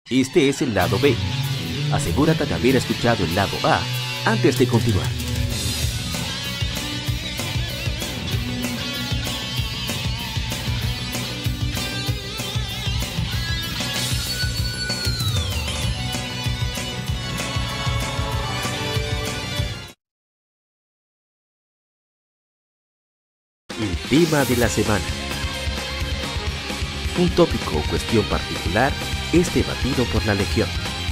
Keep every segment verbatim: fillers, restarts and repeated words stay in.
Este es el lado B. Asegúrate de haber escuchado el lado A antes de continuar. El tema de la semana. Un tópico o cuestión particular es debatido por la Legión.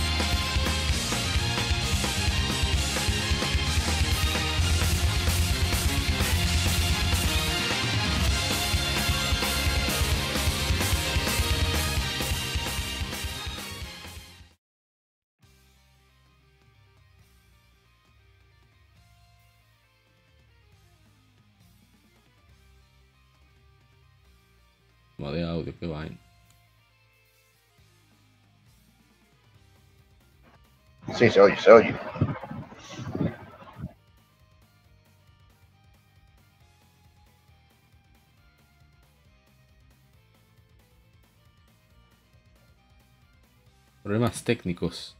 De audio, qué vaina. Sí, se oye, se oye. Problemas técnicos.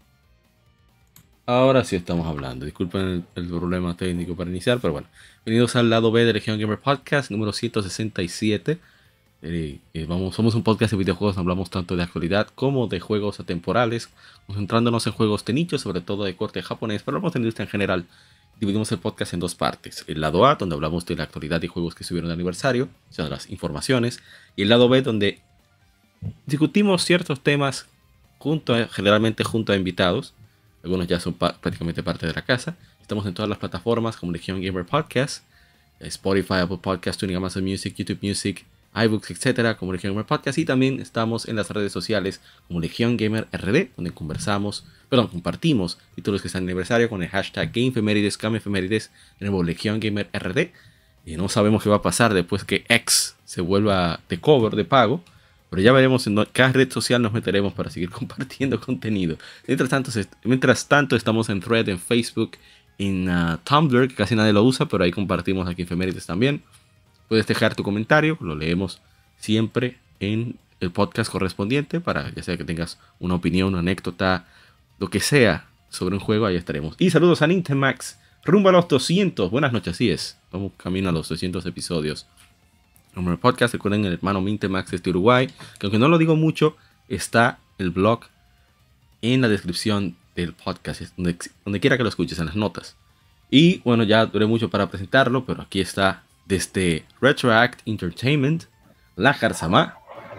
Ahora sí estamos hablando. Disculpen el, el problema técnico para iniciar, pero bueno. Bienvenidos al lado B de Legion Gamer Podcast, número ciento sesenta y siete. Eh, eh, vamos, somos un podcast de videojuegos, hablamos tanto de actualidad como de juegos atemporales, concentrándonos en juegos de nicho, sobre todo de corte japonés, pero hablamos de industria en general. Dividimos el podcast en dos partes: el lado A, donde hablamos de la actualidad y juegos que estuvieron de aniversario, o sea, las informaciones, y el lado B, donde discutimos ciertos temas junto a, generalmente junto a invitados. Algunos ya son pa prácticamente parte de la casa. Estamos en todas las plataformas como Legion Gamer Podcast, Spotify, Apple Podcast, Tuning, Amazon Music, YouTube Music, iBooks, etcétera, como Legion Gamer Podcast. Y también estamos en las redes sociales como Legion Gamer R D, donde conversamos, perdón, compartimos títulos que están en aniversario con el hashtag GameFemérides, GameFemérides, tenemos Legion Gamer R D. Y no sabemos qué va a pasar después que X se vuelva de cover, de pago, pero ya veremos en qué red social nos meteremos para seguir compartiendo contenido. Mientras tanto, mientras tanto estamos en Thread, en Facebook, en uh, Tumblr, que casi nadie lo usa, pero ahí compartimos aquí Efemérides también. Puedes dejar tu comentario, lo leemos siempre en el podcast correspondiente, para ya sea que tengas una opinión, una anécdota, lo que sea sobre un juego, ahí estaremos. Y saludos a Nintemax, rumbo a los doscientos. Buenas noches, así es. Vamos camino a los doscientos episodios. Como el podcast, recuerden el hermano Nintemax desde Uruguay, que aunque no lo digo mucho, está el blog en la descripción del podcast, donde, donde quiera que lo escuches, en las notas. Y bueno, ya duré mucho para presentarlo, pero aquí está desde Retroact Entertainment, la Jarzamá.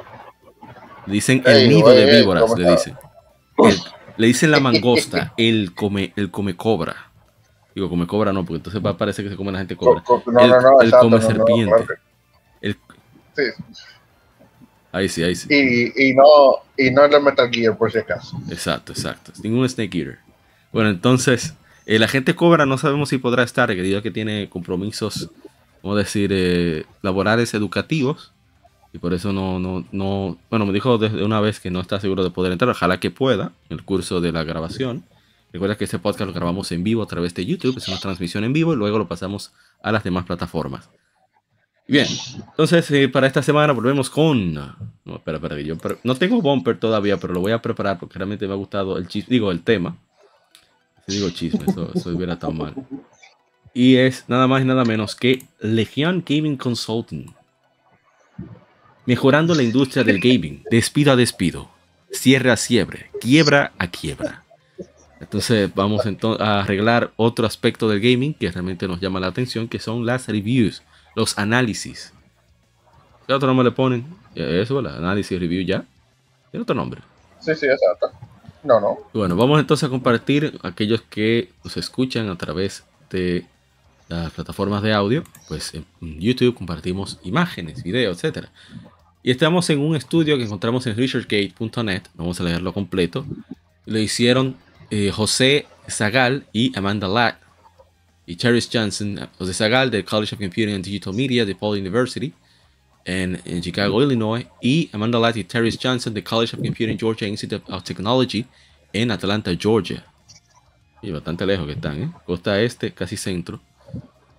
Le dicen el Hey, nido oye, de víboras, ¿cómo le está? dicen. El, le dicen la mangosta, el come, el come cobra. Digo, come cobra no, porque entonces va a parecer que se come la gente cobra. Co- co- no, el no, no, el exacto, come no, no, serpiente. claro que- El, Sí. ahí sí, ahí sí. Y, y no y no el de Metal Gear, por si acaso. Exacto, exacto. Ningún Snake Eater. Bueno, entonces, el agente Cobra no sabemos si podrá estar, debido a que tiene compromisos, vamos a decir, eh, laborales, educativos. Y por eso no, no, no... Bueno, me dijo desde una vez que no está seguro de poder entrar. Ojalá que pueda, en el curso de la grabación. Recuerda que este podcast lo grabamos en vivo a través de YouTube. Es una transmisión en vivo y luego lo pasamos a las demás plataformas. Bien, entonces eh, para esta semana volvemos con... No, espera, espera, que yo pre- no tengo bumper todavía, pero lo voy a preparar porque realmente me ha gustado el chisme, digo, el tema. Si digo chisme, eso, eso hubiera estado mal. Y es nada más y nada menos que Legion Gaming Consulting. Mejorando la industria del gaming, despido a despido, cierre a cierre, quiebra a quiebra. Entonces vamos entonces a arreglar otro aspecto del gaming que realmente nos llama la atención, que son las reviews, los análisis. ¿Qué otro nombre le ponen? Eso, el análisis, review ya. ¿Tiene otro nombre? Sí, sí, exacto. No, no. Bueno, vamos entonces a compartir aquellos que nos escuchan a través de las plataformas de audio. Pues en YouTube compartimos imágenes, videos, etcétera. Y estamos en un estudio que encontramos en researchgate punto net. Vamos a leerlo completo. Lo hicieron eh, José Zagal y Amanda Latt. Y Charis Johnson. José Zagal del College of Computing and Digital Media de Paul University en, en Chicago, Illinois. Y Amanda Latt y Charis Johnson del College of Computing Georgia Institute of Technology en Atlanta, Georgia. Y bastante lejos que están, ¿eh? Costa este, casi centro.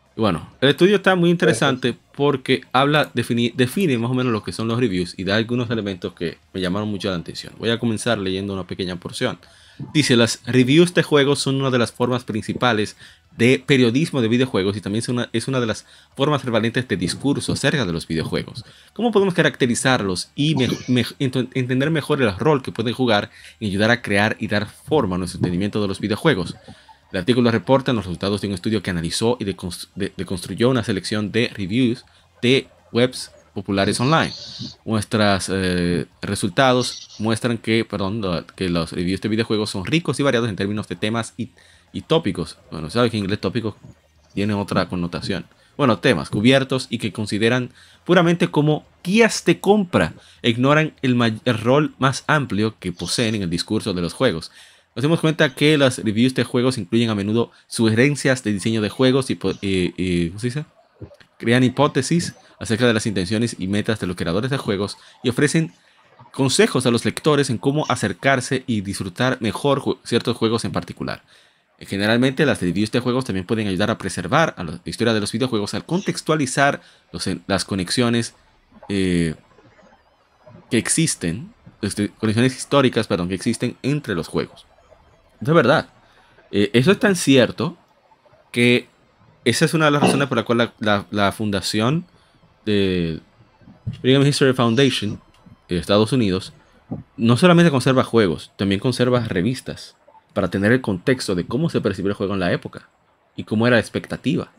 Bueno, el estudio está muy interesante porque habla, defini, define más o menos lo que son los reviews y da algunos elementos que me llamaron mucho la atención. Voy a comenzar leyendo una pequeña porción. Dice, las reviews de juegos son una de las formas principales de periodismo de videojuegos y también es una, es una de las formas prevalentes de discurso acerca de los videojuegos. ¿Cómo podemos caracterizarlos y me, me, entender mejor el rol que pueden jugar y ayudar a crear y dar forma a nuestro entendimiento de los videojuegos? El artículo reporta los resultados de un estudio que analizó y deconstruyó de, de una selección de reviews de webs populares online. Nuestros eh, resultados muestran que, perdón, que los reviews de videojuegos son ricos y variados en términos de temas y, y tópicos. Bueno, sabes que en inglés tópicos tiene otra connotación. Bueno, temas cubiertos y que consideran puramente como guías de compra. Ignoran el, el rol más amplio que poseen en el discurso de los juegos. Nos damos cuenta que las reviews de juegos incluyen a menudo sugerencias de diseño de juegos y, y, y ¿cómo se dice? Crean hipótesis acerca de las intenciones y metas de los creadores de juegos y ofrecen consejos a los lectores en cómo acercarse y disfrutar mejor ju ciertos juegos en particular. Generalmente las reviews de juegos también pueden ayudar a preservar a la historia de los videojuegos al contextualizar los, las conexiones eh, que existen, este, conexiones históricas, perdón, que existen entre los juegos. De verdad, eh, eso es tan cierto que esa es una de las razones por la cual la, la, la fundación de Brigham History Foundation de Estados Unidos no solamente conserva juegos, también conserva revistas para tener el contexto de cómo se percibió el juego en la época y cómo era la expectativa.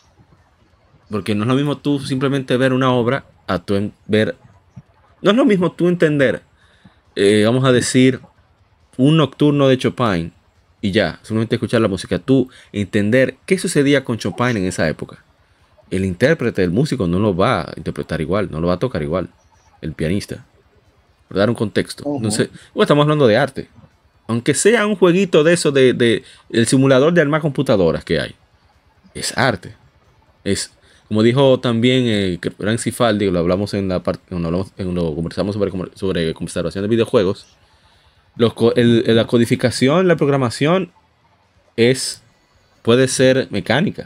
Porque no es lo mismo tú simplemente ver una obra a tú ver... No es lo mismo tú entender, eh, vamos a decir, un nocturno de Chopin y ya, solamente escuchar la música, tú entender qué sucedía con Chopin en esa época. El intérprete, el músico no lo va a interpretar igual, no lo va a tocar igual, el pianista. Por dar un contexto. Uh-huh. Entonces, bueno, estamos hablando de arte. Aunque sea un jueguito de eso, de, de el simulador de armar computadoras que hay, es arte. Es, como dijo también eh, Gran Cifaldi, lo hablamos en la parte, cuando hablamos, cuando conversamos sobre, sobre conservación de videojuegos. Los, el, la codificación, la programación es, puede ser mecánica,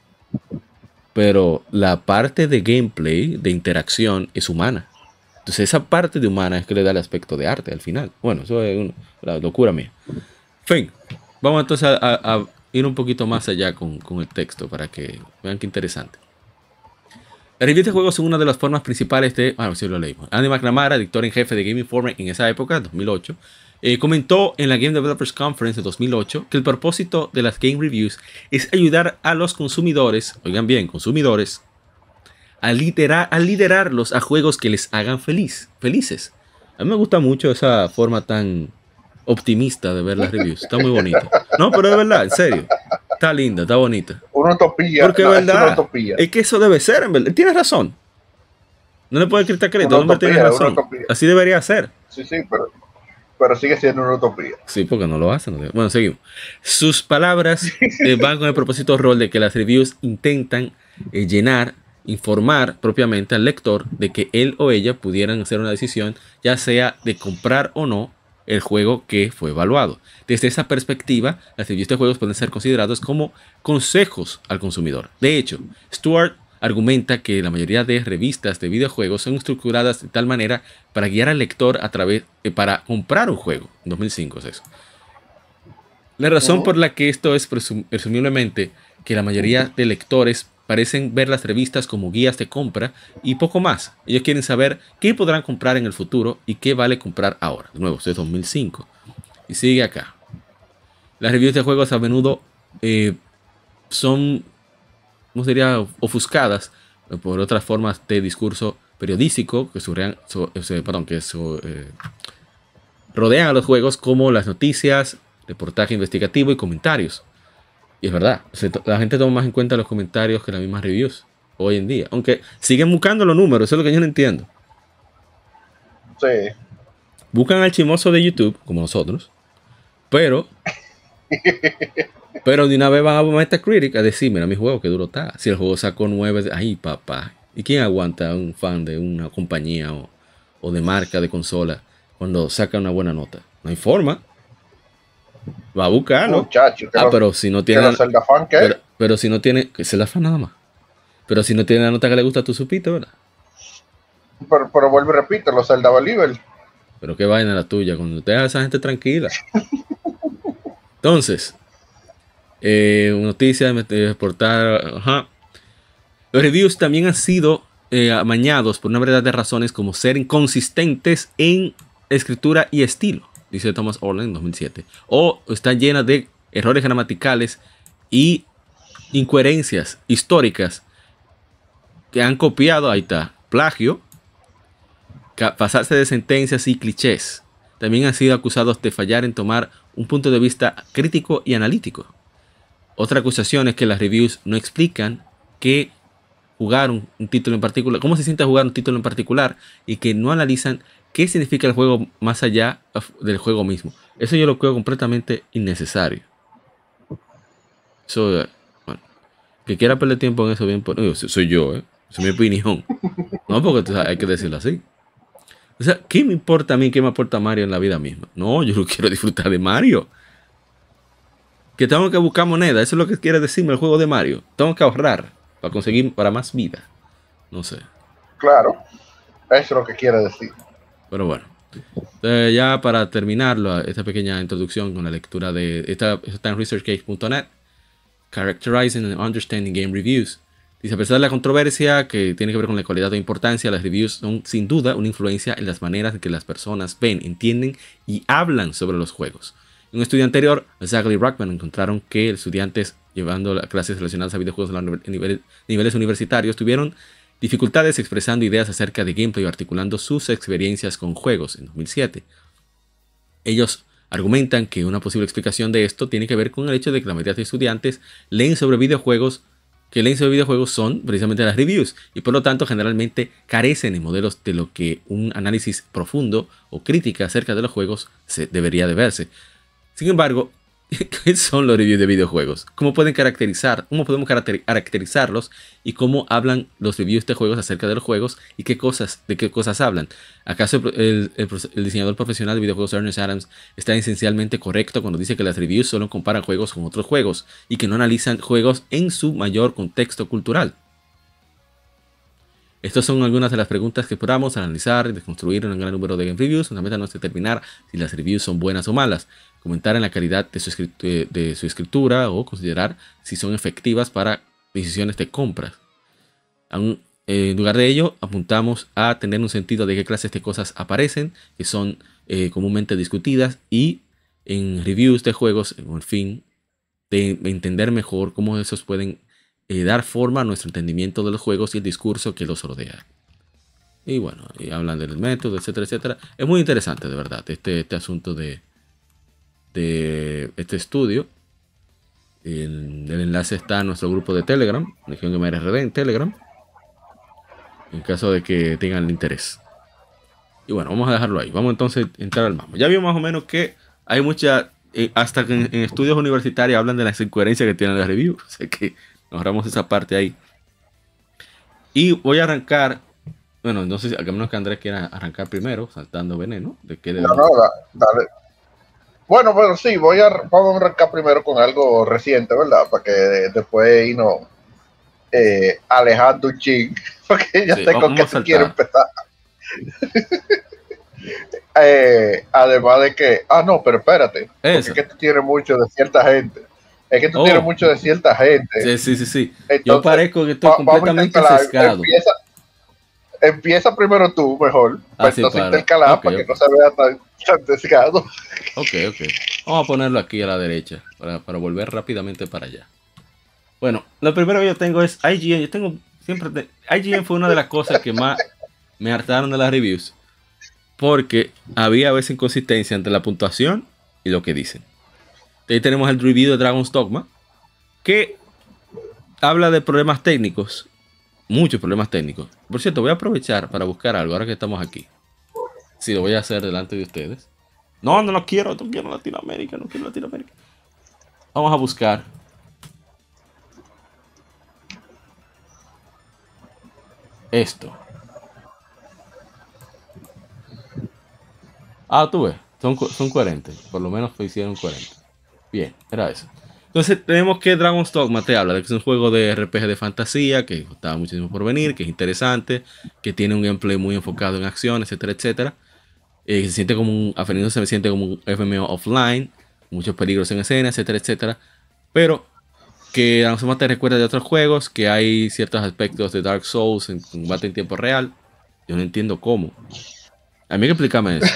pero la parte de gameplay, de interacción, es humana. Entonces esa parte de humana es que le da el aspecto de arte al final. Bueno, eso es una, la locura mía. En fin, vamos entonces a, a, a ir un poquito más allá con, con el texto para que vean qué interesante. Las reviews de juegos son una de las formas principales de... Bueno, sí lo leímos. Andy McNamara, editor en jefe de Game Informer en esa época, dos mil ocho, eh, comentó en la Game Developers Conference de dos mil ocho que el propósito de las Game Reviews es ayudar a los consumidores, oigan bien, consumidores, a liderar, a liderarlos a juegos que les hagan feliz, felices. A mí me gusta mucho esa forma tan optimista de ver las reviews. Está muy bonita. No, pero de verdad, en serio. Está linda, está bonita. Una utopía. Porque no, verdad, es una utopía. Es que eso debe ser, en verdad. Tienes razón. No le puedes quitar crédito. El hombre tiene razón. Así debería ser. Sí, sí, pero, pero sigue siendo una utopía. Sí, porque no lo hacen. ¿No? Bueno, seguimos. Sus palabras eh, van con el propósito rol de que las reviews intentan eh, llenar, informar propiamente al lector de que él o ella pudieran hacer una decisión, ya sea de comprar o no el juego que fue evaluado. Desde esa perspectiva, las reviews de juegos pueden ser considerados como consejos al consumidor. De hecho, Stuart argumenta que la mayoría de revistas de videojuegos son estructuradas de tal manera para guiar al lector a través eh, para comprar un juego. En dos mil cinco es eso. La razón por la que esto es presum presumiblemente que la mayoría de lectores parecen ver las revistas como guías de compra y poco más. Ellos quieren saber qué podrán comprar en el futuro y qué vale comprar ahora. De nuevo, esto es dos mil cinco. Y sigue acá. Las reviews de juegos a menudo eh, son, ¿cómo sería?, ofuscadas por otras formas de discurso periodístico que, surrean, so, eh, perdón, que so, eh, rodean a los juegos, como las noticias, reportaje investigativo y comentarios. Y es verdad, la gente toma más en cuenta los comentarios que las mismas reviews hoy en día. Aunque siguen buscando los números, eso es lo que yo no entiendo. Sí. Buscan al chimoso de YouTube, como nosotros, pero pero de una vez van a Metacritic a decir, mira mi juego, que duro está. Si el juego sacó nueve, ay papá. ¿Y quién aguanta a un fan de una compañía o, o de marca de consola cuando saca una buena nota? No hay forma. Va a buscarlo. Muchacho, que Ah, no, pero si no que tiene. no Zelda fan, ¿qué? Pero, pero si no tiene. Que se la fan nada más. Pero si no tiene la nota que le gusta, tú supiste, ¿verdad? Pero, pero vuelvo y repito, los Zelda Believer. Pero qué vaina la tuya, cuando te a esa gente tranquila. Entonces, eh, noticia de exportar. Ajá. Los reviews también han sido eh, amañados por una variedad de razones, como ser inconsistentes en escritura y estilo, dice Thomas Orland en dos mil siete. O están llenas de errores gramaticales y incoherencias históricas que han copiado, ahí está, plagio, pasarse de sentencias y clichés. También han sido acusados de fallar en tomar un punto de vista crítico y analítico. Otra acusación es que las reviews no explican qué jugar un, un título en particular, cómo se siente jugar un título en particular, y que no analizan qué significa el juego más allá del juego mismo. Eso yo lo creo completamente innecesario. Eso, bueno, que quiera perder tiempo en eso, bien, por, no, soy yo, ¿eh? Esa es mi opinión. No, porque tú sabes, hay que decirlo así. O sea, ¿qué me importa a mí? ¿Qué me aporta Mario en la vida misma? No, yo no quiero disfrutar de Mario. Que tengo que buscar moneda, eso es lo que quiere decirme el juego de Mario. Tengo que ahorrar para conseguir para más vida. No sé. Claro, eso es lo que quiere decir. Pero bueno. Entonces, ya para terminar esta pequeña introducción con la lectura de... Esta está en researchgate punto net. Characterizing and Understanding Game Reviews. Dice, a pesar de la controversia que tiene que ver con la cualidad o importancia, las reviews son sin duda una influencia en las maneras en que las personas ven, entienden y hablan sobre los juegos. En un estudio anterior, Zachary Rockman encontraron que estudiantes llevando clases relacionadas a videojuegos en niveles, niveles universitarios tuvieron dificultades expresando ideas acerca de gameplay o articulando sus experiencias con juegos en dos mil siete. Ellos argumentan que una posible explicación de esto tiene que ver con el hecho de que la mayoría de estudiantes leen sobre videojuegos que leen sobre videojuegos son precisamente las reviews y por lo tanto generalmente carecen en modelos de lo que un análisis profundo o crítica acerca de los juegos se debería de verse. Sin embargo, ¿qué son los reviews de videojuegos? ¿Cómo pueden caracterizar? ¿Cómo podemos caracterizarlos? ¿Y cómo hablan los reviews de juegos acerca de los juegos? ¿Y qué cosas, de qué cosas hablan? ¿Acaso el, el, el diseñador profesional de videojuegos Ernest Adams está esencialmente correcto cuando dice que las reviews solo comparan juegos con otros juegos y que no analizan juegos en su mayor contexto cultural? Estas son algunas de las preguntas que exploramos al analizar y desconstruir un gran número de game reviews. Una meta no es determinar si las reviews son buenas o malas, comentar en la calidad de su, de su escritura o considerar si son efectivas para decisiones de compras. Aún, eh, en lugar de ello, apuntamos a tener un sentido de qué clases de cosas aparecen, que son eh, comúnmente discutidas, y en reviews de juegos, con el fin de entender mejor cómo esos pueden Eh, dar forma a nuestro entendimiento de los juegos y el discurso que los rodea. Y bueno, y hablan del método, etcétera, etcétera. Es muy interesante, de verdad, este, este asunto de, de este estudio. El, el enlace está en nuestro grupo de Telegram, Legión Gamer R D en Telegram, en caso de que tengan el interés. Y bueno, vamos a dejarlo ahí. Vamos entonces a entrar al mambo. Ya vimos más o menos que hay mucha, eh, hasta que en, en estudios universitarios hablan de las incoherencias que tienen las reviews. O sea que nos ahorramos esa parte ahí. Y voy a arrancar. Bueno, no sé si a menos que Andrés quiera arrancar primero, saltando veneno. ¿De qué no, no, da, dale. Bueno, bueno, sí, voy a, vamos a arrancar primero con algo reciente, ¿verdad? Para que después irnos eh, alejando un ching. Porque ya sí, sé con qué se quiere empezar. eh, además de que. Ah, no, pero espérate. Porque es que tú tienes mucho de cierta gente. Es que tú oh. tienes mucho de cierta gente. Sí, sí, sí, sí. Entonces, yo parezco que estoy completamente sesgado. Empieza, empieza primero tú, mejor. Ah, para sí, entonces para. intercalar okay, para okay. que no se vea tan, tan sesgado. Ok, ok. Vamos a ponerlo aquí a la derecha para, para volver rápidamente para allá. Bueno, lo primero que yo tengo es I G N. Yo tengo siempre... Te, I G N fue una de las cosas que más me hartaron de las reviews. Porque había a veces inconsistencia entre la puntuación y lo que dicen. Ahí tenemos el review de Dragon's Dogma, que habla de problemas técnicos, muchos problemas técnicos. Por cierto, voy a aprovechar para buscar algo ahora que estamos aquí. Sí, lo voy a hacer delante de ustedes. No, no lo quiero, no quiero Latinoamérica, no quiero Latinoamérica. Vamos a buscar. Esto. Ah, tú ves, son, son coherentes, por lo menos lo hicieron coherentes. Bien, era eso. Entonces tenemos que Dragon's Dogma te habla de que es un juego de R P G de fantasía, que estaba muchísimo por venir, que es interesante, que tiene un gameplay muy enfocado en acción, etcétera, etcétera. Eh, se siente como un, a Fernando se me siente como un F M O offline, muchos peligros en escena, etcétera, etcétera. Pero que Dragon's Dogma te recuerda de otros juegos, que hay ciertos aspectos de Dark Souls en combate en tiempo real. Yo no entiendo cómo. A mí hay que explicarme eso.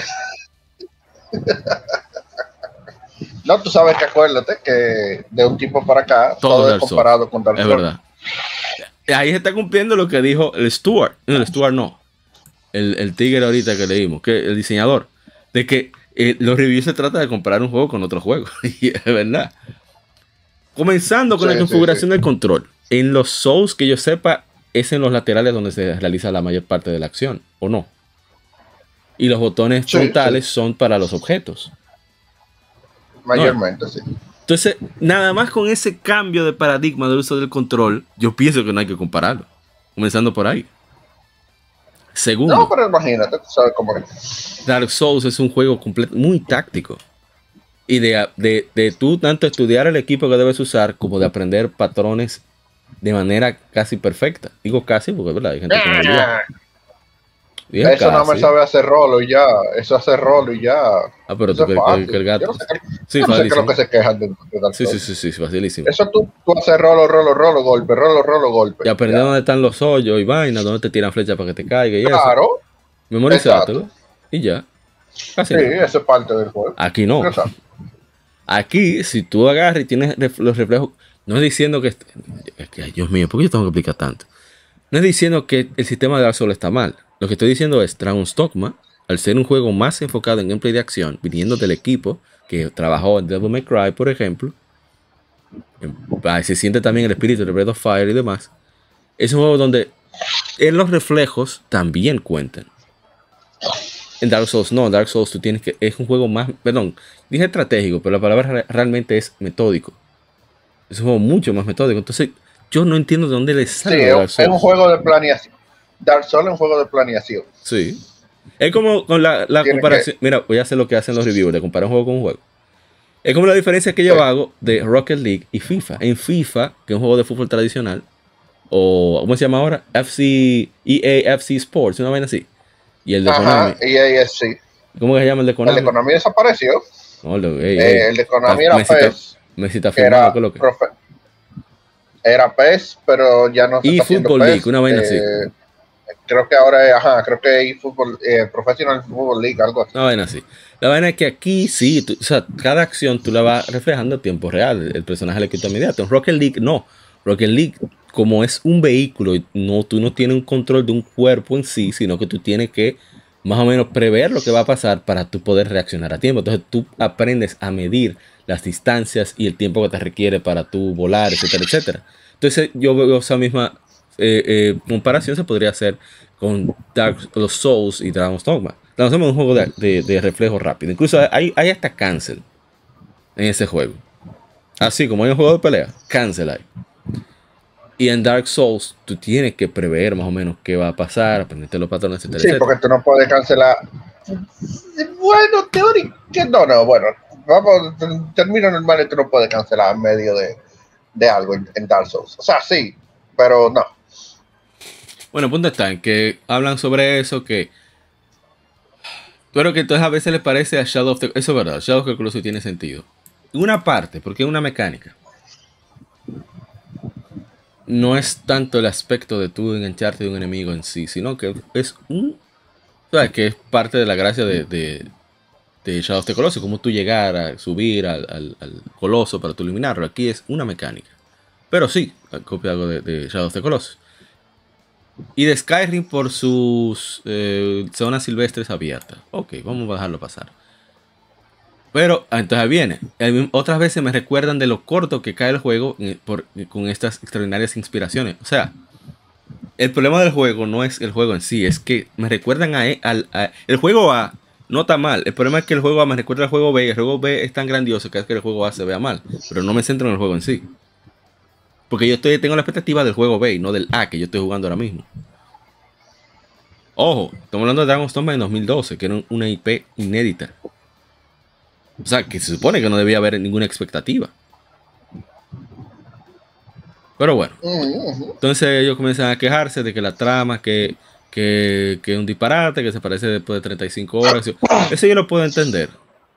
No, tú sabes que acuérdate que de un tiempo para acá Todo, todo, Dark es comparado Souls. con Dark Es Souls. verdad. Ahí se está cumpliendo lo que dijo el Stuart. No, el Stuart no. El, el tigre ahorita que leímos, que el diseñador. De que eh, los reviews se trata de comparar un juego con otro juego. Y es verdad. Comenzando con Sí, la configuración sí, sí. del control. En los Souls, que yo sepa, es en los laterales donde se realiza la mayor parte de la acción, ¿o no? Y los botones Sí, frontales sí. son para los objetos. Mayormente, sí. Entonces, nada más con ese cambio de paradigma del uso del control, yo pienso que no hay que compararlo. Comenzando por ahí. Segundo, No, pero imagínate, tú sabes cómo es. Dark Souls es un juego completo, muy táctico. Y de, de, de tú tanto estudiar el equipo que debes usar como de aprender patrones de manera casi perfecta. Digo casi porque es verdad, hay gente que no olvida. Digo Eso no me casi. sabe hacer rolo y ya. Eso hace rolo y ya. Ah, pero Eso tú es que, que- fácil. que el gato. Yo no sé qué, Sí, yo no sé qué es lo facilísimo. que se quejan de, de Dark Sí, sí, Souls. sí, sí, sí, facilísimo. Eso tú, tú haces rolo, rolo, rolo, golpe, rolo, rolo, golpe. Y aprender Ya. dónde están los hoyos y vainas, dónde te tiran flechas para que te caiga y eso. Claro. Memorizártelo. Exacto. Y ya. Casi Sí, nada. eso es parte del juego. Aquí no. Exacto. Aquí, si tú agarras y tienes ref- los reflejos, no es diciendo que, es que, ay, Dios mío, ¿por qué yo tengo que explicar tanto? No es diciendo que el sistema de Dark Souls está mal. Lo que estoy diciendo es Dragon's Dogma, al ser un juego más enfocado en gameplay de acción, viniendo del equipo que trabajó en Devil May Cry, por ejemplo, se siente también el espíritu de Breath of Fire y demás. Es un juego donde en los reflejos también cuentan. En Dark Souls no, en Dark Souls tú tienes que, es un juego más, perdón, dije estratégico, pero la palabra re- realmente es metódico. Es un juego mucho más metódico. Entonces, yo no entiendo de dónde le Sí, sale Dark es, Souls. es un juego de planeación. Dark Souls es un juego de planeación. Sí. Es como con la, la Tiene comparación. Mira, voy a hacer lo que hacen los reviewers, de comparar un juego con un juego. Es como la diferencia que Sí. yo hago de Rocket League y FIFA. En FIFA, que es un juego de fútbol tradicional, o ¿cómo se llama ahora? F C, E A F C Sports, una vaina así. Y el de Konami. Ajá, y ahí es sí. ¿Cómo que se llama el de El Konami? de Konami desapareció. No, lo- ey, Eh, ey. el de Konami Está- era Messi está- PES. Messi está Que firmado, era, ¿qué es lo que? profe- era PES, pero ya no se Y está haciendo Football PES. League, una vaina así. Eh, creo que ahora es, ajá, creo que es eFootball, eh, Professional Football League, algo así. Una vaina así. La vaina es que aquí sí, tú- o sea, cada acción tú la vas reflejando a tiempo real. El, el personaje le quita inmediato. En Rocket League no. Rocket League, como es un vehículo, y no, tú no tienes un control de un cuerpo en sí, sino que tú tienes que más o menos prever lo que va a pasar para tú poder reaccionar a tiempo. Entonces tú aprendes a medir las distancias y el tiempo que te requiere para tú volar, etcétera, etcétera. Entonces yo veo esa misma eh, eh, comparación se podría hacer con Dark, los Souls y Dragon's Dogma. Dragon's Dogma es un juego de, de, de reflejo rápido. Incluso hay, hay hasta cancel en ese juego. Así como hay un juego de pelea, cancel hay. Y en Dark Souls tú tienes que prever más o menos qué va a pasar, aprenderte los patrones, etcétera, Sí, etcétera. porque tú no puedes cancelar. Bueno, teóricamente, no, no, bueno, vamos, en términos normales tú no puedes cancelar en medio de, de algo en, en Dark Souls. O sea, sí, pero no. Bueno, el punto está en que hablan sobre eso, que pero que entonces a veces les parece a Shadow of the... Eso es verdad, Shadow of the Colossus tiene sentido. Una parte, porque es una mecánica. No es tanto el aspecto de tú engancharte de un enemigo en sí, sino que es un... O sea, que es parte de la gracia de, de, de Shadow of the Colossus, como tú llegar a subir al, al, al coloso para tú eliminarlo. Aquí es una mecánica. Pero sí, copia algo de, de Shadow of the Colossus. Y de Skyrim por sus eh, zonas silvestres abiertas. Ok, vamos a dejarlo pasar. Pero entonces viene. El, otras veces me recuerdan de lo corto que cae el juego eh, por, eh, con estas extraordinarias inspiraciones. O sea, el problema del juego no es el juego en sí, es que me recuerdan a, al, a el juego A. No está mal. El problema es que el juego A me recuerda al juego B. Y el juego B es tan grandioso que hace que el juego A se vea mal. Pero no me centro en el juego en sí. Porque yo estoy, tengo la expectativa del juego B y no del A que yo estoy jugando ahora mismo. Ojo, estamos hablando de Dragon's Dogma en dos mil doce, que era una I P inédita. O sea, que se supone que no debía haber ninguna expectativa. Pero bueno. Entonces ellos comienzan a quejarse de que la trama, que, que, que es un disparate, que se parece después de treinta y cinco horas. Eso yo lo puedo entender.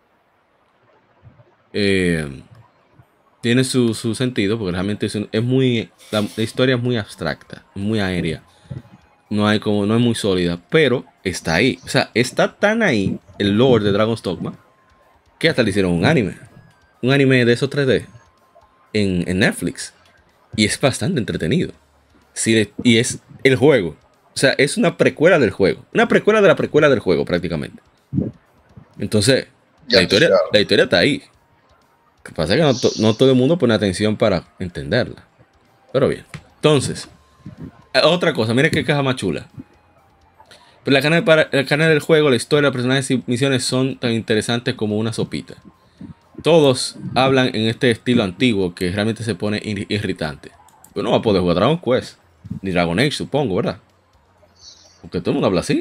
Eh, tiene su, su sentido, porque realmente es, un, es muy... La, la historia es muy abstracta, muy aérea. No hay como, no es muy sólida, pero está ahí. O sea, está tan ahí el lore de Dragon's Dogma que hasta le hicieron un anime. Un anime de esos tres D en, en Netflix. Y es bastante entretenido. Sí, y es el juego. O sea, es una precuela del juego. Una precuela de la precuela del juego, prácticamente. Entonces, la historia, la historia está ahí. Lo que pasa es que no, to, no todo el mundo pone atención para entenderla. Pero bien. Entonces, otra cosa, mire qué caja más chula. Pero la carne, para, la carne del juego, la historia, los personajes y misiones son tan interesantes como una sopita. Todos hablan en este estilo antiguo que realmente se pone irritante. Pero no va a poder jugar Dragon Quest. Ni Dragon Age, supongo, ¿verdad? Porque todo el mundo habla así.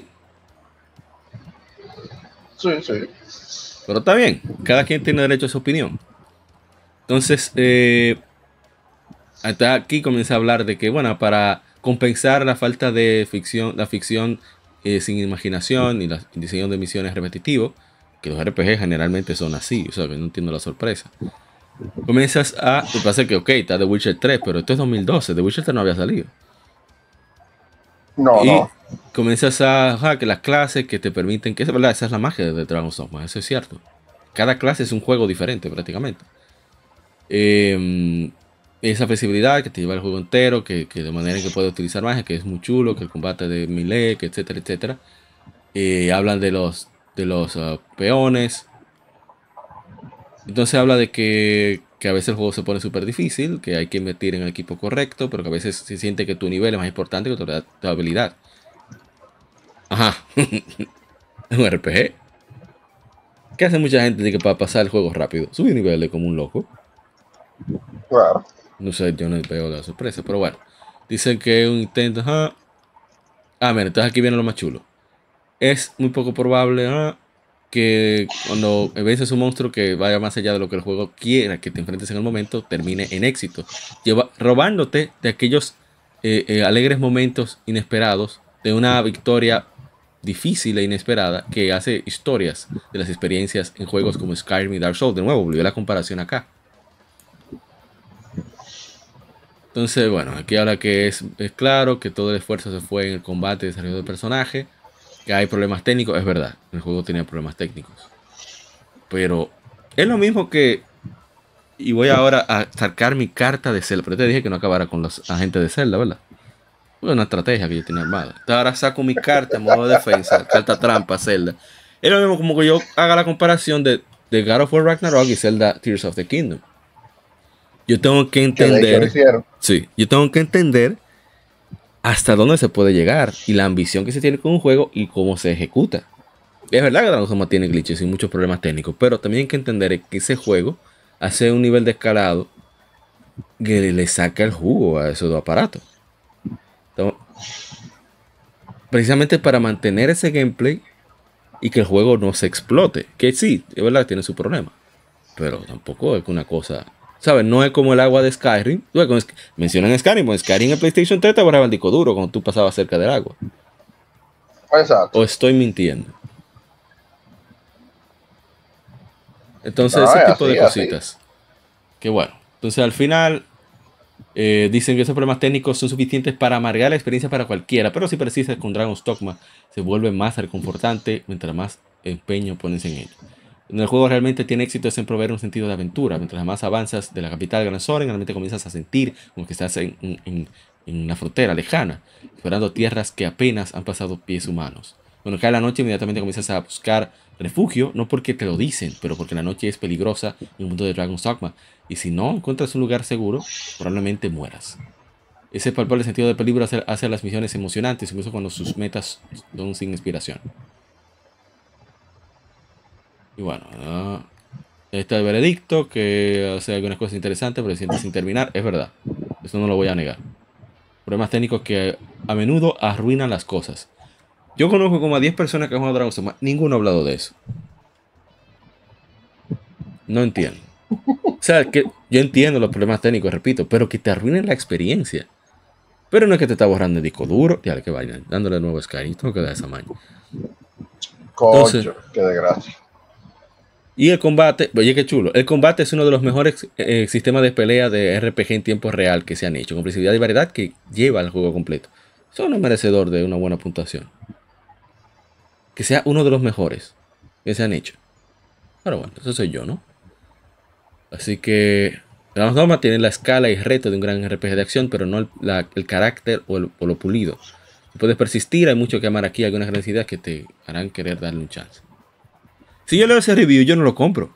Sí, sí. Pero está bien. Cada quien tiene derecho a su opinión. Entonces, eh, hasta aquí comienza a hablar de que, bueno, para compensar la falta de ficción, la ficción eh, sin imaginación y la, el diseño de misiones repetitivo, que los R P G generalmente son así, o sea, que no entiendo la sorpresa. Comienzas a... Lo que pasa es que, ok, está The Witcher tres, pero esto es dos mil doce, The Witcher tres no había salido. No, y no. comienzas a... Ajá, que las clases que te permiten... Que es verdad, esa es la magia de Dragon's Dogma, eso es cierto. Cada clase es un juego diferente, prácticamente. Eh, esa flexibilidad que te lleva el juego entero, que, que de manera en que puedes utilizar magia, que es muy chulo, que el combate de melee, que etcétera, etcétera. Eh, hablan de los, de los uh, peones. Entonces habla de que, que a veces el juego se pone súper difícil, que hay que invertir en el equipo correcto, pero que a veces se siente que tu nivel es más importante que tu, tu habilidad. Ajá. Es un R P G. ¿Qué hace mucha gente de que para pasar el juego rápido? Subir niveles como un loco. Claro. No sé, yo no veo la sorpresa, pero bueno. Dicen que es un intento. Ajá. Ah, mira, entonces aquí viene lo más chulo. Es muy poco probable ajá, que cuando vences un monstruo que vaya más allá de lo que el juego quiera que te enfrentes en el momento, termine en éxito. Lleva, robándote de aquellos eh, eh, alegres momentos inesperados de una victoria difícil e inesperada que hace historias de las experiencias en juegos como Skyrim y Dark Souls. De nuevo, volvió la comparación acá. Entonces, bueno, aquí habla que es, es claro que todo el esfuerzo se fue en el combate y desarrollo del personaje. Que hay problemas técnicos, es verdad. El juego tenía problemas técnicos. Pero es lo mismo que... Y voy ahora a sacar mi carta de Zelda. Pero te dije que no acabara con los agentes de Zelda, ¿verdad? Fue una estrategia que yo tenía armada. Entonces ahora saco mi carta en modo de defensa. Carta trampa, Zelda. Es lo mismo como que yo haga la comparación de, de God of War Ragnarok y Zelda Tears of the Kingdom. Yo tengo que entender... Sí, yo tengo que entender... hasta dónde se puede llegar y la ambición que se tiene con un juego y cómo se ejecuta. Es verdad que Dragon's Dogma tiene glitches y muchos problemas técnicos, pero también hay que entender que ese juego hace un nivel de escalado que le saca el jugo a esos dos aparatos. Entonces, precisamente para mantener ese gameplay y que el juego no se explote, que sí, es verdad, tiene su problema, pero tampoco es una cosa... ¿Sabes? No es como el agua de Skyrim. Mencionan Skyrim. En Skyrim en PlayStation tres te borraba el disco duro cuando tú pasabas cerca del agua. Exacto. ¿O estoy mintiendo? Entonces, no, ese es tipo así, de cositas. Así. Que bueno. Entonces, al final, eh, dicen que esos problemas técnicos son suficientes para amargar la experiencia para cualquiera. Pero si persistes con Dragon's Dogma, se vuelve más reconfortante mientras más empeño pones en ello. En el juego realmente tiene éxito es en proveer un sentido de aventura. Mientras más avanzas de la capital de Gran Soren, realmente comienzas a sentir como que estás en, en, en una frontera lejana, explorando tierras que apenas han pasado pies humanos. Cuando cae la noche, inmediatamente comienzas a buscar refugio, no porque te lo dicen, pero porque la noche es peligrosa en el mundo de Dragon's Dogma. Y si no encuentras un lugar seguro, probablemente mueras. Ese palpable sentido de peligro hace, hace las misiones emocionantes, incluso cuando sus metas son sin inspiración. Y bueno, uh, está el veredicto, que hace algunas cosas interesantes, pero siente sin terminar. Es verdad, eso no lo voy a negar. Problemas técnicos que a menudo arruinan las cosas. Yo conozco como a diez personas que han jugado Dragon's Dogma. Ninguno ha hablado de eso. No entiendo. O sea, que yo entiendo los problemas técnicos, repito, pero que te arruinen la experiencia. Pero no es que te está borrando el disco duro. Ya, que vayan, dándole nuevo Skyrim. Tengo que dar esa maña. Entonces, Coño, qué desgracia. y el combate, oye, qué chulo. El combate es uno de los mejores eh, sistemas de pelea de R P G en tiempo real que se han hecho, con flexibilidad y variedad que lleva al juego completo. Son un merecedor de una buena puntuación. Que sea uno de los mejores que se han hecho. Pero bueno, eso soy yo, ¿no? Así que las normas tienen la escala y reto de un gran R P G de acción, pero no el, la, el carácter o, el, o lo pulido. Puedes persistir, hay mucho que amar aquí, algunas grandes ideas que te harán querer darle un chance. Si yo leo ese review, yo no lo compro.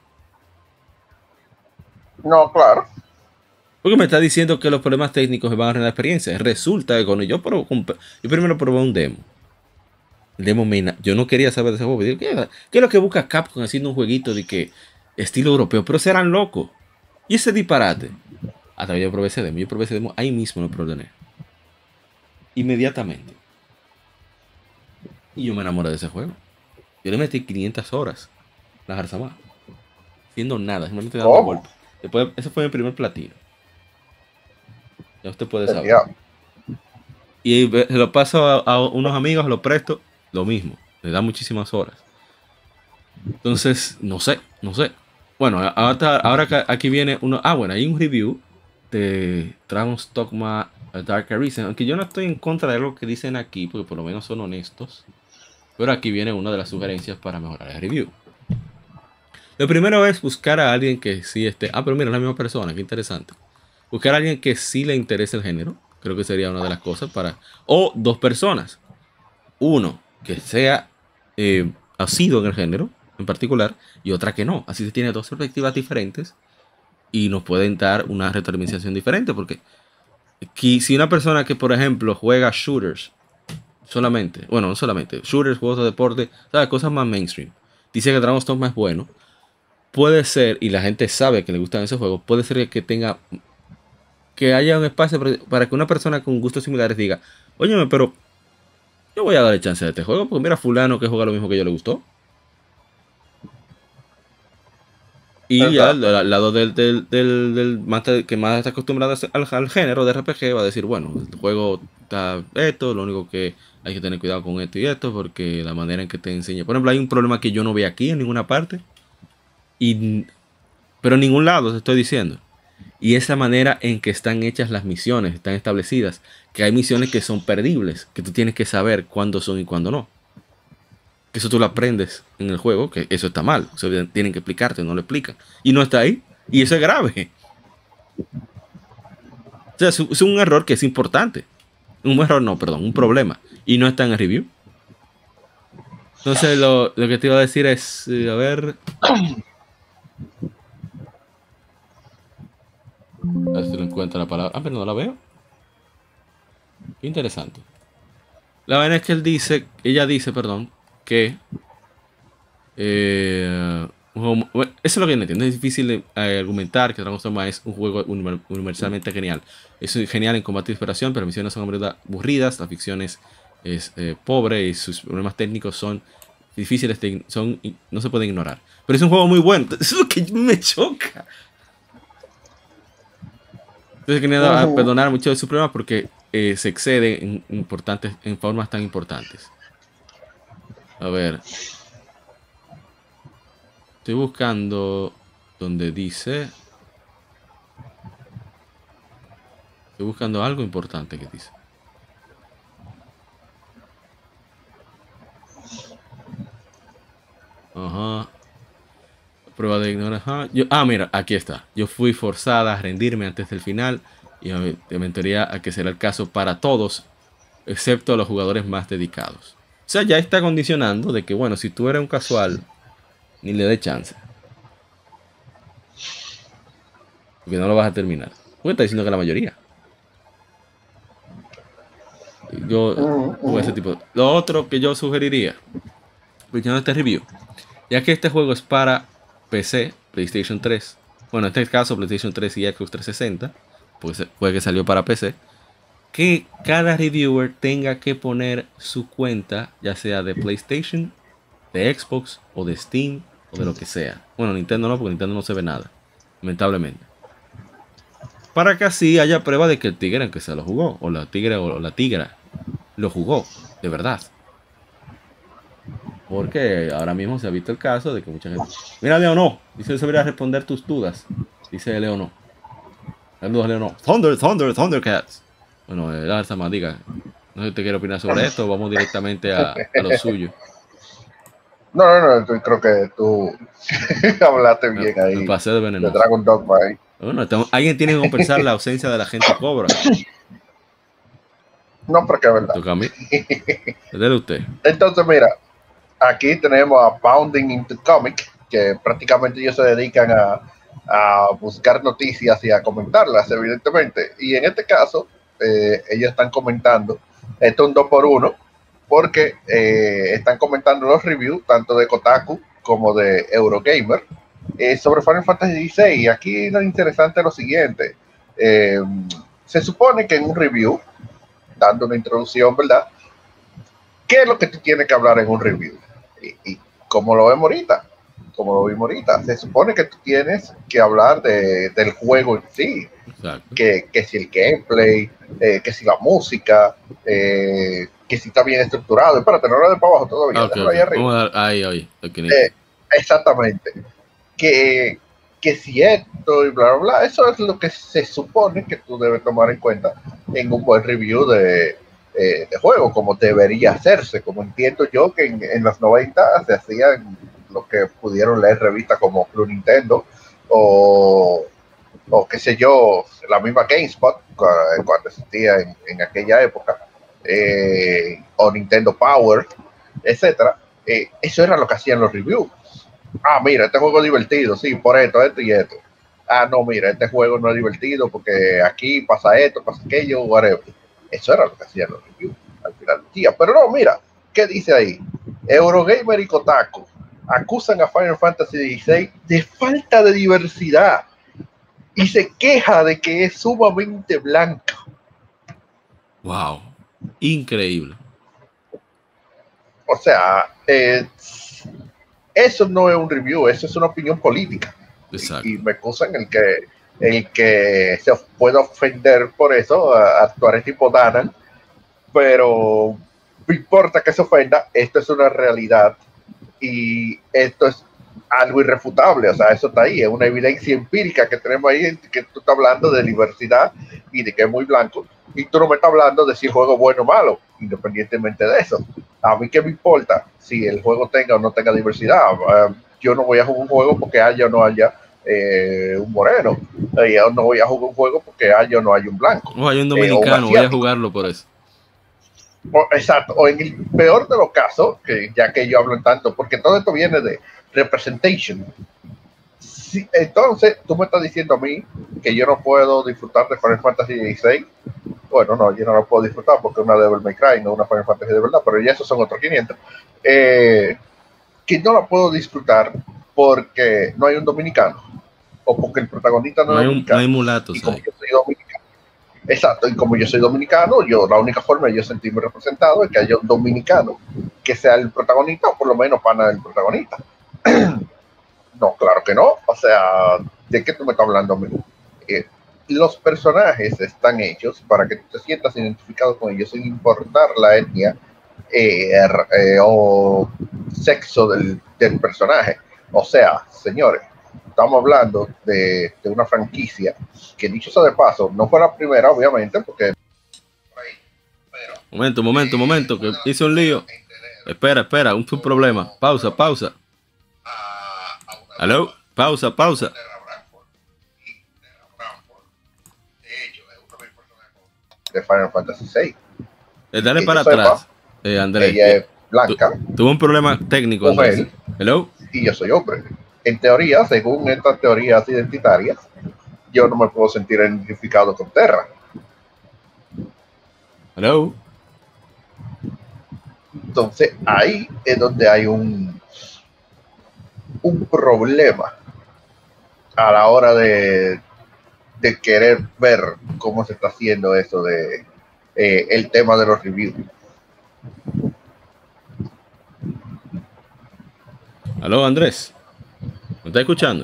No, claro. Porque me está diciendo que los problemas técnicos me van a arruinar la experiencia. Resulta que cuando yo, probé, yo primero probé un demo. El demo me, yo no quería saber de ese juego. Digo, ¿qué, ¿Qué es lo que busca Capcom haciendo un jueguito de que estilo europeo? Pero serán locos. Y ese disparate. Hasta que yo probé ese demo. Yo probé ese demo ahí mismo, lo ordené. Inmediatamente. Y yo me enamoré de ese juego. Yo le metí quinientas horas. La Jarzama. Haciendo nada. Simplemente dando ¿Cómo? golpes. Después, ese fue mi primer platino. Ya usted puede saber. Ya. Y se lo paso a, a unos amigos, lo presto, lo mismo. Le da muchísimas horas. Entonces, no sé, no sé. Bueno, ahora, ahora que aquí viene uno. Ah, bueno, hay un review de Dragon's Dogma Dark Arisen. Aunque yo no estoy en contra de lo que dicen aquí, porque por lo menos son honestos. Pero aquí viene una de las sugerencias para mejorar el review. Lo primero es buscar a alguien que sí esté. Ah, pero mira, es la misma persona, qué interesante. Buscar a alguien que sí le interese el género. Creo que sería una de las cosas para... O dos personas. Uno que sea eh, asiduo en el género en particular y otra que no. Así se tiene dos perspectivas diferentes y nos pueden dar una retroalimentación diferente. Porque aquí, si una persona que, por ejemplo, juega shooters solamente, bueno, no solamente, shooters, juegos de deporte, ¿sabes? Cosas más mainstream, dice que Dragon's Dogma es bueno, puede ser, y la gente sabe que le gustan esos juegos, puede ser que tenga... que haya un espacio para que una persona con gustos similares diga, óyeme, pero yo voy a darle chance a este juego, porque mira fulano que juega lo mismo que yo le gustó. Y ya al, al lado del, del, del, del más que más está acostumbrado al, al género de R P G va a decir, bueno, el juego está esto, lo único que hay que tener cuidado con esto y esto, porque la manera en que te enseña. Por ejemplo, hay un problema que yo no veo aquí en ninguna parte, y, pero en ningún lado te estoy diciendo. Y esa manera en que están hechas las misiones, están establecidas, que hay misiones que son perdibles, que tú tienes que saber cuándo son y cuándo no. Que eso tú lo aprendes en el juego, que eso está mal. Eso tienen que explicarte, no lo explican. Y no está ahí. Y eso es grave. O sea, es un error que es importante. Un error, no, perdón, un problema. Y no está en el review. Entonces, lo, lo que te iba a decir es, eh, a ver... A ver si lo encuentro la palabra. Ah, pero no la veo. Qué interesante. La verdad es que él dice, ella dice, perdón, que eh, bueno, eso es lo que no entiendo. Es difícil eh, argumentar que Dragon's Dogma es un juego universalmente genial. Es genial en combate y exploración, pero las misiones son aburridas, la ficción es, es eh, pobre y sus problemas técnicos son difíciles, de, son, no se pueden ignorar. Pero es un juego muy bueno. Eso es lo que me choca. Entonces quería uh-huh. perdonar muchos de sus problemas porque eh, se excede en, importantes, en formas tan importantes. A ver. Estoy buscando donde dice... Estoy buscando algo importante que dice. Ajá. Prueba de ignorancia. Yo, ah, mira, aquí está. Yo fui forzada a rendirme antes del final y me aventuraría a que será el caso para todos, excepto a los jugadores más dedicados. O sea, ya está condicionando de que, bueno, si tú eres un casual, ni le dé chance. Porque no lo vas a terminar. Porque está diciendo que la mayoría. Yo, con ese tipo. Lo otro que yo sugeriría, escuchando este review, ya que este juego es para P C, PlayStation tres, bueno, en este caso PlayStation tres y Xbox trescientos sesenta, pues fue que salió para P C, que cada reviewer tenga que poner su cuenta, ya sea de PlayStation, de Xbox o de Steam, o de lo que sea. Bueno, Nintendo no, porque Nintendo no se ve nada, lamentablemente. Para que así haya prueba de que el tigre, aunque se lo jugó, o la tigre o la tigra, lo jugó, de verdad. Porque ahora mismo se ha visto el caso de que mucha gente... Mira, Leo, no. Dice que se debería responder tus dudas. Dice Leo, no. Leo, no. Thunder, Thunder, Thundercats. Bueno, eh, Larsa más, diga. No sé si te quiere opinar sobre esto, vamos directamente a, a lo suyo. No, no, no, creo que tú hablaste bien me, ahí. Me pasé de venenoso. De Dragon Dogma ahí. Bueno, estamos, alguien tiene que compensar la ausencia de la gente cobra. No, porque es verdad. Toca a mí. Dele usted. Entonces, mira, aquí tenemos a Bounding into Comic, que prácticamente ellos se dedican a, a buscar noticias y a comentarlas, evidentemente. Y en este caso, eh, ellos están comentando, esto es un dos por uno, porque eh, están comentando los reviews, tanto de Kotaku como de Eurogamer, eh, sobre Final Fantasy dieciséis. Y aquí lo interesante es lo siguiente. Eh, se supone que en un review, dando una introducción, ¿verdad? ¿Qué es lo que tú tienes que hablar en un review? Y, y como lo vemos ahorita, como lo vimos ahorita, se supone que tú tienes que hablar de, del juego en sí. Que, que si el gameplay, eh, que si la música, eh, que si está bien estructurado. Espérate, no lo de para abajo todavía. Okay, okay. Ahí arriba. Ahí, ahí. Okay. Eh, exactamente. Que, que si esto y bla, bla, bla. Eso es lo que se supone que tú debes tomar en cuenta en un buen review de, eh, de juego, como debería hacerse. Como entiendo yo que en, en los noventa se hacían lo que pudieron leer revistas como Club Nintendo o... o qué sé yo, la misma GameSpot, cuando existía en, en aquella época, eh, o Nintendo Power, etcétera. Eh, eso era lo que hacían los reviews. Ah, mira, este juego es divertido, sí, por esto, esto y esto. Ah, no, mira, este juego no es divertido porque aquí pasa esto, pasa aquello, whatever. Eso era lo que hacían los reviews al final del día. Pero no, mira, ¿qué dice ahí? Eurogamer y Kotaku acusan a Final Fantasy dieciséis de falta de diversidad y se queja de que es sumamente blanca. Wow, increíble. O sea, eh, eso no es un review, eso es una opinión política. Exacto. Y, y me acusan el que el que se puede ofender por eso, a, a actuar tipo Danan, pero no importa que se ofenda, esto es una realidad y esto es algo irrefutable, o sea, eso está ahí, es una evidencia empírica que tenemos ahí, que tú estás hablando de diversidad y de que es muy blanco, y tú no me estás hablando de si el juego es bueno o malo, independientemente de eso. A mí qué me importa si el juego tenga o no tenga diversidad. Uh, yo no voy a jugar un juego porque haya o no haya eh, un moreno, eh, yo no voy a jugar un juego porque haya o no haya un blanco. O hay un dominicano, eh, voy a jugarlo por eso. O, exacto, o en el peor de los casos, que ya que yo hablo en tanto, porque todo esto viene de representation. Sí, entonces, tú me estás diciendo a mí que yo no puedo disfrutar de Final Fantasy dieciséis. Bueno, no, yo no lo puedo disfrutar porque es una Devil May Cry, no una Final Fantasy de verdad, pero ya esos son otros quinientos. Eh, que no la puedo disfrutar porque no hay un dominicano, o porque el protagonista no, no es hay un, dominicano. No hay mulatos. Y como yo soy dominicano, exacto, y como yo soy dominicano, yo la única forma de yo sentirme representado es que haya un dominicano que sea el protagonista, o por lo menos pana del protagonista. No, claro que no. O sea, ¿de qué tú me estás hablando? Eh, los personajes están hechos para que tú te sientas identificado con ellos sin importar la etnia eh, eh, o sexo del, del personaje. O sea, señores, estamos hablando de, de una franquicia que, dicho sea de paso, no fue la primera, obviamente, porque... Momento, momento, momento, que hice un lío. Espera, espera, un problema. Pausa, pausa. ¿Aló? Pausa, pausa. De Final Fantasy seis. Eh, dale para atrás, eh, Andrés. Ella es blanca. Tu, tuvo un problema técnico, Andrés. ¿Hello? Y yo soy hombre. En teoría, según estas teorías identitarias, yo no me puedo sentir identificado con Terra. ¿Hello? Entonces, ahí es donde hay un un problema a la hora de, de querer ver cómo se está haciendo eso de eh, el tema de los reviews. ¿Aló, Andrés? estás escuchando?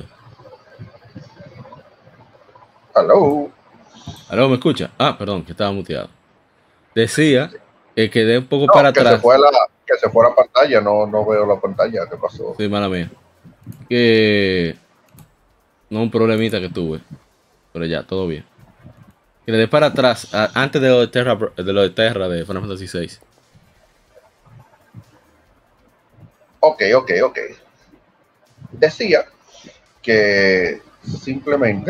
Hello. ¿Aló, me escucha? Ah, perdón, que estaba muteado. Decía eh, que de un poco No, para que atrás. Se fue la, que se fue la pantalla, no, no veo la pantalla. ¿Qué pasó? Sí, mala mía. Que no un problemita que tuve. Pero ya, todo bien. Que le dé para atrás, a, antes de lo de Terra, de lo de Terra de Final Fantasy seis. Ok, ok, ok. Decía que simplemente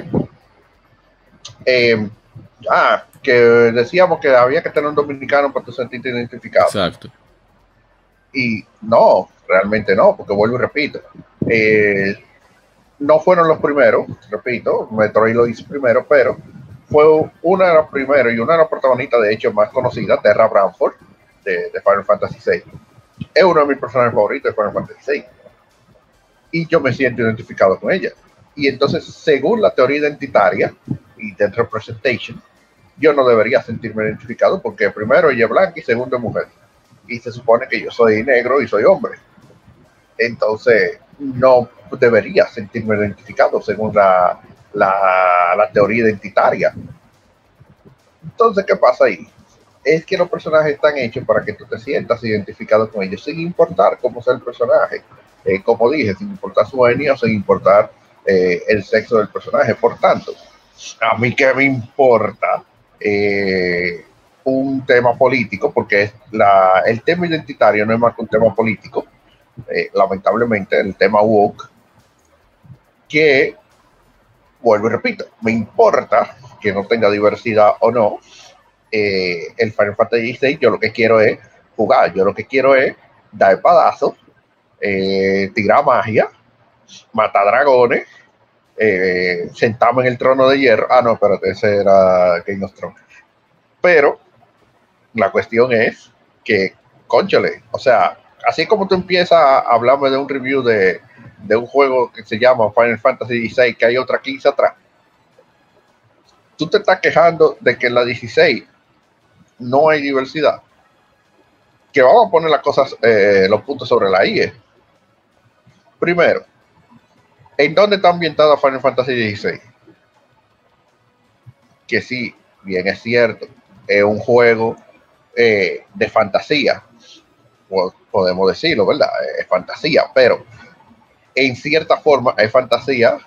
eh, ah, que decíamos que había que tener un dominicano para tu sentirte identificado. Exacto. Y no, realmente no, porque vuelvo y repito, eh, no fueron los primeros, repito, Metroid lo hizo primero, pero fue una de las primeras y una de las protagonistas, de hecho, más conocidas, Terra Branford, de, de Final Fantasy seis. Es uno de mis personajes favoritos de Final Fantasy seis. Y yo me siento identificado con ella. Y entonces, según la teoría identitaria y de representation, yo no debería sentirme identificado porque primero ella es blanca y segundo es mujer. Y se supone que yo soy negro y soy hombre. Entonces, no debería sentirme identificado según la, la, la teoría identitaria. Entonces, ¿qué pasa ahí? Es que los personajes están hechos para que tú te sientas identificado con ellos, sin importar cómo sea el personaje. Eh, como dije, sin importar su etnia, sin importar eh, el sexo del personaje. Por tanto, a mí que me importa eh, un tema político, porque es la, el tema identitario no es más que un tema político, eh, lamentablemente, el tema woke, que, vuelvo y repito, me importa que no tenga diversidad o no. Eh, el Final Fantasy seis, yo lo que quiero es jugar, yo lo que quiero es dar espadazos, eh, tirar magia, matar dragones, eh, sentarme en el trono de hierro. Ah, no, espérate, ese era Game of Thrones. Pero la cuestión es que, cónchale, o sea, así como tú empiezas a hablarme de un review de, de un juego que se llama Final Fantasy dieciséis, que hay otra quince atrás, tú te estás quejando de que en la dieciséis no hay diversidad. Que vamos a poner las cosas, eh, los puntos sobre la I. Primero, ¿en dónde está ambientada Final Fantasy dieciséis? Que sí, bien es cierto, es un juego eh, de fantasía, podemos decirlo, ¿verdad? Es fantasía, pero en cierta forma es fantasía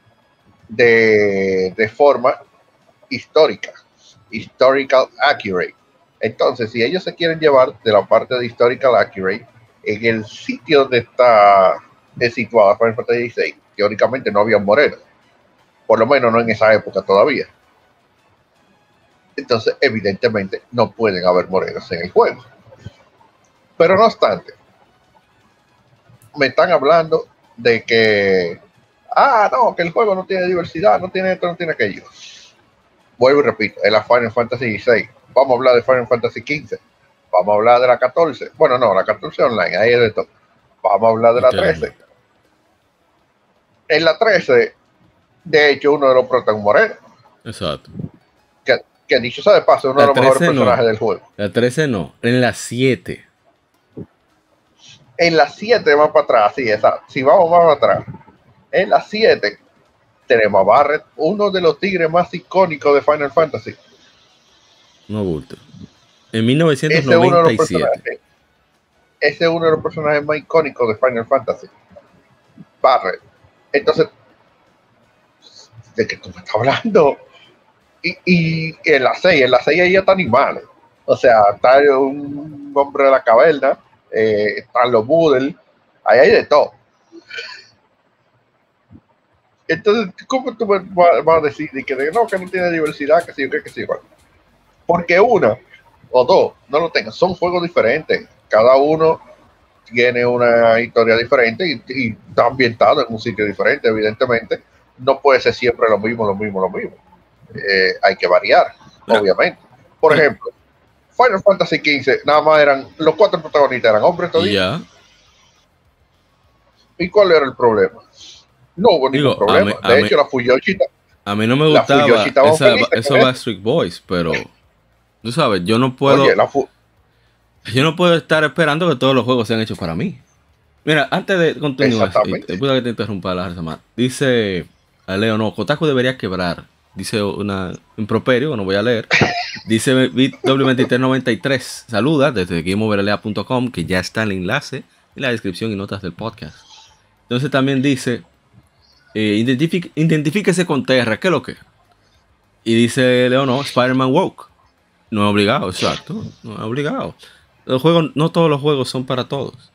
de, de forma histórica, historical accurate. Entonces, si ellos se quieren llevar de la parte de historical accurate, en el sitio donde está es situada Final Fantasy dieciséis, teóricamente no había morenos, por lo menos no en esa época todavía. Entonces, evidentemente, no pueden haber morenos en el juego. Pero no obstante, me están hablando de que, ah, no, que el juego no tiene diversidad, no tiene esto, no tiene aquello. Vuelvo y repito, es la Final Fantasy dieciséis. Vamos a hablar de Final Fantasy quince. Vamos a hablar de la catorce. Bueno, no, la catorce online, ahí es de todo. Vamos a hablar de la trece. En la trece, de hecho, uno de los protagonistas morenos. Exacto. Que, que dicho sea de paso, uno la de los mejores no. personajes del juego. La trece no, en la siete. En la siete más para atrás, sí, esa. Si vamos más para atrás. En la siete tenemos a Barret, uno de los tigres más icónicos de Final Fantasy. No bulto. En mil novecientos noventa y siete. Ese es uno de los personajes más icónicos de Final Fantasy. Barret. Entonces, ¿de qué tú me estás hablando? Y, y en la seis, en la seis hay hasta animales. O sea, está un hombre de la caverna, eh, están los Boodle, ahí hay de todo. Entonces, ¿cómo tú vas a decir que no, que no tiene diversidad, que sí, que, que sí, igual? Porque una o dos no lo tengan, son juegos diferentes. Cada uno tiene una historia diferente y, y está ambientado en un sitio diferente, evidentemente. No puede ser siempre lo mismo, lo mismo, lo mismo. Eh, hay que variar, no. Obviamente. Por sí. ejemplo, Final Fantasy quince, nada más eran, los cuatro protagonistas eran hombres todavía. Yeah. ¿Y cuál era el problema? No hubo Digo, ningún problema. Mí, de hecho, mí, la Fuyoshi... A mí no me gustaba esa, esos Backstreet Boys, pero... Tú sabes, yo no puedo... Oye, la fu- yo no puedo estar esperando que todos los juegos sean hechos para mí. Mira, antes de continuar, Exactamente. después de que te interrumpa la semana, dice a Leo, no, Kotaku debería quebrar. Dice una improperio, no voy a leer. Dice W veintitrés noventa y tres, saluda desde gameoverlea punto com, que ya está el enlace en la descripción y notas del podcast. Entonces también dice, eh, identific- identifíquese con Terra, ¿qué es lo que? Y dice Leo, no, Spider-Man woke. No es obligado, exacto, no es obligado. Los juegos, no todos los juegos son para todos.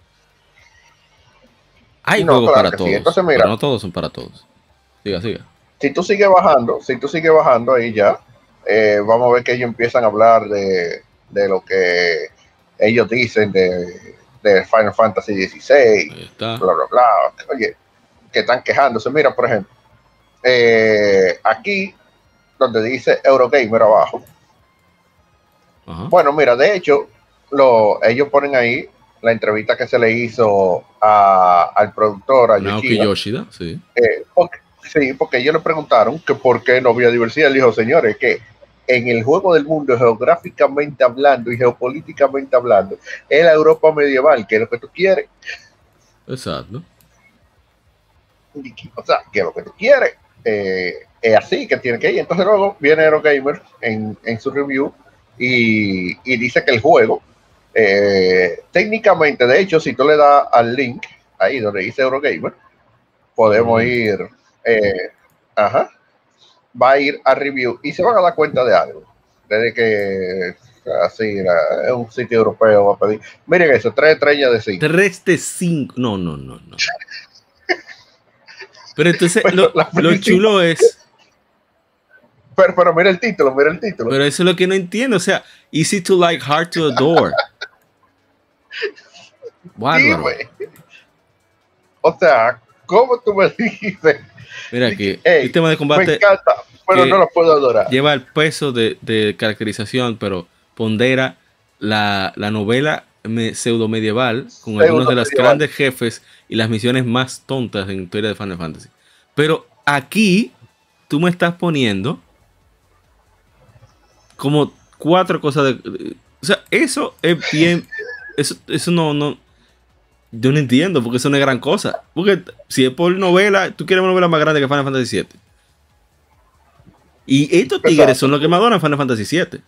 Hay No, juegos claro para que sí. todos, Entonces, pero mira, no todos son para todos. Siga, siga. si tú sigues bajando, si tú sigues bajando ahí ya, eh, vamos a ver que ellos empiezan a hablar de, de lo que ellos dicen de, de Final Fantasy dieciséis, Ahí está. bla, bla, bla. Oye, que están quejándose. Mira, por ejemplo, eh, aquí, donde dice Eurogamer abajo. Ajá. Bueno, mira, de hecho, lo, ellos ponen ahí la entrevista que se le hizo a, al productor, a Naoki Yoshida. Yoshida, sí. Eh, porque, sí, porque ellos le preguntaron que por qué no había diversidad. Él dijo, señores, que en el juego del mundo, geográficamente hablando y geopolíticamente hablando, es la Europa medieval, que es lo que tú quieres. Exacto. O sea, que es lo que tú quieres. Eh, es así que tiene que ir. Entonces luego viene Eurogamer en, en su review y, y dice que el juego, eh, técnicamente, de hecho, si tú le das al link ahí donde dice Eurogamer, podemos Link. ir, eh, ajá, va a ir a review y se van a dar cuenta de algo. Desde que así la, es un sitio europeo, va a pedir. Miren eso, tres estrellas de cinco. tres de cinco. No, no, no, no. Pero entonces, Pero lo, la lo chulo es. Pero, pero mira el título, mira el título. Pero eso es lo que no entiendo. O sea, easy to like, hard to adore. Bárbaro. Dime. O sea, ¿cómo tú me dices? Mira aquí, Hey, el tema de me combate encanta, pero que no lo puedo adorar. lleva el peso de, de caracterización, pero pondera la, la novela me- pseudo medieval con Pseudo algunos de los medieval. grandes jefes y las misiones más tontas en la historia de Final Fantasy. Pero aquí tú me estás poniendo como cuatro cosas de, de- o sea, eso es bien, eso, eso no, no, yo no entiendo porque eso no es gran cosa. Porque si es por novela, tú quieres una novela más grande que Final Fantasy siete. Y estos tigres Exacto. son los que más adoran Final Fantasy siete.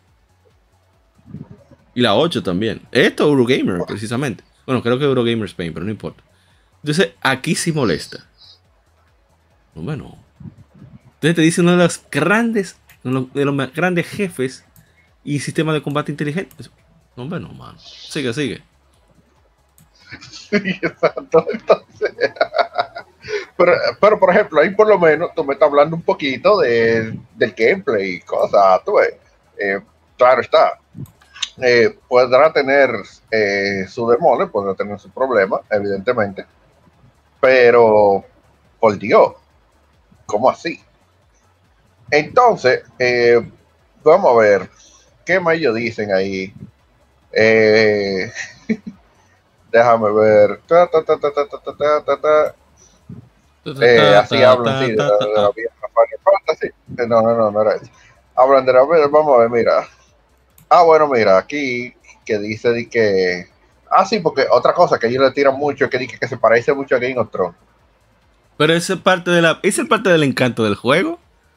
Y la ocho también. Esto es Eurogamer, precisamente. Bueno, creo que Eurogamer Spain, pero no importa. Entonces, aquí sí molesta. No, bueno. Entonces te dice uno de los grandes, de los más grandes jefes y sistemas de combate inteligente. No, hombre, no, mano. Sigue, sigue. Sí, exacto. Entonces, pero, pero, por ejemplo, ahí por lo menos tú me estás hablando un poquito de, del gameplay y cosas. Tú ves, eh, claro está. Eh, podrá tener eh, su demole, podrá tener su problema, evidentemente. Pero, por Dios, ¿cómo así? Entonces, eh, vamos a ver, ¿qué más ellos dicen ahí? Eh, déjame ver. Ta, ta, ta, ta, ta, ta, ta, ta, ta. Eh, así hablan, sí, de la, de la vieja Final Fantasy. Eh, No, no, no, no era eso. Hablan de la vieja, vamos a ver, mira. Ah, bueno, mira, aquí que dice de que. Ah, sí, porque otra cosa que ellos le tiran mucho es que dice que se parece mucho a Game of Thrones. Pero esa es parte de la, esa es parte del encanto del juego.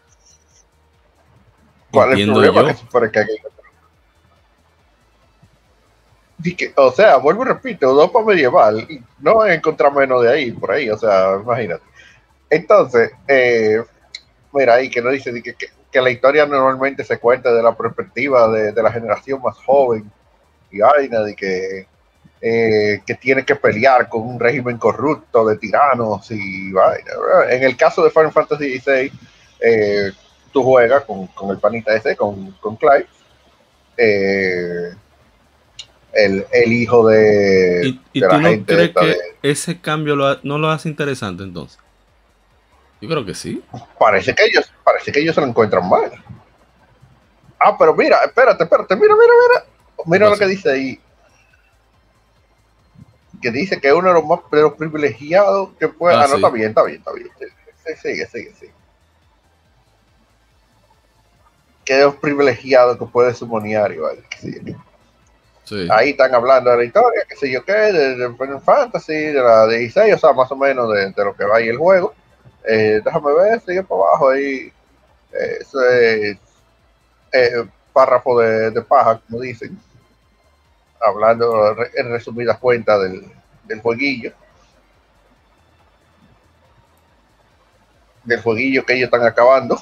¿Cuál es el Entiendo problema? yo. Que se parezca a Game of Thrones. Dice, o sea, vuelvo y repito, Europa medieval, no van a encontrar menos de ahí, por ahí, o sea, imagínate. Entonces, eh, mira ahí que no dice que, que, que la historia normalmente se cuenta de la perspectiva de, de la generación más joven y vaina de que, eh, que tiene que pelear con un régimen corrupto de tiranos y vaina. ¿Verdad? En el caso de Final Fantasy dieciséis, eh, tú juegas con, con el panita ese, con, con Clive, eh, el, el hijo de, ¿Y, y de tú la no gente crees esta que de, ese cambio lo ha- no lo hace interesante entonces? Yo creo que sí. parece que ellos parece que ellos se lo encuentran mal. Ah, pero mira, espérate, espérate, mira, mira, mira. Mira lo que dice ahí. Que dice que uno de los más de los privilegiados que puede. Ah, Ah, no, sí. está bien, está bien, está bien. Sí, sigue, sigue, sigue. Que es los privilegiados que puede sumonear y vale. Sigue. Sí. Ahí están hablando de la historia, qué sé yo qué, de, de Final Fantasy, de la dieciséis, o sea, más o menos de, de lo que va ahí el juego. Eh, déjame ver, sigue por abajo ahí. Eh, ese eh, párrafo de, de paja, como dicen, hablando en resumidas cuentas del, del jueguillo. Del jueguillo que ellos están acabando.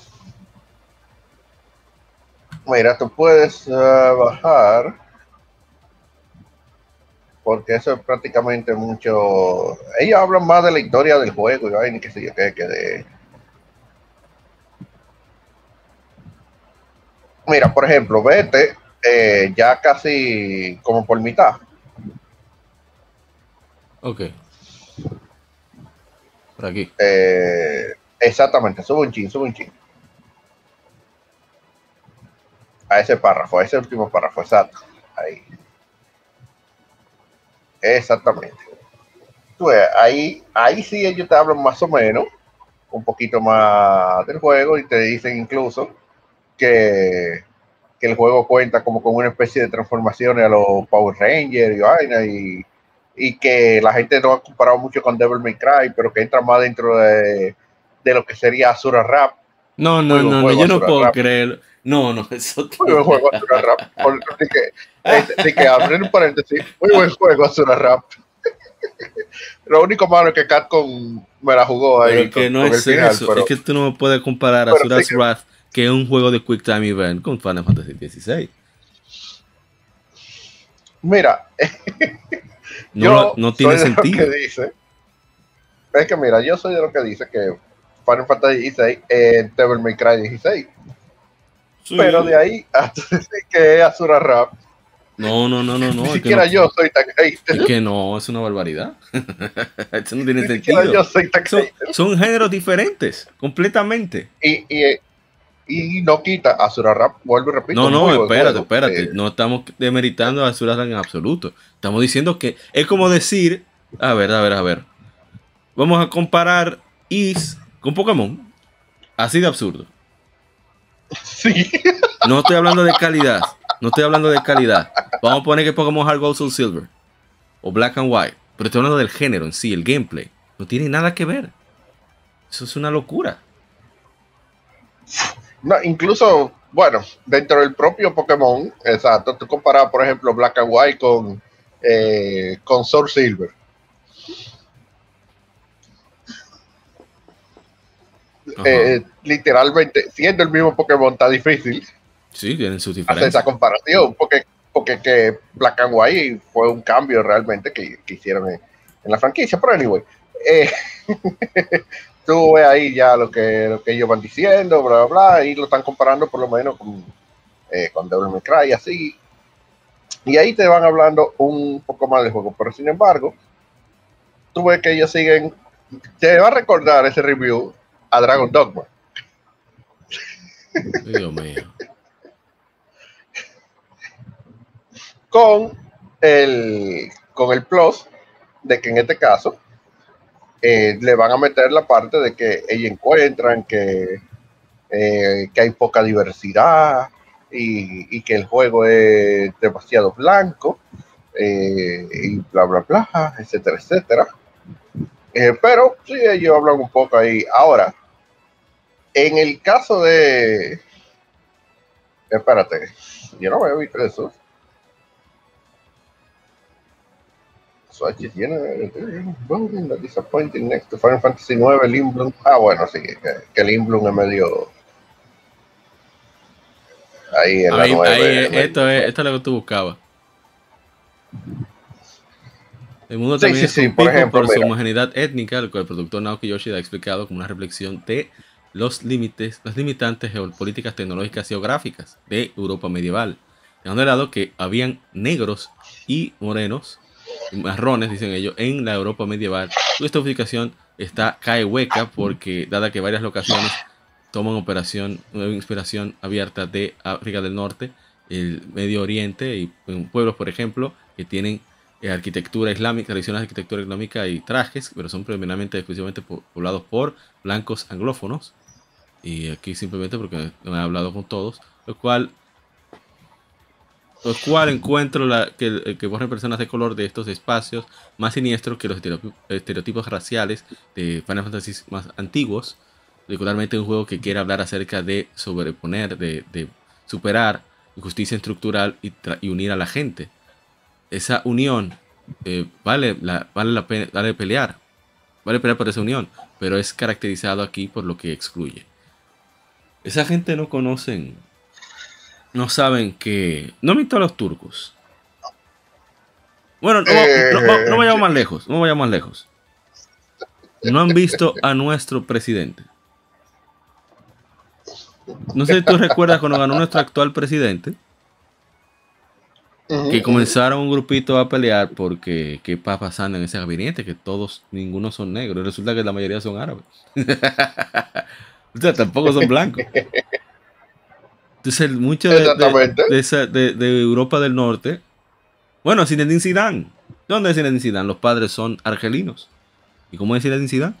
Mira, tú puedes uh, bajar, porque eso es prácticamente mucho. Ellos hablan más de la historia del juego y vaina, qué sé yo qué, que de. Mira, por ejemplo, vete eh, ya casi como por mitad. Ok. Por aquí. Eh, exactamente, sube un chin, sube un chin. A ese párrafo, a ese último párrafo, exacto. Ahí. Exactamente. Pues ahí, ahí sí ellos te hablan más o menos, un poquito más del juego y te dicen incluso que, que el juego cuenta como con una especie de transformaciones a los Power Rangers y vaina y, y que la gente no ha comparado mucho con Devil May Cry, pero que entra más dentro de, de lo que sería Asura Rap. No, Muy no, buen no, no, juego yo no Asura puedo Rap. creer. No, no, eso. Muy buen juego Asura Rap. Por, de que, de, de que abrir un paréntesis, muy buen juego Asura Rap. Lo único malo es que Capcom me la jugó ahí Pero que con, no con el es final, eso. Es pero, que tú no me puedes comparar a pero sí Asura's que, Wrath, que es un juego de Quick Time Event, con Final Fantasy dieciséis. mira, No, lo, yo no tiene soy de lo que sentido. dice, es que mira, yo soy de lo que dice que Final Fantasy dieciséis es Devil May Cry dieciséis, pero de Sí. ahí hasta decir que es Asura Rap, No, no, no, no, ni no. Es que no. siquiera yo soy tan Es hater, que no, es una barbaridad. Eso no tiene ni siquiera yo sentido. soy tan Son, hater. son géneros diferentes, completamente. Y, y, y no quita Asura Rap, vuelvo y repito, No, muy no, buen espérate, juego. espérate. Eh, No estamos demeritando a Azura's Wrath en absoluto. Estamos diciendo que es como decir, a ver, a ver, a ver. Vamos a comparar Is con Pokémon. Así de absurdo. sí, No estoy hablando de calidad. No estoy hablando de calidad. Vamos a poner que Pokémon Heart Gold Soul Silver. O Black and White. Pero estoy hablando del género en sí, el gameplay. No tiene nada que ver. Eso es una locura. no, incluso, bueno, dentro del propio Pokémon, exacto, tú comparas, por ejemplo, Black and White con, eh, con Soul Silver. Eh, literalmente, siendo el mismo Pokémon, está difícil Sí, tienen sus hacer diferencias. esa comparación, porque, porque que Black and White fue un cambio realmente que, que hicieron en, en, la franquicia. Pero anyway, eh, tú ves ahí ya lo que, lo que ellos van diciendo, bla, bla, bla, y lo están comparando por lo menos con, eh, con Devil May Cry, así. Y ahí te van hablando un poco más del juego, pero sin embargo, tú ves que ellos siguen, te va a recordar ese review a Dragon Dogma. Dios mío. Con el, con el plus de que en este caso eh, le van a meter la parte de que ellos encuentran que, eh, que hay poca diversidad y, y que el juego es demasiado blanco eh, y bla bla bla, etcétera, etcétera. Eh, pero sí, ellos hablan un poco ahí. Ahora, en el caso de... Espérate, yo no había visto eso. Swatch tiene la Disappointing Next to Final Fantasy nueve, Lindblom. Ah, bueno, sí, que, que Lindblom es medio... Ahí en la Ahí, ahí, nueve. eh, esto es, esto es lo que tú buscabas. El mundo Sí, también sí, es sí, por complejo ejemplo, por su mira. homogeneidad étnica, lo que el productor Naoki Yoshida ha explicado como una reflexión de los límites, las limitantes geopolíticas, tecnológicas y geográficas de Europa medieval. Dejando de lado que habían negros y morenos, y marrones, dicen ellos, en la Europa medieval. Esta ubicación está cae hueca porque, dada que varias locaciones toman operación, una inspiración abierta de África del Norte, el Medio Oriente y en pueblos, por ejemplo, que tienen eh, arquitectura islámica, tradiciones de arquitectura islámica y trajes, pero son predominantemente exclusivamente po poblados por blancos anglófonos. Y aquí simplemente porque no he hablado con todos, lo cual Lo cual encuentro la, que, el que borren personas de color de estos espacios más siniestros que los estereotipos, estereotipos raciales de Final Fantasy más antiguos. Particularmente un juego que quiere hablar acerca de sobreponer, de, de superar injusticia estructural y, y unir a la gente. Esa unión eh, vale, la, vale la pena vale pelear. Vale pelear por esa unión, pero es caracterizado aquí por lo que excluye. Esa gente no conocen, no saben que... No han visto a los turcos. Bueno, no, Eh, no, no, no vayamos más lejos, no vayamos más lejos. No han visto a nuestro presidente. No sé si tú recuerdas cuando ganó nuestro actual presidente, uh-huh, que comenzaron un grupito a pelear porque qué está pasando en ese gabinete, que todos, ninguno son negros. Resulta que la mayoría son árabes. O sea, tampoco son blancos. Entonces, muchos de, de, de, esa, de, de Europa del Norte, bueno, Zinedine Zidane. ¿Dónde es Zinedine Zidane? Los padres son argelinos. ¿Y cómo es Zinedine Zidane?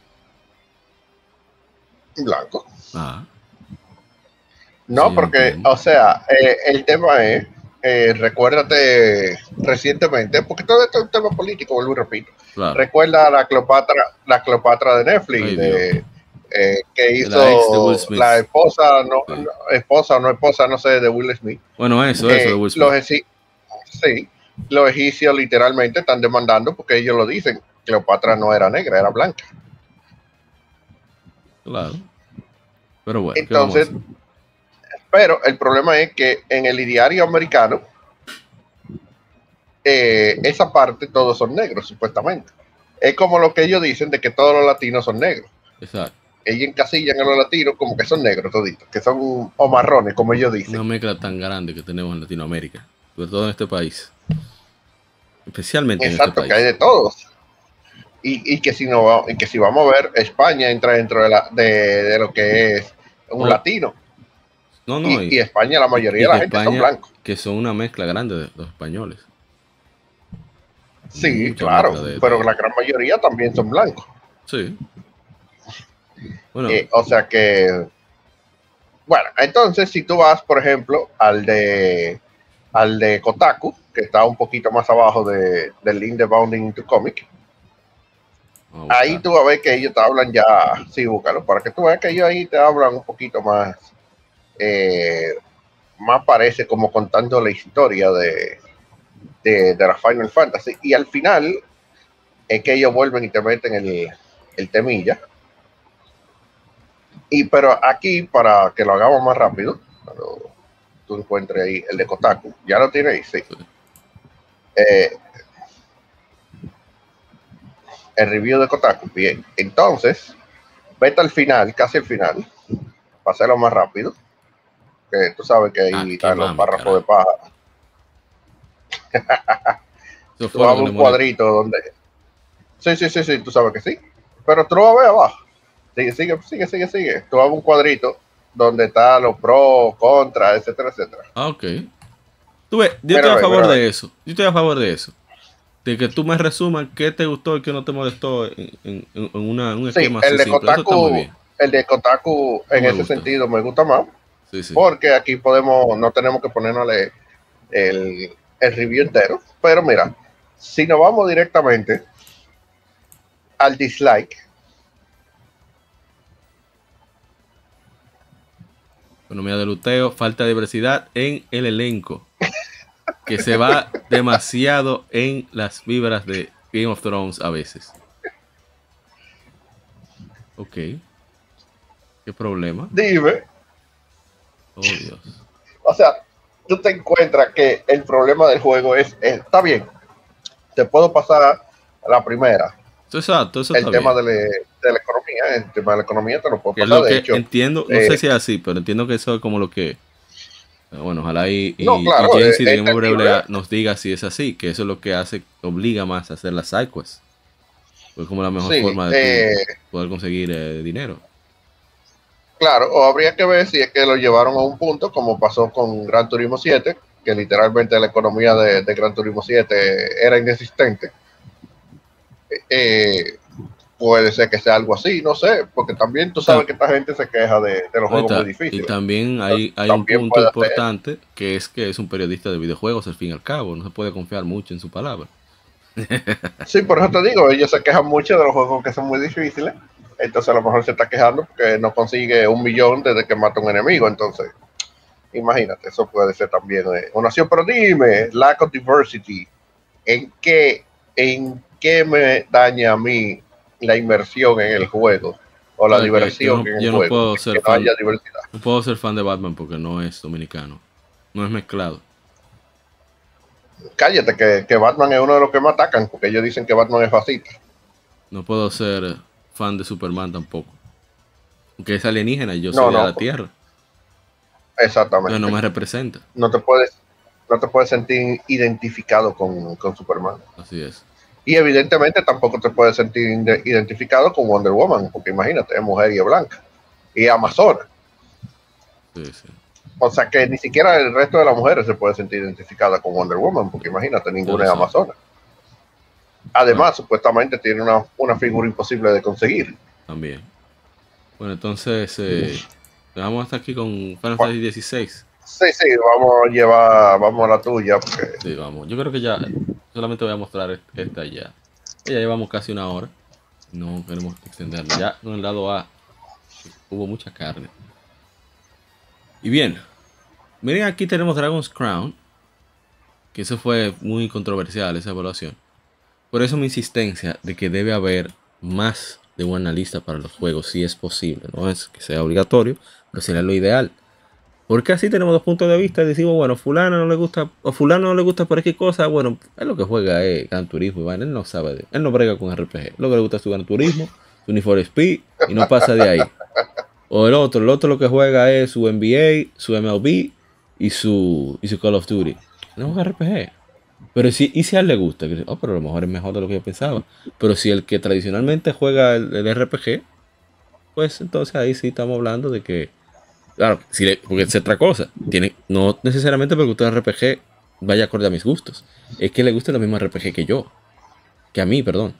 Blanco. Ah. No, sí, porque, entiendo. O sea, eh, el tema es, eh, recuérdate recientemente, porque todo esto es un tema político, vuelvo y repito. Claro. Recuerda la Cleopatra, la Cleopatra de Netflix, Ay, de, eh, que hizo la, la esposa, no, sí. no, esposa o no esposa, no sé, de Will Smith. Bueno, eso, eh, eso de Will Smith. Los, sí, los egipcios literalmente están demandando porque ellos lo dicen, Cleopatra no era negra, era blanca. Claro. Pero bueno. Entonces... Pero el problema es que en el ideario americano, eh, esa parte todos son negros, supuestamente. Es como lo que ellos dicen de que todos los latinos son negros. Exacto. Ellos encasillan a los latinos como que son negros toditos, que son o marrones, como ellos dicen. Una mezcla tan grande que tenemos en Latinoamérica, sobre todo en este país. Especialmente Exacto, en este país. Que hay de todos. Y, y, que si no, y que si vamos a ver, España entra dentro de, la, de, de lo que es un oh. latino. No, no, y, y, y España, la mayoría de la gente España, son blancos. Que son una mezcla grande de los españoles. Sí, Mucha claro, de, pero de... la gran mayoría también son blancos. Sí. Bueno. Eh, o sea que, bueno, entonces si tú vas, por ejemplo, al de al de Kotaku, que está un poquito más abajo de, del link de Bounding into Comic, ahí tú vas a ver que ellos te hablan ya, sí, búscalo, para que tú veas que ellos ahí te hablan un poquito más. Eh, más parece como contando la historia de, de, de la Final Fantasy, y al final es que ellos vuelven y te meten el, el temilla. Y pero aquí, para que lo hagamos más rápido, pero tú encuentres ahí el de Kotaku, ya lo tienes ahí, sí. Eh, el review de Kotaku, bien. Entonces, vete al final, casi al final, para hacerlo más rápido. Que tú sabes que ahí ah, están los párrafos de paja. Tú vas a un cuadrito donde... Sí, sí, sí, sí, tú sabes que sí. Pero tú lo vas a ver abajo. Sigue, sigue, sigue, sigue, sigue. Tú vas a un cuadrito donde están los pros, contras, etcétera, etcétera. Ah, ok. Tú ves, yo estoy a favor de eso. Yo estoy a favor de eso. De que tú me resumas qué te gustó y qué no te molestó en, en, en una, un esquema sí, el así de Kotaku, eso está muy bien. El de Kotaku en ese gusta. sentido me gusta más. Sí, sí. Porque aquí podemos, no tenemos que ponernos a leer el, el review entero. Pero mira, si nos vamos directamente al dislike. Economía de luteo, falta de diversidad en el elenco. Que se va demasiado en las vibras de Game of Thrones a veces. Ok. ¿Qué problema? Dime. Oh, Dios. O sea, tú te encuentras que el problema del juego es, es está bien, te puedo pasar a la primera. Exacto, eso el está tema bien. De, de la economía, el tema de la economía te lo puedo que pasar, es lo de que hecho. Entiendo, no eh, sé si es así, pero entiendo que eso es como lo que... Bueno, ojalá y, y, no, claro, y Jensi eh, de Game Over eh, nos diga si es así, que eso es lo que hace, obliga más a hacer las sidequests. Es como la mejor sí, forma de eh, poder conseguir eh, dinero. Claro, o habría que ver si es que lo llevaron a un punto, como pasó con Gran Turismo siete, que literalmente la economía de, de Gran Turismo siete era inexistente. Eh, puede ser que sea algo así, no sé, porque también tú sabes que esta gente se queja de, de los juegos muy difíciles. Y también hay, hay un punto importante ser. que es que es un periodista de videojuegos al fin y al cabo, no se puede confiar mucho en su palabra. Sí, por eso te digo, ellos se quejan mucho de los juegos que son muy difíciles, entonces a lo mejor se está quejando porque no consigue un millón desde que mata a un enemigo, entonces imagínate, eso puede ser también eh, una opción. Pero dime, lack of diversity, ¿en qué, en qué me daña a mí la inmersión en el juego o la okay, diversión yo no, en el yo no juego? Puedo ser que fan, no haya diversidad. No puedo ser fan de Batman porque no es dominicano, no es mezclado. Cállate, que, que Batman es uno de los que me atacan porque ellos dicen que Batman es fascista. No puedo ser fan de Superman tampoco, porque es alienígena y yo soy no, no, de la Tierra. Exactamente. Entonces no me representa. No te puedes, no te puedes sentir identificado con, con Superman. Así es. Y evidentemente tampoco te puedes sentir identificado con Wonder Woman, porque imagínate, es mujer y es blanca. Y es amazona. Sí, sí. O sea que ni siquiera el resto de las mujeres se puede sentir identificada con Wonder Woman, porque imagínate, ninguna es amazona. Además, bueno, supuestamente tiene una, una figura imposible de conseguir. También. Bueno, entonces, eh, vamos hasta aquí con Final Fantasy dieciséis. Sí, sí, vamos a llevar, vamos a la tuya. Porque... Sí, vamos. Yo creo que ya, solamente voy a mostrar esta ya. Ya llevamos casi una hora. No queremos extenderlo. Ya en el lado A hubo mucha carne. Y bien, miren, aquí tenemos Dragon's Crown, que eso fue muy controversial, esa evaluación. Por eso mi insistencia de que debe haber más de un analista para los juegos, si es posible. No es que sea obligatorio, pero sería lo ideal. Porque así tenemos dos puntos de vista y decimos, bueno, fulano no le gusta, o fulano no le gusta por qué cosa, bueno, es lo que juega es Gran Turismo, Iván, él no sabe, de, él no brega con R P G, lo que le gusta es su Gran Turismo, su Need for Speed, y no pasa de ahí. O el otro, el otro lo que juega es su N B A, su M L B y su, y su Call of Duty. No juega R P G. Pero si, y si a él le gusta, oh, pero a lo mejor es mejor de lo que yo pensaba. Pero si el que tradicionalmente juega el, el R P G, pues entonces ahí sí estamos hablando de que, claro, si le, porque es otra cosa. Tiene, no necesariamente porque usted R P G vaya acorde a mis gustos. Es que le gusta el mismo R P G que yo. Que a mí, perdón.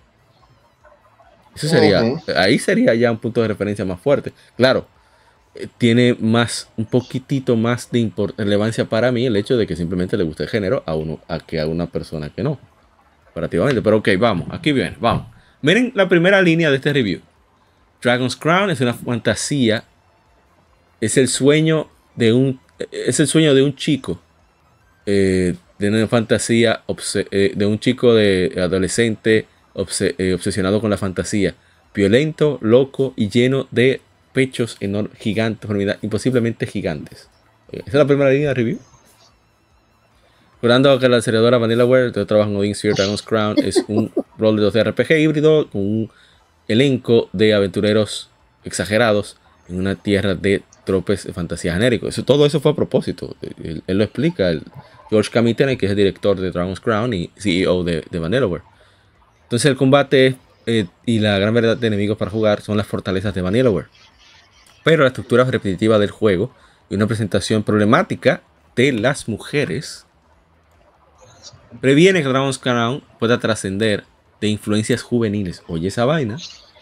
Eso sería, uh-huh. Ahí sería ya un punto de referencia más fuerte. Claro, eh, tiene más, un poquitito más de relevancia para mí el hecho de que simplemente le guste el género a uno, a que a una persona que no. Comparativamente. Pero ok, vamos, aquí viene, vamos. Miren la primera línea de este review. Dragon's Crown es una fantasía. Es el sueño de un, es el sueño de un chico. Eh, de una fantasía, eh, de un chico de adolescente. Obse eh, obsesionado con la fantasía, violento, loco y lleno de pechos enormes, gigantes, imposiblemente gigantes. Esa es la primera línea de review. Recordando que la aceleradora Vanillaware que trabaja en Odin Sphere Dragon's Crown es un rol de dos D R P G híbrido con un elenco de aventureros exagerados en una tierra de tropes de fantasía genérico. Eso, todo eso fue a propósito. Él, él lo explica. El George Kamitane, que es el director de Dragon's Crown y C E O de, de Vanillaware. Entonces el combate eh, y la gran variedad de enemigos para jugar son las fortalezas de Vanillaware. Pero la estructura repetitiva del juego y una presentación problemática de las mujeres previene que Dragon's Crown pueda trascender de influencias juveniles. Oye esa vaina.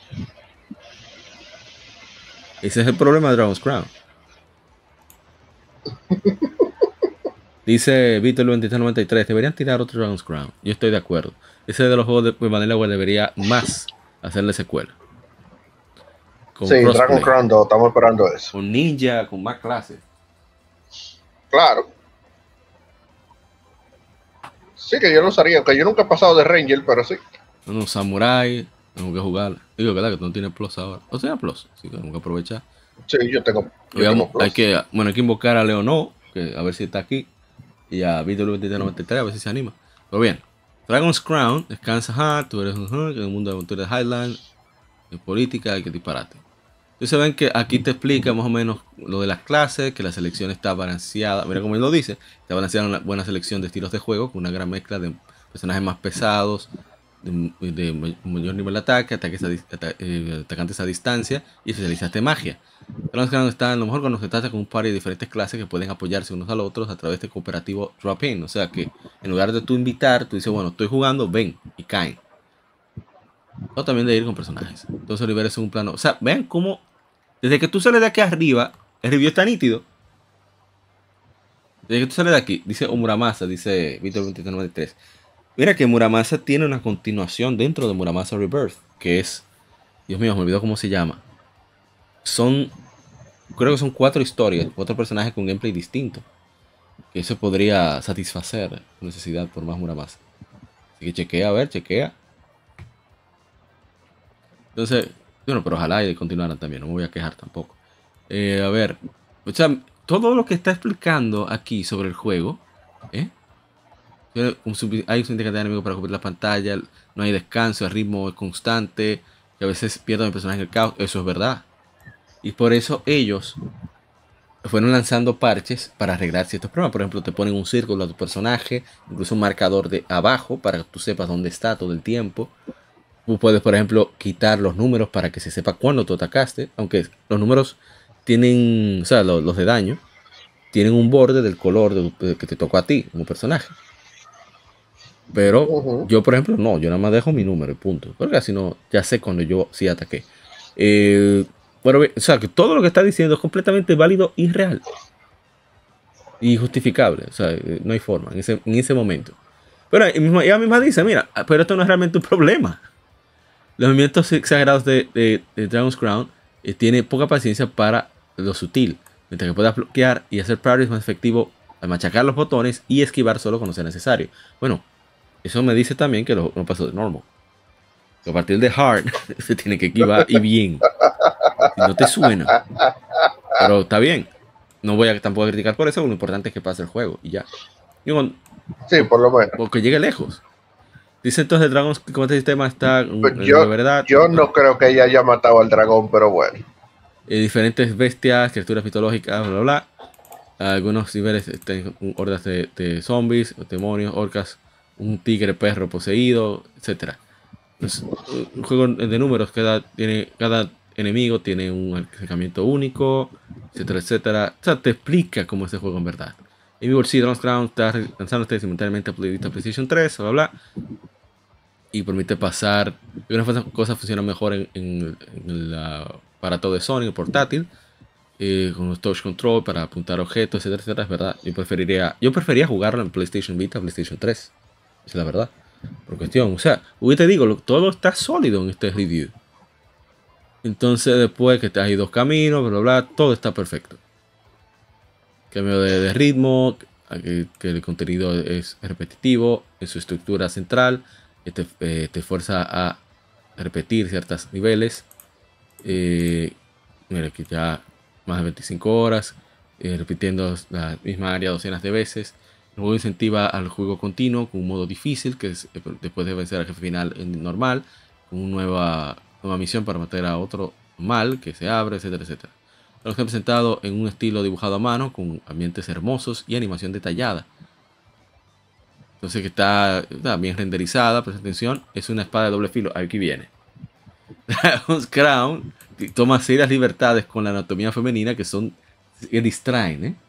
Ese es el problema de Dragon's Crown. Dice Víctor veintitrés noventa y tres, deberían tirar otro Dragon's Crown. Yo estoy de acuerdo. Ese de los juegos de Vanillaware debería más hacerle secuela. Con sí, crossplay. Dragon Crown dos, estamos esperando eso. Con ninja, con más clases. Claro. Sí, que yo lo sabía, que yo nunca he pasado de Ranger, pero sí. No, no, Samurai, tengo que jugar. Digo, ¿verdad? Que tú no tienes plus ahora. ¿O sea, plus? Sí, tengo que aprovechar. Sí, yo tengo, yo Digamos, tengo plus. Hay que, bueno, hay que invocar a Leonor, que a ver si está aquí. Y a Víctor veintitrés noventa y tres, a ver si se anima. Pero bien. Dragon's Crown, descansa hard, tú eres un hard, en el mundo de aventuras de Highland, de política, hay que disparate. Entonces ven que aquí te explica más o menos lo de las clases, que la selección está balanceada, mira como él lo dice, está balanceada una buena selección de estilos de juego, con una gran mezcla de personajes más pesados, de, de mayor nivel de ataque, ataques a, ata, eh, atacantes a distancia y especialistas de magia. Dragon's Crown está a lo mejor cuando se trata con un par de diferentes clases que pueden apoyarse unos a los otros a través de cooperativo drop-in. O sea que en lugar de tú invitar, tú dices, bueno, estoy jugando, ven y caen. O también de ir con personajes. Entonces los niveles son un plano. O sea, vean cómo. Desde que tú sales de aquí arriba, el review está nítido. Desde que tú sales de aquí, dice Muramasa, dice Víctor veintitrés noventa y tres. Mira que Muramasa tiene una continuación dentro de Muramasa Rebirth. Que es. Dios mío, me olvidó cómo se llama. Son. Creo que son cuatro historias, cuatro personajes con gameplay distinto. Que eso podría satisfacer tu necesidad por más Muramasa. Así que chequea, a ver, chequea. Entonces, bueno, pero ojalá y continuaran también, no me voy a quejar tampoco. Eh, a ver, o sea, todo lo que está explicando aquí sobre el juego, ¿eh? Hay suficiente cantidad de enemigos para cubrir la pantalla, no hay descanso, el ritmo es constante, y a veces pierden el personaje en el caos, eso es verdad. Y por eso ellos fueron lanzando parches para arreglar ciertos problemas. Por ejemplo, te ponen un círculo a tu personaje, incluso un marcador de abajo para que tú sepas dónde está todo el tiempo. Tú puedes, por ejemplo, quitar los números para que se sepa cuándo tú atacaste. Aunque los números tienen, o sea, los, los de daño, tienen un borde del color de, de, que te tocó a ti como personaje. Pero uh-huh. yo, por ejemplo, no. Yo nada más dejo mi número y punto. Porque así no, ya sé cuando yo sí ataqué. Eh, bueno, o sea, que todo lo que está diciendo es completamente válido y real. Y justificable. O sea, no hay forma en ese, en ese momento. Pero ella misma dice, mira, pero esto no es realmente un problema. Los movimientos exagerados de, de, de Dragon's Crown eh, tiene poca paciencia para lo sutil, mientras que pueda bloquear y hacer parries más efectivo al machacar los botones y esquivar solo cuando sea necesario. Bueno, eso me dice también que lo, no pasó de normal. Que a partir de hard se tiene que esquivar y bien. Si no te suena. Pero está bien. No voy a tampoco a criticar por eso, lo importante es que pase el juego y ya. Digo, sí, por lo menos. Porque llegue lejos. Dice entonces Dragon's como este sistema está pues yo, de verdad. Yo no creo que ella haya matado al dragón, pero bueno. Eh, diferentes bestias, criaturas mitológicas, bla, bla, bla. Algunos niveles tienen hordas de, de zombies, demonios, orcas, un tigre perro poseído, etcétera. Es un juego de números, cada, tiene, cada enemigo tiene un acercamiento único, etcétera, etcétera. O sea, te explica cómo es el juego en verdad. En mi bolsillo, Dragon's Crown está lanzándose simultáneamente a PlayStation tres, bla, bla, bla. Y permite pasar. Algunas cosas funcionan mejor en, en, en el aparato de Sony, el portátil, eh, con los touch control para apuntar objetos, etcétera, etcétera. Es verdad. Yo preferiría, yo preferiría jugarlo en PlayStation Vita, PlayStation tres. Es la verdad. Por cuestión. O sea, hoy te digo, todo está sólido en este review. Entonces, después que te hay dos caminos, bla, bla, bla, todo está perfecto. Cambio de, de ritmo, que, que el contenido es repetitivo en su estructura central. Te, eh, te fuerza a repetir ciertos niveles. Eh, mira que ya más de veinticinco horas eh, repitiendo la misma área docenas de veces. El juego incentiva al juego continuo con un modo difícil, que es, eh, después de vencer al jefe final en normal, con una nueva, nueva misión para matar a otro mal que se abre, etcétera, etcétera. Lo que está presentado en un estilo dibujado a mano con ambientes hermosos y animación detallada. Entonces que está, está bien renderizada, presta atención, es una espada de doble filo, aquí viene. Dragon's Crown toma serias libertades con la anatomía femenina que son, que distraen, ¿eh?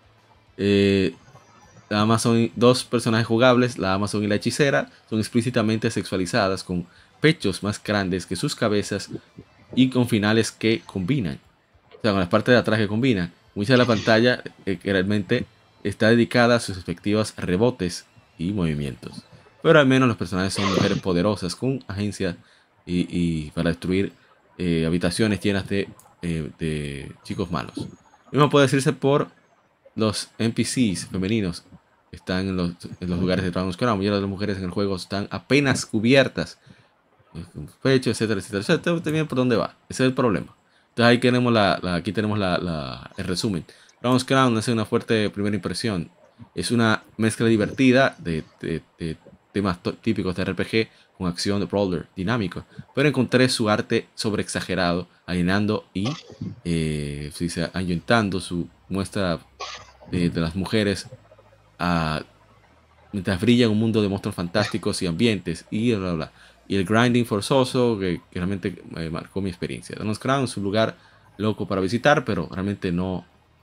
Eh, la Amazon, dos personajes jugables, la Amazon y la hechicera, son explícitamente sexualizadas con pechos más grandes que sus cabezas y con finales que combinan. O sea, con las partes de atrás que combinan. Mucha de la pantalla eh, que realmente está dedicada a sus respectivos rebotes y movimientos. Pero al menos los personajes son mujeres poderosas con agencia y, y para destruir eh, habitaciones llenas de, eh, de chicos malos. Lo mismo puede decirse por los N P Cs femeninos que están en los, en los lugares de Dragon's Crown. La mayoría de las mujeres en el juego están apenas cubiertas con pecho, etcétera, etcétera. O sea, usted viene por dónde va. Ese es el problema. Entonces ahí tenemos la, la aquí tenemos la, la, el resumen. Dragon's Crown hace una fuerte primera impresión. Es una mezcla divertida de, de, de temas típicos de R P G con acción de brawler dinámico. Pero encontré su arte sobre exagerado, alienando y eh, se dice, ahuyentando su muestra de, de las mujeres a, mientras brilla en un mundo de monstruos fantásticos y ambientes y bla bla bla. Y el grinding forzoso que, que realmente eh, marcó mi experiencia. Dragon's Crown es un lugar loco para visitar, pero realmente no.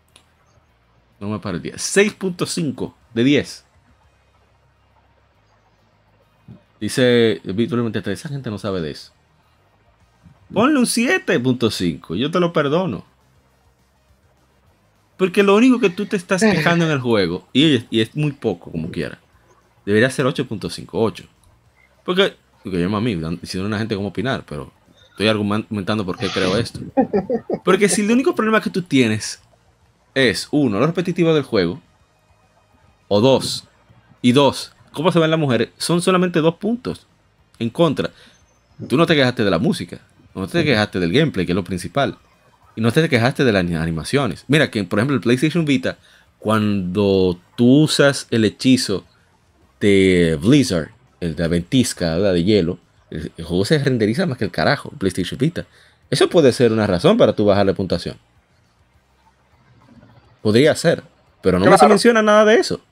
No me para el día. seis punto cinco de diez. Dice Víctor noventa y tres, esa gente no sabe de eso. Ponle un siete punto cinco, yo te lo perdono. Porque lo único que tú te estás quejando en el juego, y, y es muy poco como quiera, debería ser ocho punto cinco, ocho. Porque, porque yo a mí, diciendo a una gente cómo opinar, pero estoy argumentando por qué creo esto. Porque si el único problema que tú tienes es, uno, lo repetitivo del juego, o dos, y dos, cómo se ven las mujeres, son solamente dos puntos en contra. Tú no te quejaste de la música, no te quejaste del gameplay, que es lo principal, y no te quejaste de las animaciones. Mira que, por ejemplo, el PlayStation Vita, cuando tú usas el hechizo de Blizzard, el de la ventisca, ¿verdad?, de hielo, el, el juego se renderiza más que el carajo, el PlayStation Vita. Eso puede ser una razón para tú bajarle puntuación. Podría ser, pero no Claro. se menciona nada de eso.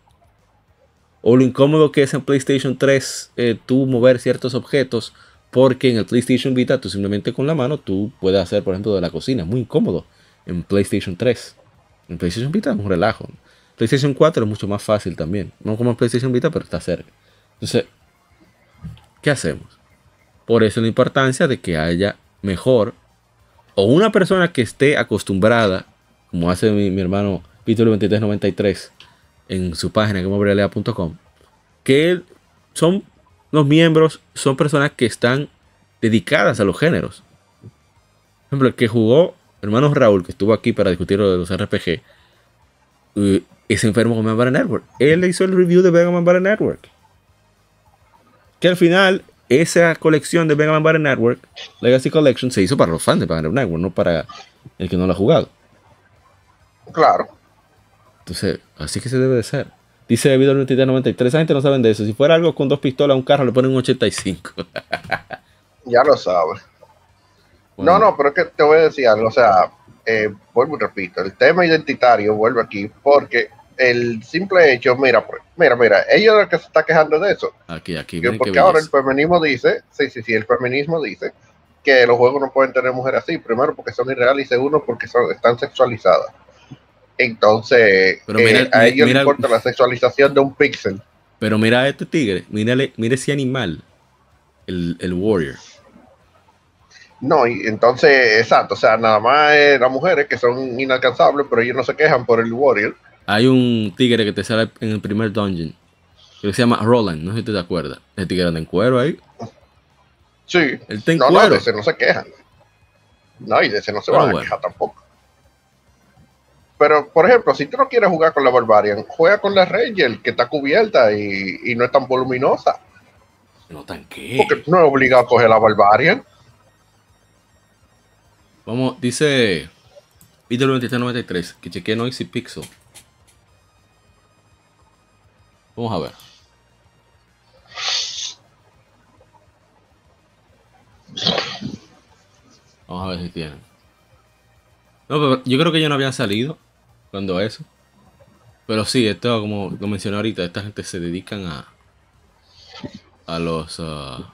O lo incómodo que es en PlayStation tres eh, tú mover ciertos objetos, porque en el PlayStation Vita tú simplemente con la mano tú puedes hacer, por ejemplo, de la cocina. Muy incómodo en PlayStation tres. En PlayStation Vita es un relajo. PlayStation cuatro es mucho más fácil también. No como en PlayStation Vita, pero está cerca. Entonces, ¿qué hacemos? Por eso la importancia de que haya mejor, o una persona que esté acostumbrada, como hace mi, mi hermano Víctor veintitrés noventa y tres en su página gameoverlea punto com, que son los miembros, son personas que están dedicadas a los géneros. Por ejemplo, el que jugó, hermano Raúl, que estuvo aquí para discutir lo de los R P G, uh, es enfermo con Vampire Network. Él le hizo el review de Mega Man Battle Network. Que al final, esa colección de Mega Man Battle Network, Legacy Collection, se hizo para los fans de Battle Network, no para el que no lo ha jugado. Claro. Entonces, así que se debe de ser. Dice Víctor veintitrés noventa y tres, esa gente no saben de eso. Si fuera algo con dos pistolas a un carro, le ponen un ochenta y cinco. Ya lo sabes. Bueno, No, no, pero es que te voy a decir algo. O sea, eh, vuelvo y repito, el tema identitario vuelve aquí porque el simple hecho, mira, pues, mira, mira, ella es la que se está quejando de eso. Aquí, aquí, Que miren qué porque ahora el belleza. feminismo dice, sí, sí, sí, el feminismo dice que los juegos no pueden tener mujeres así. Primero porque son irreales y segundo porque son, están sexualizadas. Entonces, Pero eh, mira, a mi- ellos les mira, importa la sexualización de un píxel. pero mira a este tigre, mírale, mire ese animal, el, el warrior. No, y entonces, exacto, o sea, nada más eh, las mujeres que son inalcanzables, pero ellos no se quejan por el Warrior. Hay un tigre que te sale en el primer dungeon, que se llama Roland, no sé si te acuerdas. El tigre anda en cuero ahí. Sí, Él está en no, no, cuero. de ese no se quejan. No, y de ese no se Pero van a bueno. quejar tampoco. Pero, por ejemplo, si tú no quieres jugar con la Barbarian, juega con la Ranger, que está cubierta y, y no es tan voluminosa. No tan qué. Porque no es obligado a coger la Barbarian. Vamos, dice Víctor veintitrés noventa y tres que chequee Noisy Pixel. Vamos a ver. Vamos a ver si tienen. No, pero yo creo que ya no habían salido cuando eso. Pero sí, esto, como lo mencioné ahorita, esta gente se dedican a a los uh,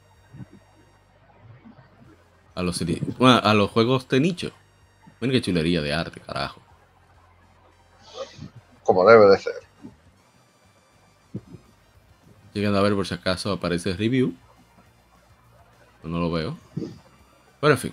a los bueno, a los juegos de nicho. Miren qué chulería de arte, carajo. Como debe de ser. Llegando a ver por si acaso aparece el review. No lo veo. Pero en fin.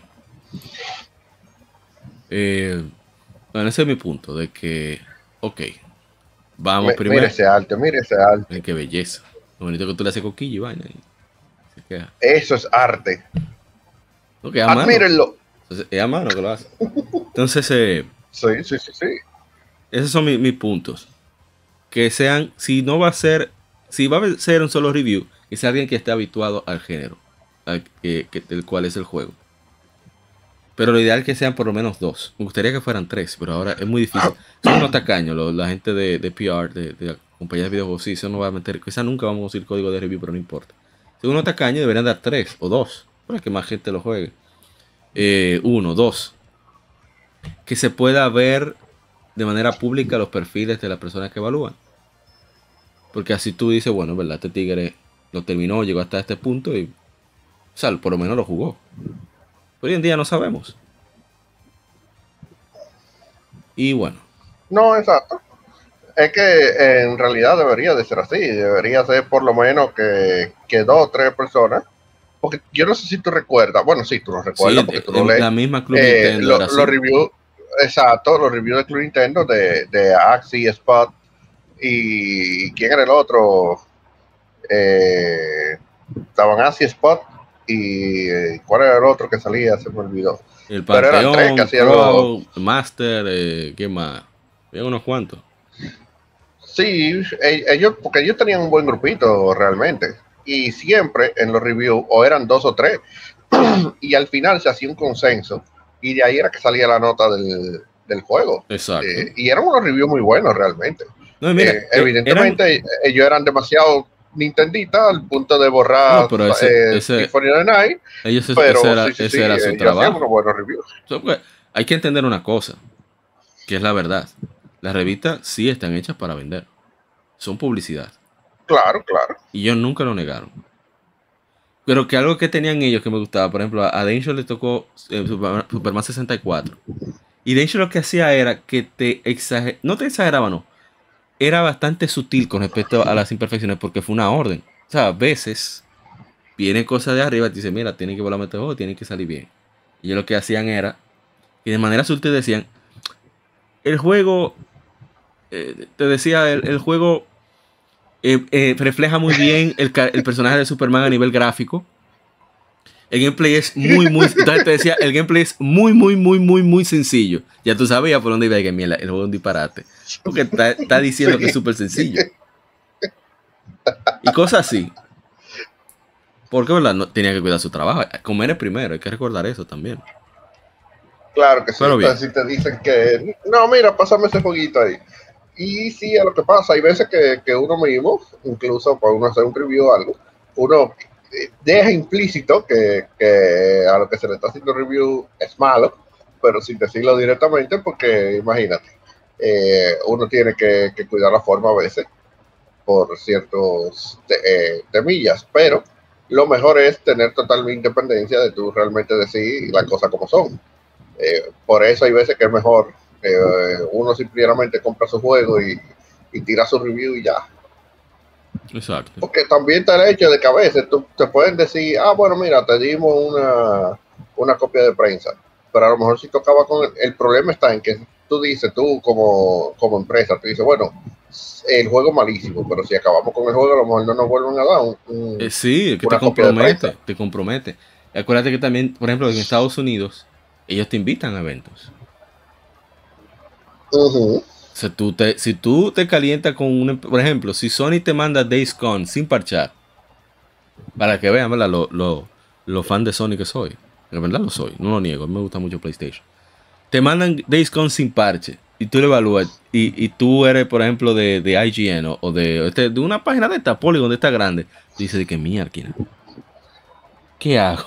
Eh, bueno, ese es mi punto. De que, ok. Vamos Me, primero. mire ese arte, mire ese arte. Miren qué belleza. Lo bonito que tú le haces coquillo y vaina. Y se queda. Eso es arte. No, que es a mano. Admírenlo. Entonces, es a mano que lo hace. Entonces, eh, Sí, sí, sí, sí. esos son mis, mis puntos. Que sean, si no va a ser, si va a ser un solo review, que sea alguien que esté habituado al género, al que, que, del cual es el juego. Pero lo ideal es que sean por lo menos dos. Me gustaría que fueran tres, pero ahora es muy difícil. Son unos tacaños, lo- la gente de, de P R, de, de la compañía de videojuegos. Sí, eso no va a meter, quizá nunca vamos a conseguir código de review, pero no importa. Si unos tacaños deberían dar tres o dos, para que más gente lo juegue. Eh, uno, dos. Que se pueda ver de manera pública los perfiles de las personas que evalúan. Porque así tú dices, bueno, verdad, este tigre lo terminó, llegó hasta este punto y, o sea, por lo menos lo jugó. Pero hoy en día no sabemos. Y bueno, No, exacto. Es que en realidad debería de ser así, debería ser por lo menos que, que dos o tres personas, porque yo no sé si tú recuerdas, bueno, sí, tú lo recuerdas Sí, porque tú en lo lees, la misma Club eh, Nintendo lo- era los así. reviews, exacto, los reviews de Club Nintendo de, de Axie, Spot y ¿quién era el otro? Eh, estaban Axie, Spot y eh, ¿cuál era el otro que salía? Se me olvidó. El Pero eran tres que Panteón, hacían los... Crow, Master, eh, ¿qué más? Había unos cuantos. Sí, e- ellos, porque ellos tenían un buen grupito realmente. Y siempre en los reviews, o eran dos o tres, y al final se hacía un consenso, y de ahí era que salía la nota del, del juego. Exacto. Eh, y eran unos reviews muy buenos realmente. No, y mira, Eh, eh, eran. evidentemente, ellos eran demasiado Nintendistas al punto de No, no, borrar pero ese, eh, ese, Symphony of the Night, ellos, ese pero era, sí, sí, sí, ese era su ellos hacían unos trabajo. buenos reviews. O sea, porque hay que entender una cosa, que es la verdad. Las revistas sí están hechas para vender. Son publicidad. Claro, claro. Y ellos nunca lo negaron. Pero que algo que tenían ellos que me gustaba, por ejemplo, a Densho le tocó eh, Superman, Superman sesenta y cuatro. Y Densho lo que hacía era que te exageraba, no te exageraba, no. Era bastante sutil con respecto a las imperfecciones porque fue una orden. O sea, a veces vienen cosas de arriba y te dicen, mira, tienen que volar este juego, tienen que salir bien. Y ellos lo que hacían era, y de manera sutil decían, el juego, eh, te decía, el, el juego eh, eh, refleja muy bien el, el personaje de Superman a nivel gráfico. El gameplay es muy, muy. Entonces te decía, el gameplay es muy, muy, muy, muy, muy sencillo. Ya tú sabías por dónde iba que mierda, el juego es un disparate. Porque está, está diciendo Sí. que es súper sencillo. Y cosas así. Porque, ¿verdad? No, tenía que cuidar su trabajo. Comer es primero, hay que recordar eso también. Claro que sí. Pero bien. Entonces, si te dicen que, no, mira, pásame ese jueguito ahí. Y sí, es lo que pasa. Hay veces que, que uno mismo, incluso para uno hacer un review o algo, uno eh, deja implícito que, que a lo que se le está haciendo review es malo, pero sin decirlo directamente, porque imagínate, eh, uno tiene que, que cuidar la forma a veces por ciertos te, eh, temillas, pero lo mejor es tener total independencia de tú realmente decir las cosas como son. Eh, por eso hay veces que es mejor eh, uno simplemente compra su juego y, y tira su review y ya. Exacto. Porque también está el hecho de que a veces tú, te pueden decir, ah, bueno, mira, te dimos una, una copia de prensa, pero a lo mejor si tocaba con el, el problema está en que tú dices, tú como, como empresa, tú dices, bueno, el juego es malísimo, pero si acabamos con el juego, a lo mejor no nos vuelven a dar un, un, eh, sí, que una te copia de compromete, prensa. te compromete. Acuérdate que también, por ejemplo, en Estados Unidos, ellos te invitan a eventos. Uh-huh. O sea, tú te, si tú te calientas con un, por ejemplo, si Sony te manda Days Gone sin parchar, para que vean, ¿verdad? Lo, lo, lo fan de Sony que soy. En verdad lo soy, no lo niego, me gusta mucho PlayStation. Te mandan Days Gone sin parche y tú lo evalúas y, y tú eres, por ejemplo, de, de I G N o, o de, este, de una página de esta, Polygon, de esta grande. Dices de que mierda, ¿qué hago?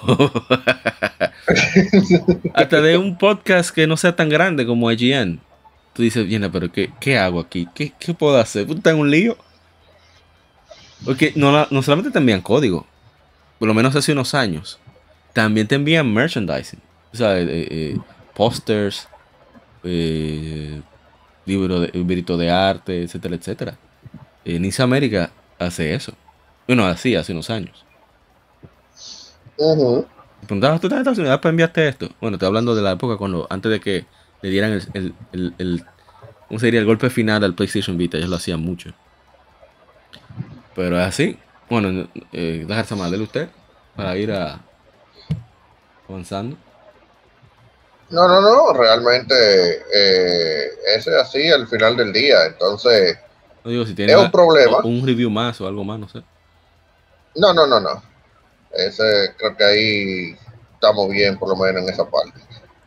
Hasta de un podcast que no sea tan grande como I G N. Tú dices, bien, pero ¿qué, qué hago aquí? ¿Qué, qué puedo hacer? ¿Está en un lío? Porque no, no solamente te envían código, por lo menos hace unos años, también te envían merchandising. O sea, eh, eh, posters, eh, libro de, librito de arte, etcétera, etcétera. Eh, Nice América hace eso. Bueno, así hace unos años. Uh-huh. Preguntabas, ¿tú estás en Estados Unidos para enviarte esto? Bueno, estoy hablando de la época cuando, antes de que le dieran el, el, el, el ¿cómo sería? El golpe final al PlayStation Vita. Ellos lo hacían mucho. Pero es así. Bueno, eh, dejarse mal de usted para ir a avanzando. No, no, no, realmente eh, ese es así al final del día. Entonces, No digo si tiene es un problema. un review más o algo más, no sé. No, no, no, no. Ese, creo que ahí estamos bien, por lo menos en esa parte.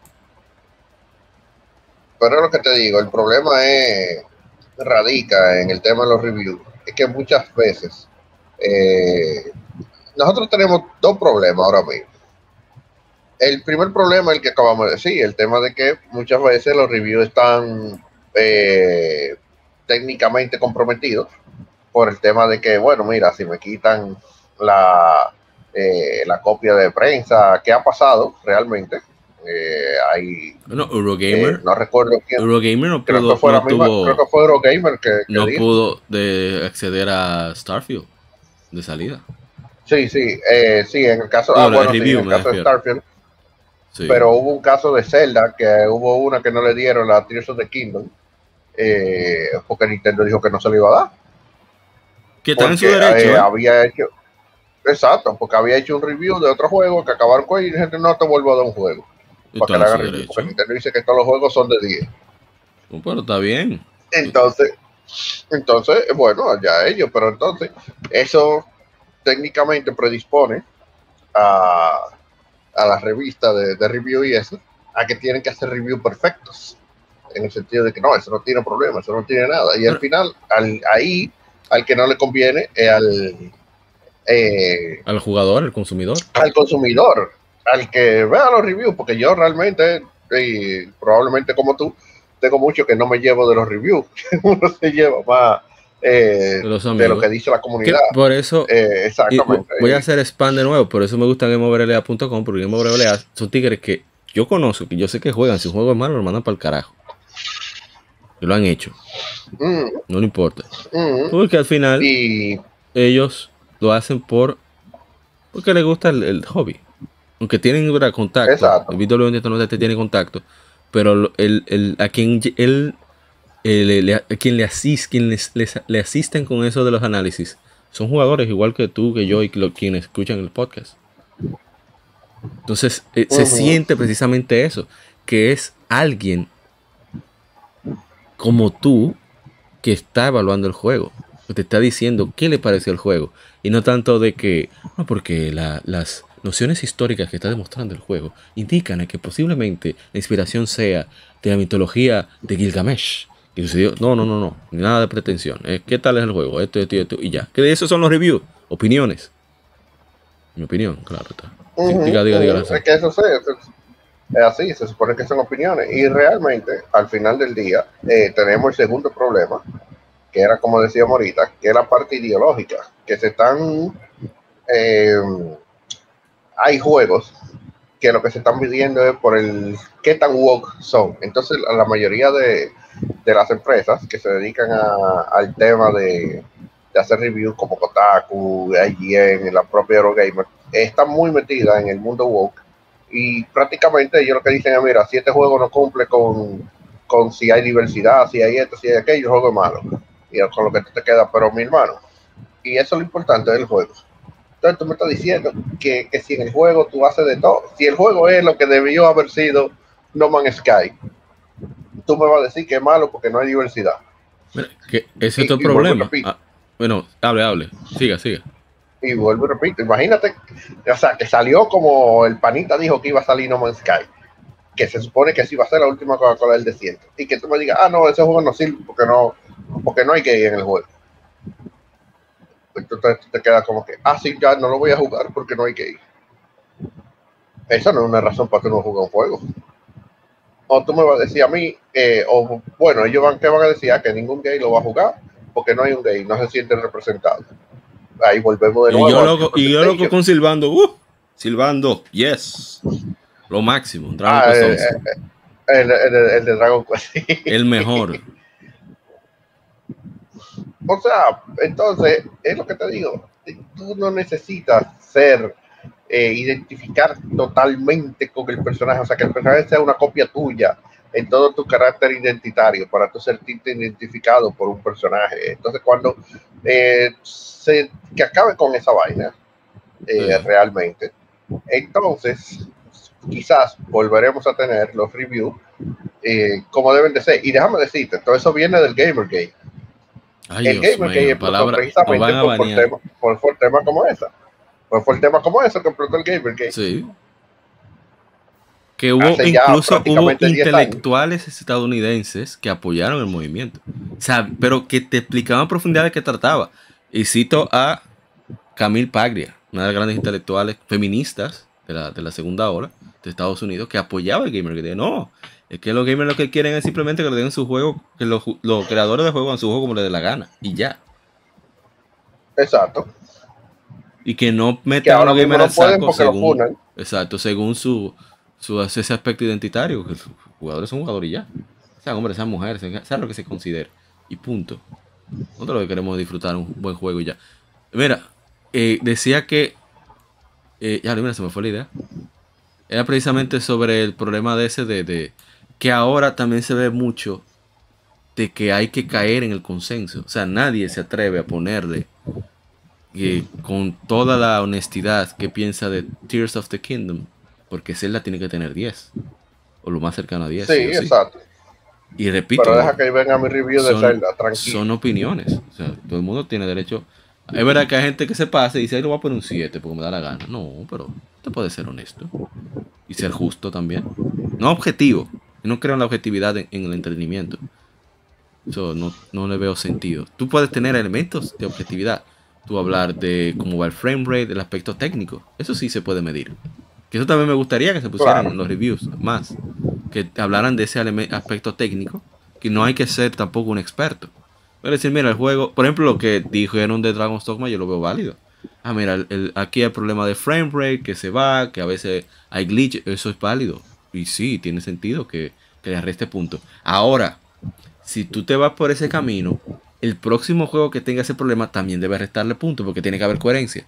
Pero es lo que te digo, el problema es, radica en el tema de los reviews. Es que muchas veces eh, nosotros tenemos dos problemas ahora mismo. El primer problema es el que acabamos de decir, el tema de que muchas veces los reviews están eh, técnicamente comprometidos por el tema de que, bueno, mira, si me quitan la, eh, la copia de prensa, ¿qué ha pasado realmente? Eh, hay, bueno, Eurogamer, eh, no recuerdo quién. Eurogamer no Creo pudo, que fue, no la misma, tuvo, creo que fue Eurogamer que, que no dijo. pudo de acceder a Starfield de salida. Sí, sí, eh, sí, en el caso, Digo, ah, la de bueno, sí, en review el me caso de refiero. Starfield, Sí. pero hubo un caso de Zelda, que hubo una que no le dieron, la Tears of the Kingdom, eh, porque Nintendo dijo que no se le iba a dar. Que están en su Porque derecho, eh, ¿eh? había hecho, exacto, porque había hecho un review de otro juego que acabaron con él y gente no te vuelvo a dar un juego para que Están le en hagan su review, porque derecho. Nintendo dice que todos los juegos son de diez. Bueno, pero está bien. Entonces, entonces, bueno, allá ellos, pero entonces, eso técnicamente predispone a, a la revista de, de review y eso, a que tienen que hacer review perfectos, en el sentido de que no, eso no tiene problema, eso no tiene nada. Y al Bueno, final, al, ahí, al que no le conviene es al, eh, al jugador, al consumidor. al consumidor, al que vea los reviews, porque yo realmente, y probablemente como tú, tengo mucho que no me llevo de los reviews, uno se lleva más eh, De los de lo amigos. que dice la Que comunidad. por eso, Eh, y vo- exactamente. voy a hacer spam de nuevo. Por eso me gusta gameoverlea punto com. Porque gameoverlea son tigres que yo conozco, que yo sé que juegan. Si un juego es malo, lo mandan para el carajo. Y lo han hecho. Mm, No le importa. mm, Porque al final, y ellos lo hacen por porque les gusta el, el hobby. Aunque tienen ¿verdad? contacto. exacto. El B W no te tiene contacto. Pero lo- el, el, a quien él eh, le, le- quien le asiste, quien les, les- le asisten con eso de los análisis, son jugadores igual que tú, que yo y que lo- quienes escuchan el podcast. Entonces eh, se Ujú. siente precisamente eso, que es alguien como tú que está evaluando el juego, que te está diciendo qué le pareció el juego, y no tanto de que, no, porque la- las nociones históricas que está demostrando el juego indican que posiblemente la inspiración sea de la mitología de Gilgamesh. Que sucedió. No, no, no, no, nada de pretensión. Eh, ¿Qué tal es el juego? Esto, esto y esto, y ya. Que de eso son los reviews, opiniones. Mi opinión, claro está. Sí, Ujú, diga, diga, diga. ujú. Es que eso sí, es, es así, se supone que son opiniones. Y realmente, al final del día, eh, tenemos el segundo problema, que era como decíamos ahorita, que es la parte ideológica, que se están, eh, hay juegos que lo que se están midiendo es por el qué tan woke son. Entonces, la, la mayoría de, de las empresas que se dedican a, al tema de, de hacer reviews como Kotaku, I G N, la propia Eurogamer, están muy metidas en el mundo woke y prácticamente ellos lo que dicen es, mira, si este juego no cumple con, con si hay diversidad, si hay esto, si hay aquello, el juego es malo. Y con lo que tú te quedas, pero mi hermano, y eso es lo importante del juego. Entonces tú me estás diciendo que, que si en el juego tú haces de todo, si el juego es lo que debió haber sido No Man's Sky, tú me vas a decir que es malo porque no hay diversidad. Mira, que ese es Y, otro y vuelvo y problema. repito, Ah, bueno, hable, hable. Siga, siga. y vuelvo y repito, imagínate, o sea, que salió como el panita dijo que iba a salir No Man's Sky, que se supone que sí va a ser la última Coca-Cola del desierto, y que tú me digas, ah, no, ese juego no sirve porque no, porque no hay gay en el juego. Entonces te queda como que, ah, sí, ya no lo voy a jugar porque no hay gay. Esa no es una razón para que no juegue un juego. O tú me vas a decir a mí, eh, o bueno, ellos van, ¿qué van a decir? Ah, que ningún gay lo va a jugar porque no hay un gay, no se sienten representados. Ahí volvemos de Y nuevo. yo al loco, y yo loco representation. con silbando, uh, silbando, yes. Lo máximo, Dragon Ah, Quest eh, once. eh, el, el- el de Dragon Quest. El mejor. O sea, entonces, es lo que te digo. Tú no necesitas ser, eh, identificar totalmente con el personaje. O sea, que el personaje sea una copia tuya en todo tu carácter identitario para tú sentirte identificado por un personaje. Entonces, cuando eh, se, que acabe con esa vaina, eh, Sí. realmente, entonces quizás volveremos a tener los reviews eh, como deben de ser. Y déjame decirte, todo eso viene del Gamergate. Ay, El Dios Gamergate mío, explotó palabra, nos precisamente van a por, por, banear. tema, por, por temas como esa. Pues por temas como eso que explotó el Gamergate. Sí. Que hubo, Hace ya incluso hubo prácticamente diez años. intelectuales estadounidenses que apoyaron el movimiento. O sea, pero que te explicaban a profundidad de qué trataba. Y cito a Camille Paglia, una de las grandes intelectuales feministas de la, de la segunda ola de Estados Unidos, que apoyaba el gamer. Que decía, no, es que los gamers lo que quieren es simplemente que le den su juego, que los, los creadores de juegos hagan su juego como les dé la gana. Y ya. Exacto. Y que no Que metan a ahora los mismo gamers no al pueden saco porque lo según, funan. exacto, según su, su, ese aspecto identitario, que los jugadores son jugadores y ya. Sean hombres, sean mujeres, sea lo que se considere. Y punto. Nosotros lo que queremos es disfrutar un buen juego y ya. Mira, eh, decía que... Eh, ya, mira, se me fue la idea. Era precisamente sobre el problema de ese de, de... Que ahora también se ve mucho de que hay que caer en el consenso. O sea, nadie se atreve a ponerle... Eh, con toda la honestidad que piensa de Tears of the Kingdom. Porque Zelda tiene que tener diez. O lo más cercano a diez. Sí, ¿sí? exacto. Y repito, pero deja que venga mi review son, de Zelda, tranquilo. Son opiniones. O sea, todo el mundo tiene derecho. Es verdad que hay gente que se pasa y dice, ahí lo voy a poner un siete porque me da la gana. No, pero usted puede ser honesto. Y ser justo también. No objetivo. Yo no creo en la objetividad en, en el entretenimiento. Eso no, no le veo sentido. Tú puedes tener elementos de objetividad. Tú hablar de cómo va el frame rate, del aspecto técnico. Eso sí se puede medir. Que eso también me gustaría que se pusieran Claro. en los reviews más. Que hablaran de ese aspecto técnico. Que no hay que ser tampoco un experto. Pero decir, mira, el juego, por ejemplo, lo que dijeron de Dragon's Dogma, yo lo veo válido. Ah, mira, el, el, aquí hay problema de frame rate, que se va, que a veces hay glitch, eso es válido. Y sí, tiene sentido que, que le reste punto. Ahora, si tú te vas por ese camino, el próximo juego que tenga ese problema también debe restarle puntos, porque tiene que haber coherencia.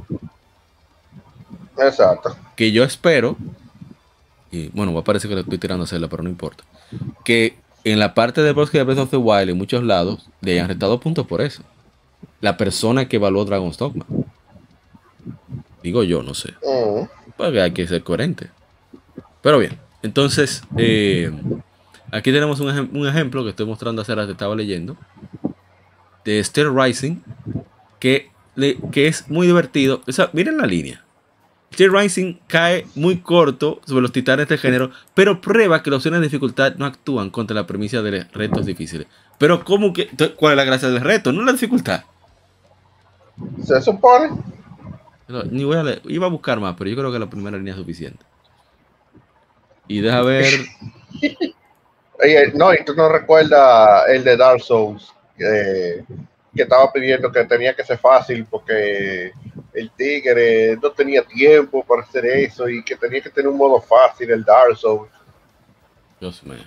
Exacto. Que yo espero, y bueno, va a parecer que le estoy tirando a hacerla, pero no importa, que en la parte de Breath of the Wild en muchos lados le hayan restado puntos por eso. La persona que evaluó Dragon's Dogma. Digo yo, no sé. Mm. Porque hay que ser coherente. Pero bien, entonces, eh, aquí tenemos un, ejem un ejemplo que estoy mostrando hace rato, estaba leyendo, de Still Rising, que, le, que es muy divertido. O sea, miren la línea. Still Rising cae muy corto sobre los titanes del género, pero prueba que las opciones de dificultad no actúan contra la premisa de retos difíciles. Pero ¿cómo que? ¿Cuál es la gracia del reto? No la dificultad. Se supone. Ni voy a leer. Iba a buscar más, pero yo creo que la primera línea es suficiente. Y deja ver. Oye, no, y tú no recuerdas el de Dark Souls, eh, que estaba pidiendo que tenía que ser fácil porque el tigre no tenía tiempo para hacer eso y que tenía que tener un modo fácil el Dark Souls. Dios mío.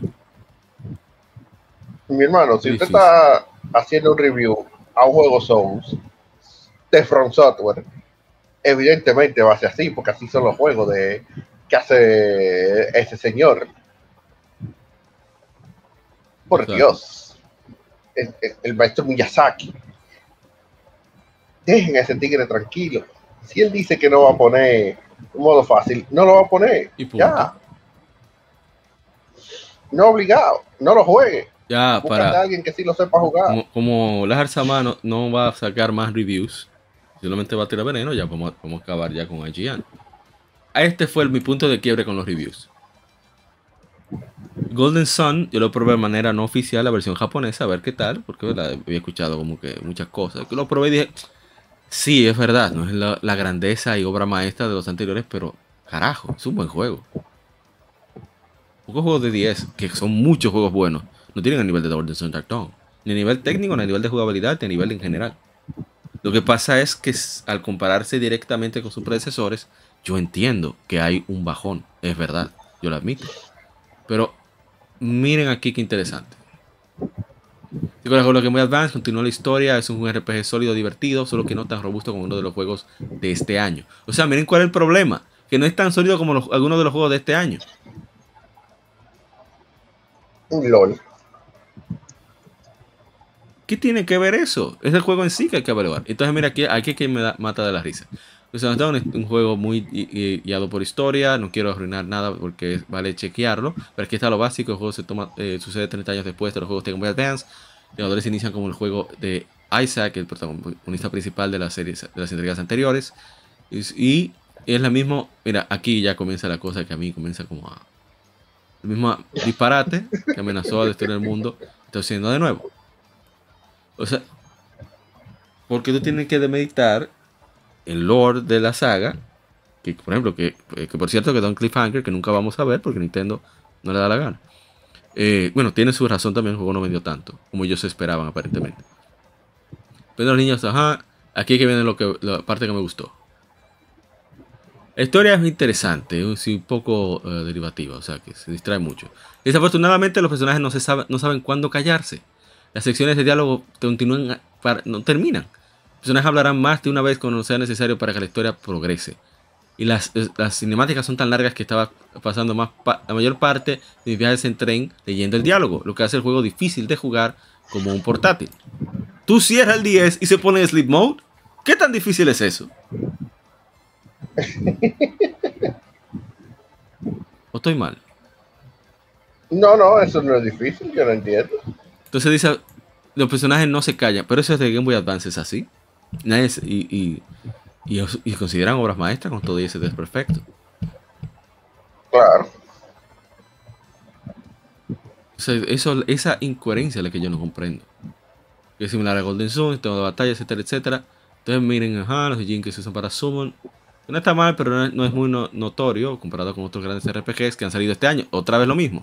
Mi hermano, si Difícil. usted está haciendo un review a un juego Souls de From Software, evidentemente va a ser así, porque así son los juegos de que hace ese señor. Por Exacto. Dios, el, el, el maestro Miyazaki. Dejen a ese tigre tranquilo. Si él dice que no va a poner un modo fácil, no lo va a poner. Y punto. Ya. No obligado, no lo juegue. Ya, Búscate para. a alguien que sí lo sepa jugar. Como, como Lazar Samano no va a sacar más reviews, solamente va a tirar veneno, ya vamos, vamos a acabar ya con I G N. Este fue el, mi punto de quiebre con los reviews. Golden Sun, yo lo probé de manera no oficial, la versión japonesa, a ver qué tal, porque ¿verdad? Había escuchado como que muchas cosas. Que lo probé y dije, sí, es verdad, no es la, la grandeza y obra maestra de los anteriores, pero carajo, es un buen juego. Pocos juegos de diez, que son muchos juegos buenos, no tienen el nivel de Golden Sun Dark Dawn. Ni a nivel técnico, ni a nivel de jugabilidad, ni a nivel en general. Lo que pasa es que al compararse directamente con sus predecesores, yo entiendo que hay un bajón, es verdad, yo lo admito. Pero miren aquí qué interesante. Con el juego Game Boy Advance continúa la historia, es un R P G sólido, divertido, solo que no tan robusto como uno de los juegos de este año. O sea, miren cuál es el problema, que no es tan sólido como los, algunos de los juegos de este año. Un LOL. ¿Qué tiene que ver eso? Es el juego en sí que hay que evaluar. Entonces, mira, aquí, aquí que me da, mata de la risa. O sea, está un, un juego muy guiado por historia. No quiero arruinar nada porque vale chequearlo. Pero aquí está lo básico. El juego se toma, eh, sucede treinta años después de los juegos de Game Boy Advance. Los jugadores inician como el juego de Isaac, el protagonista principal de las series, de las entregas anteriores. Y, y es la misma. Mira, aquí ya comienza la cosa que a mí comienza como a. El mismo disparate que amenazó a destruir el mundo. Está haciendo de nuevo. O sea, porque tú tienes que demeditar el lore de la saga, que por ejemplo, que, que por cierto que da un cliffhanger que nunca vamos a ver porque Nintendo no le da la gana. Eh, bueno, tiene su razón también, el juego no vendió tanto, como ellos esperaban aparentemente. Pero los niños, ajá, aquí es que viene lo que, la parte que me gustó. La historia es interesante, es un poco uh, derivativa, o sea que se distrae mucho. Desafortunadamente los personajes no, se sabe, no saben cuándo callarse. Las secciones de diálogo continúan para, no terminan. Los personajes hablarán más de una vez cuando sea necesario para que la historia progrese. Y las, las cinemáticas son tan largas que estaba pasando más pa la mayor parte de mis viajes en tren leyendo el diálogo, lo que hace el juego difícil de jugar como un portátil. Tú cierras el diez y se pone en sleep mode. ¿Qué tan difícil es eso? ¿O estoy mal? No, no, eso no es difícil, yo no entiendo. Entonces dice, los personajes no se callan, pero eso es de Game Boy Advance, es así. Nadie se, y, y, y, y consideran obras maestras con todo y ese desperfecto. Claro. O sea, eso, esa incoherencia es la que yo no comprendo. Que es similar a Golden Sun, sistema de batalla, etcétera, etcétera. Entonces miren, ajá, los Jin que se usan para Summon. No está mal, pero no es, no es muy no, notorio comparado con otros grandes R P Gs que han salido este año. Otra vez lo mismo.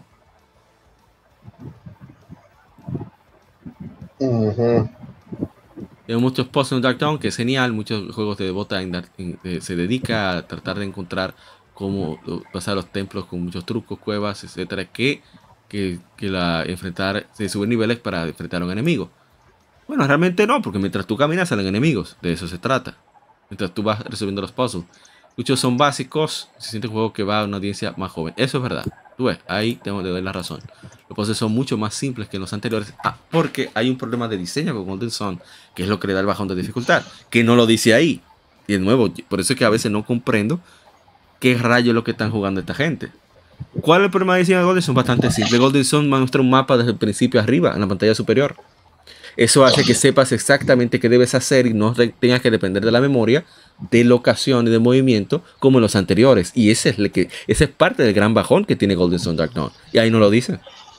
Uh-huh. Hay muchos posts en Dark Dawn, que es genial. Muchos juegos de Dota en Dark, en, eh, se dedica a tratar de encontrar cómo pasar los templos con muchos trucos, cuevas, etcétera. Que, que, que la enfrentar, se suben niveles para enfrentar a un enemigo. Bueno, realmente no, porque mientras tú caminas salen enemigos. De eso se trata. Mientras tú vas resolviendo los puzzles. Muchos son básicos. Se siente un juego que va a una audiencia más joven. Eso es verdad. Tú ves, ahí tengo que dar la razón. Los puzzles son mucho más simples que en los anteriores. Ah, porque hay un problema de diseño con Golden Sun, que es lo que le da el bajón de dificultad. Que no lo dice ahí. Y de nuevo, por eso es que a veces no comprendo qué rayo es lo que están jugando esta gente. ¿Cuál es el problema de diseño de Golden Sun? Bastante simple. Golden Sun muestra un mapa desde el principio arriba, en la pantalla superior. Eso hace que sepas exactamente qué debes hacer y no tengas que depender de la memoria, de locación y de movimiento como en los anteriores. Y ese es, el que, ese es parte del gran bajón que tiene Golden Sun Dark Dawn. Y ahí no lo dicen.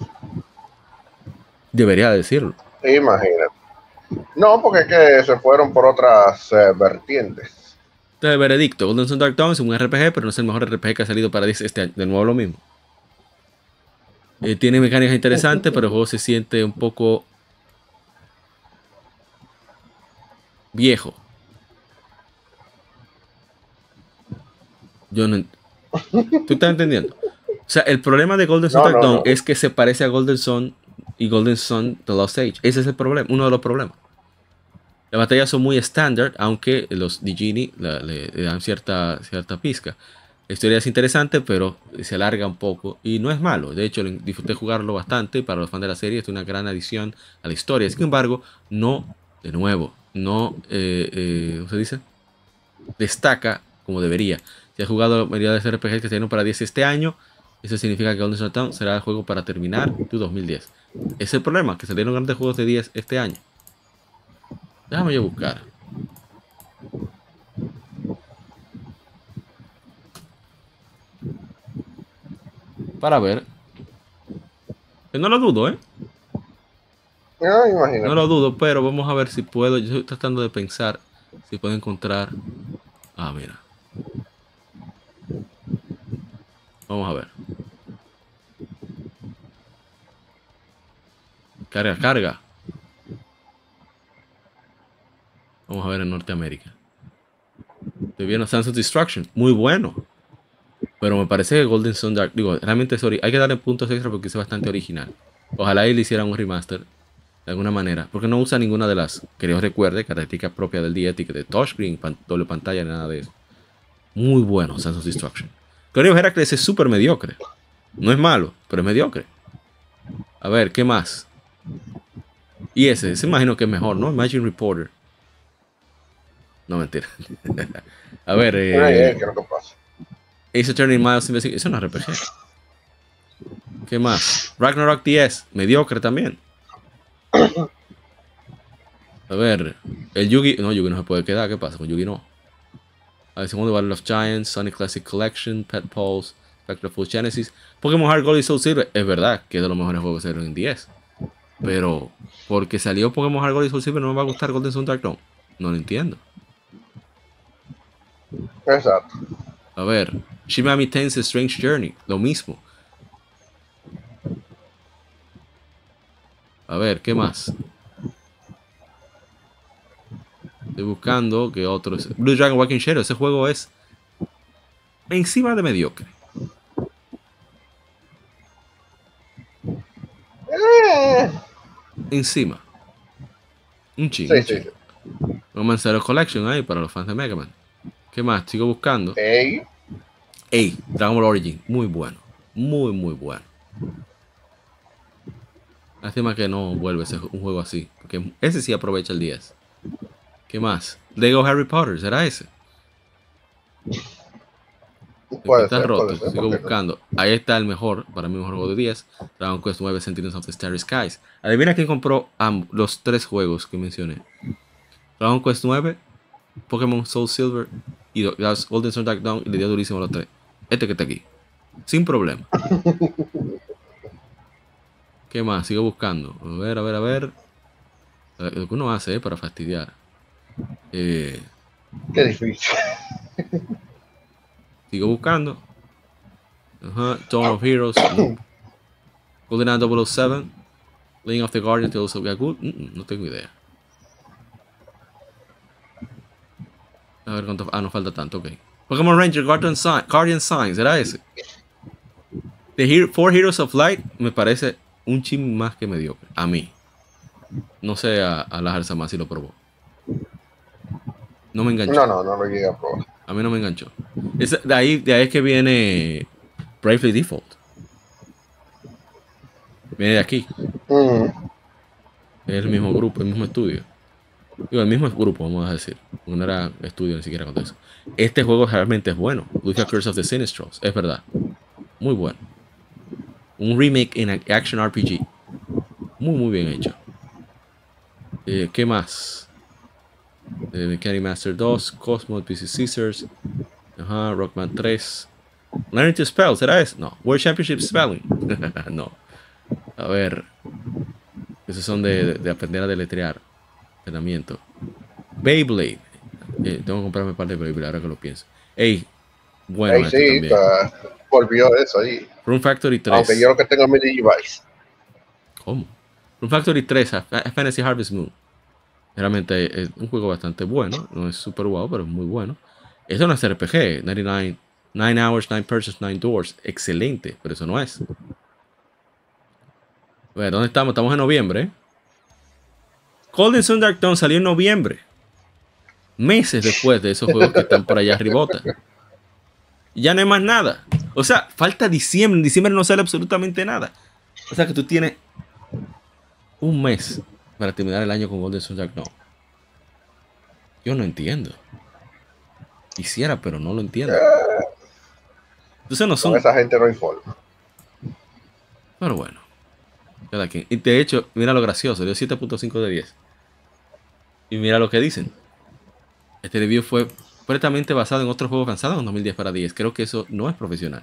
Debería decirlo. Imagínate. No, porque es que se fueron por otras eh, vertientes. Entonces, veredicto. Golden Sun Dark Dawn es un R P G, pero no es el mejor R P G que ha salido para este año. De nuevo lo mismo. Eh, tiene mecánicas interesantes, pero el juego se siente un poco viejo. Yo no. ¿Tú estás entendiendo? O sea, el problema de Golden Sun No, Dark no, Dawn no. es que se parece a Golden Sun y Golden Sun The Lost Age. Ese es el problema, uno de los problemas. Las batallas son muy estándar, aunque los Digini le, le, le dan cierta, cierta pizca. La historia es interesante, pero se alarga un poco y no es malo. De hecho, disfruté jugarlo bastante. Para los fans de la serie es una gran adición a la historia. Sin embargo, no, de nuevo, no, eh, eh, ¿cómo se dice? Destaca como debería. Si has jugado la mayoría de R P Gs que salieron para diez este año, eso significa que Golden Sun Dawn será el juego para terminar tu dos mil diez. Ese es el problema, que salieron grandes juegos de diez este año. Déjame yo buscar. Para ver. Que no lo dudo, ¿eh? No, imagínate. No lo dudo, pero vamos a ver si puedo. Yo estoy tratando de pensar si puedo encontrar. Ah, mira. Vamos a ver. Carga, carga. Vamos a ver en Norteamérica. Estoy viendo Sands of Destruction. Muy bueno. Pero me parece que Golden Sun Dark. Digo, realmente sorry, hay que darle puntos extra porque es bastante original. Ojalá y le hicieran un remaster. De alguna manera. Porque no usa ninguna de las, que yo recuerde, características propias del D S, de touchscreen, pan, doble pantalla, nada de eso. Muy bueno, Sands of Destruction. Chrono Heracles es súper mediocre. No es malo, pero es mediocre. A ver, ¿qué más? Y ese, ese imagino que es mejor, ¿no? Imagine Reporter. No, mentira. A ver, eh. ¿Qué es lo que pasa? Ace Attorney Miles Investigation. Eso no es R P G. ¿Qué más? Ragnarok D S. Mediocre también. A ver. El Yugi. No, Yugi no se puede quedar. ¿Qué pasa con Yugi? No. El segundo Battle of Giants. Sonic Classic Collection. Pet Pulse. Spectral Full Genesis. Pokémon Heart Gold y Soul Silver. Es verdad que es de los mejores juegos que salieron en D S. Pero porque salió Pokémon Heart Gold y Soul Silver no me va a gustar Golden Sun Dark Dawn. No lo entiendo. Exacto. A ver. Shin Megami Tensei Strange Journey. Lo mismo. A ver, ¿qué más? Estoy buscando que otros. Blue Dragon Walking Shadow. Ese juego es encima de mediocre. Eh, Encima. Un ching, sí, un sí, ching. sí. Un Man Zero Collection ahí para los fans de Mega Man. ¿Qué más? Sigo buscando. Ey, Ey, Dragon Ball Origin. Muy bueno. Muy, muy bueno. Lástima que no vuelve ese, un juego así. Porque ese sí aprovecha el diez. ¿Qué más? Lego Harry Potter. ¿Será ese? El que puede está ser, roto. puede ser. Sigo ¿por qué no? buscando. Ahí está el mejor. Para mí, el mejor juego de diez. Dragon Quest nueve Sentinels of the Starry Skies. Adivina quién compró ambos, los tres juegos que mencioné. Dragon Quest nueve, Pokémon Soul Silver y Golden Sun Dark Dawn. Y le dio durísimo a los tres. Este que está aquí. Sin problema. ¿Qué más? Sigo buscando. A ver, a ver, a ver. Lo que uno hace eh, para fastidiar. Eh, Qué difícil. sigo buscando. Ajá. Dawn of Heroes. No. GoldenEye double oh seven. Link of the Guardian. Tales of Gagut. Mm, mm, no tengo idea. A ver cuánto. Ah, no falta tanto. Ok. Pokémon Ranger Guardian Sign. Guardian Signs. ¿Era ese? The Hero, Four Heroes of Light me parece un chin más que mediocre. A mí. No sé a, a la Sama si lo probó. No me enganchó. No, no, no lo llegué a probar. A mí no me enganchó. Es, de, ahí, de ahí es que viene Bravely Default. Viene de aquí. Mm. Es el mismo grupo, el mismo estudio. Digo, el mismo grupo, vamos a decir. No era estudio ni siquiera con eso. Este juego realmente es bueno. Lucia Curse of the Sinistrals. Es verdad. Muy bueno. Un remake en Action R P G. Muy, muy bien hecho. Eh, ¿Qué más? Eh, Mechanic Master dos, Cosmo, P C Scissors, ajá, Rockman tres. Learning to Spell, ¿será eso? No. World Championship Spelling. No. A ver. Esos son de, de, de aprender a deletrear. Entrenamiento. Beyblade. Eh, tengo que comprarme un par de Beyblade ahora que lo pienso. Ey, bueno, Ey, este sí, también. está- volvió eso ahí. Room Factory tres. Aunque yo lo que tengo es mi Digivice. ¿Cómo? Room Factory tres, a Fantasy Harvest Moon. Realmente es un juego bastante bueno. No es super wow, pero es muy bueno. Esto no es R P G. noventa y nueve, nine hours, nine persons, nine doors. Excelente, pero eso no es. A ver, ¿dónde estamos? Estamos en noviembre. ¿eh? Golden Sun Dark Dawn salió en noviembre. Meses después de esos juegos que están por allá arribota. Ya no hay más nada. O sea, falta diciembre. En diciembre no sale absolutamente nada. O sea que tú tienes un mes para terminar el año con Golden Sun Dark Dawn. Yo no entiendo. Quisiera, pero no lo entiendo. Entonces no son... Con esa gente no informa. Pero bueno. Cada quien. Y de hecho, mira lo gracioso. Dio siete punto cinco de diez. Y mira lo que dicen. Este review fue completamente basado en otros juegos lanzados en dos mil diez para diez. Creo que eso no es profesional.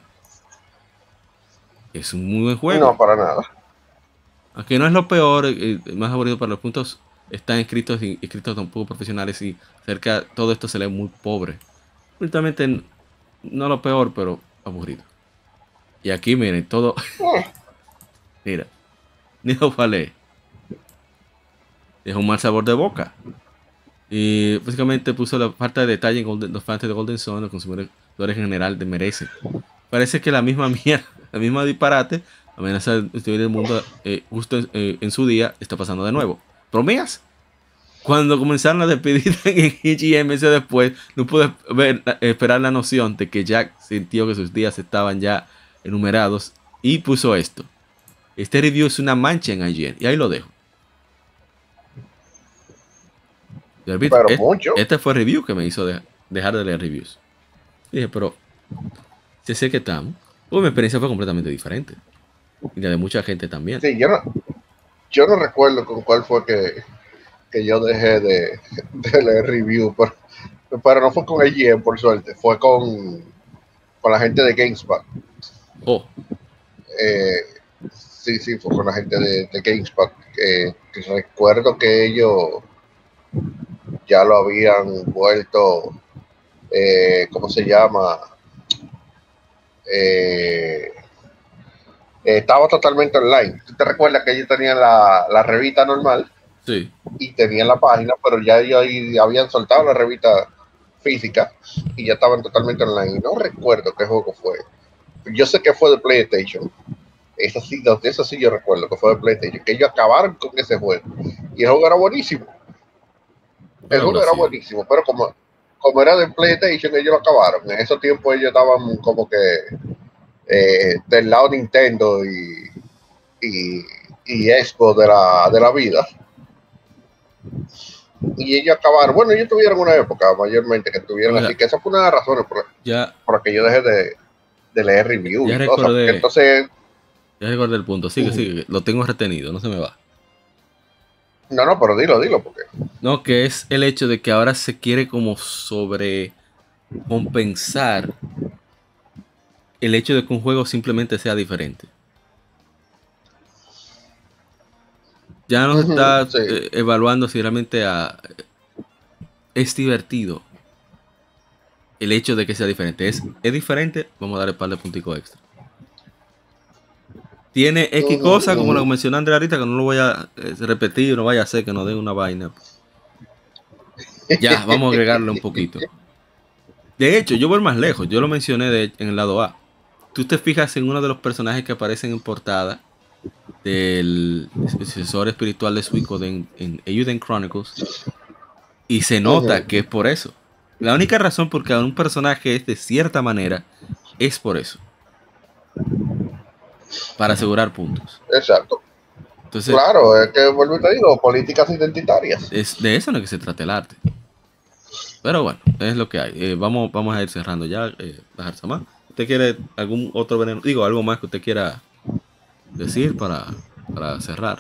Es un muy buen juego. No, para nada. Aunque no es lo peor, eh, más aburrido para los puntos están escritos y escritos tampoco profesionales y cerca todo esto se lee muy pobre. Últimamente no lo peor, pero aburrido. Y aquí miren, todo. Mira, ni lo vale. Es un mal sabor de boca. Y básicamente puso la falta de detalle en Golden, los fans de Golden Sun, los consumidores en general de merecen. Parece que la misma mierda, la misma disparate, amenaza de destruir el mundo eh, justo en, eh, en su día, está pasando de nuevo. ¿Bromeas? Cuando comenzaron a despedir en I G M meses después, no pude ver, esperar la noción de que Jack sintió que sus días estaban ya enumerados y puso esto. Este review es una mancha en I G N y ahí lo dejo. Repito, Pero este, mucho. este fue el review que me hizo de, dejar de leer reviews. Y dije, pero si sé que estamos, pues mi experiencia fue completamente diferente. Y la de mucha gente también. Sí, yo no, yo no recuerdo con cuál fue que, que yo dejé de, de leer review, pero, pero no fue con I G N, por suerte, fue con, con la gente de GameSpot. Oh, Eh, sí, sí, fue con la gente de, de GameSpot. Eh, que recuerdo que ellos ya lo habían vuelto, eh, ¿cómo se llama? Eh, eh, estaba totalmente online. ¿Tú te recuerdas que ellos tenían la, la revista normal? sí. Y tenían la página, pero ya ellos ahí habían soltado la revista física y ya estaban totalmente online. Y no recuerdo qué juego fue. Yo sé que fue de PlayStation. Eso sí, de eso sí yo recuerdo que fue de PlayStation. Que ellos acabaron con ese juego. Y el juego era buenísimo. El Pero juego lo era hacían. buenísimo, pero como, como era de PlayStation, ellos lo acabaron. En esos tiempos ellos estaban como que eh, del lado Nintendo y, y, y Expo de la, de la vida. Y ellos acabaron. Bueno, ellos tuvieron una época mayormente que tuvieron Mira, así, que esa fue una de las razones por, ya, por las que yo dejé de, de leer review ya y cosas. Porque recordé, entonces, ya recordé el punto. Sigue, sigue, lo tengo retenido, no se me va. no, no, pero dilo, dilo, porque. No, que es el hecho de que ahora se quiere como sobre compensar el hecho de que un juego simplemente sea diferente. Ya no se Uh-huh, está sí. eh, evaluando si realmente ah, es divertido el hecho de que sea diferente. Es, es diferente, vamos a darle un par de punticos extra. Tiene X Uh-huh, cosas, como lo uh-huh. mencioné André ahorita, que no lo voy a eh, repetir, no vaya a ser que nos den una vaina. Ya, vamos a agregarle un poquito. De hecho, yo voy más lejos, yo lo mencioné de, en el lado A. Tú te fijas en uno de los personajes que aparecen en portada del sucesor espiritual de Suikoden en Eiyuden Chronicles y se nota Uh-huh. que es por eso. La única razón por que un personaje es de cierta manera es por eso. Para asegurar puntos. Exacto. Entonces, Claro, es que vuelvo y te digo, políticas identitarias. es de eso no es que se trata el arte. Pero bueno, es lo que hay. Eh, vamos, vamos a ir cerrando ya. Eh, bajar más. ¿Usted quiere algún otro veneno? Digo, algo más que usted quiera decir para, para cerrar.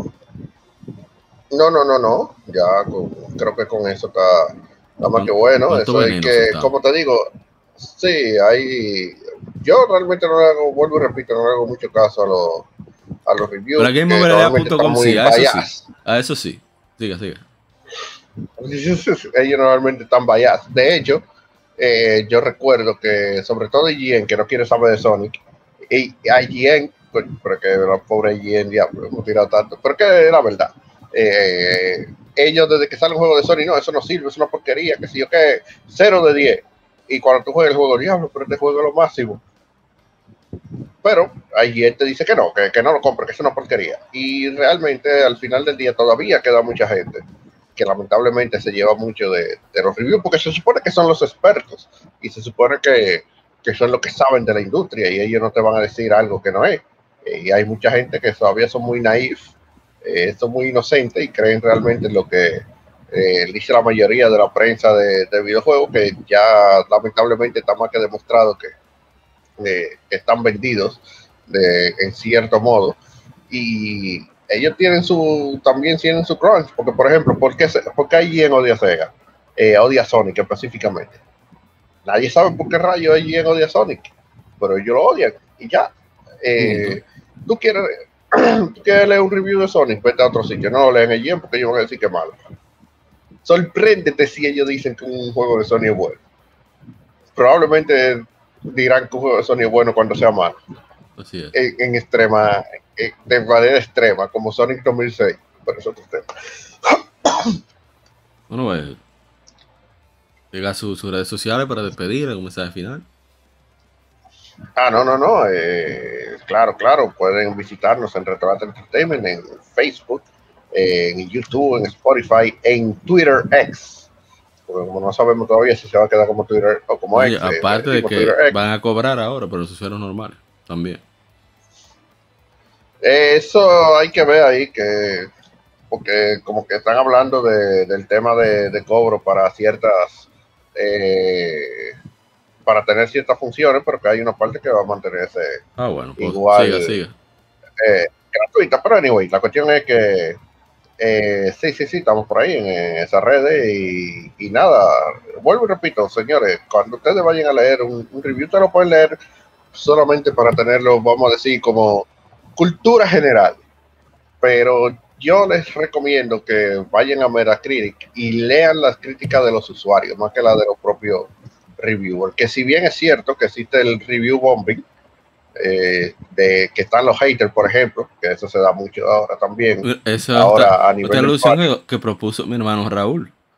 No, no, no, no. Ya con- creo que con eso está, está más que ¿Cuán- bueno. ¿Cuánto Eso es veneno que, soltamos? como te digo, sí, hay. Yo realmente no le hago, vuelvo y repito, no le hago mucho caso a los, a los Pero reviews, a que normalmente están GameOverLA punto com sí, muy a eso sí. biased. A eso sí. Siga, siga. Ellos normalmente están biased. De hecho, eh, yo recuerdo que, sobre todo I G N, que no quiere saber de Sonic, y I G N, pues, porque la pobre I G N, ya hemos tirado tanto, pero que es la verdad. Eh, ellos, desde que sale un juego de Sonic, no, eso no sirve, es una porquería, que si yo que cero de diez. Y cuando tú juegas el juego, diablo, pero este juego es lo máximo. Pero I G N te dice que no, que, que no lo compre, que es una porquería. Y realmente, al final del día, todavía queda mucha gente que lamentablemente se lleva mucho de, de los reviews, porque se supone que son los expertos y se supone que, que son los que saben de la industria y ellos no te van a decir algo que no es. Eh, y hay mucha gente que todavía son muy naif, eh, son muy inocentes y creen realmente en lo que eh, dice la mayoría de la prensa de, de videojuegos, que ya lamentablemente está más que demostrado que, eh, que están vendidos de, en cierto modo. Y ellos tienen su, también tienen su crunch, porque por ejemplo, ¿por qué, por qué I G N odia a Sega? Eh, odia a Sonic específicamente. Nadie sabe por qué rayo I G N odia a Sonic, pero ellos lo odian y ya. Eh, tú quieres tú quieres leer un review de Sonic, vete a otro sitio, no lo lean I G N porque ellos van a decir que es malo. Sorpréndete si ellos dicen que un juego de Sonic es bueno. Probablemente dirán que un juego de Sonic es bueno cuando sea malo. Así es. En, en extrema, en, de manera extrema, como Sonic dos mil seis, pero eso es otro tema. Bueno, pues, llega a sus su redes sociales para despedir, algún mensaje final. Ah, no, no, no, eh, claro, claro, pueden visitarnos en Retrobat Entertainment, en Facebook, eh, en YouTube, en Spotify, en Twitter X, porque como no sabemos todavía si se va a quedar como Twitter o como Oye, X, eh, aparte de que Twitter X. van a cobrar ahora, pero los usuarios normales también. Eh, eso hay que ver ahí, que porque como que están hablando de, del tema de, de cobro para ciertas eh, para tener ciertas funciones, pero que hay una parte que va a mantenerse Ah, bueno, pues igual siga, siga. Eh, gratuita, pero anyway, la cuestión es que eh, sí, sí, sí, estamos por ahí en, en esas redes y, y nada, vuelvo y repito, señores, cuando ustedes vayan a leer un, un review, ustedes lo pueden leer solamente para tenerlo, vamos a decir, como cultura general, pero yo les recomiendo que vayan a Metacritic y lean las críticas de los usuarios, más que las de los propios reviewers, que si bien es cierto que existe el review bombing, eh, de que están los haters, por ejemplo, que eso se da mucho ahora también, Esa ahora otra, a nivel otra del alusión patio. que, que propuso mi hermano Raúl.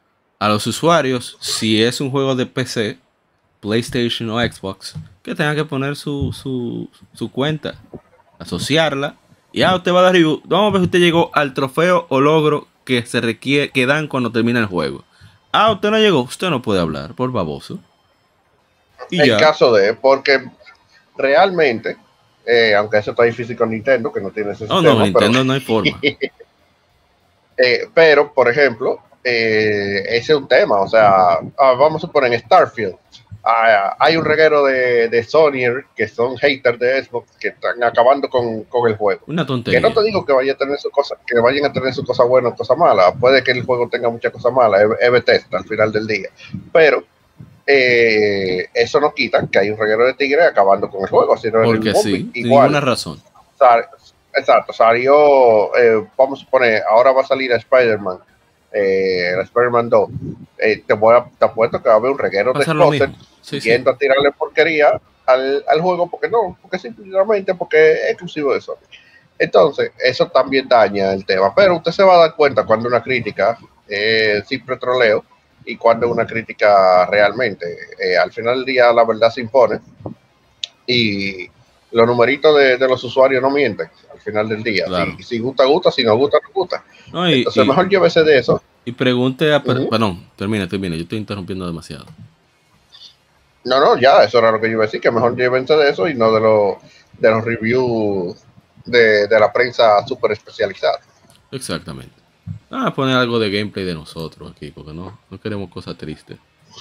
a los usuarios, si es un juego de P C, PlayStation o Xbox, que tengan que poner su, su, su cuenta, asociarla, y ah, usted va a dar review. Vamos a ver si usted llegó al trofeo o logro que se requiere, que dan cuando termina el juego. Ah, usted no llegó, usted no puede hablar, por baboso. Y el ya. caso de, porque realmente, eh, aunque eso está difícil con Nintendo, que no tiene ese No, sistema, no, Nintendo pero, no hay forma. eh, pero, por ejemplo, eh, ese es un tema, o sea, ah, vamos a suponer en Starfield, ah, hay un reguero de, de Sonyer que son haters de Xbox que están acabando con, con el juego. Una Que tontería. no te digo que vaya a tener sus cosas, que vayan a tener sus cosas buenas o cosas malas, puede que el juego tenga muchas cosas malas, es, es Bethesda al final del día, pero eh, eso no quita que hay un reguero de tigres acabando con el juego, sino Porque el sí, sin igual, ninguna razón. sal, exacto, salió, eh, vamos a suponer, ahora va a salir a Spider-Man, eh, Spider-Man dos, eh, te, voy a, te apuesto que va a haber un reguero de closet sí, yendo sí. a tirarle porquería al, al juego, porque no, porque simplemente porque es exclusivo de Sony. Entonces, eso también daña el tema, pero usted se va a dar cuenta cuando una crítica es eh, sin petroleo y cuando una crítica realmente. Eh, al final del día la verdad se impone y los numeritos de, de los usuarios no mienten al final del día. Claro. Si, si gusta, gusta, si no gusta, no gusta. No, y, Entonces y, mejor llévese de eso. Y pregunte a... Uh-huh. Perdón, termina, termina. Yo estoy interrumpiendo demasiado. No, no, ya, eso era lo que yo iba a decir, que mejor llévense de eso y no de, lo, de los reviews de, de la prensa súper especializada. Exactamente. Vamos a poner algo de gameplay de nosotros aquí, porque no, no queremos cosas tristes.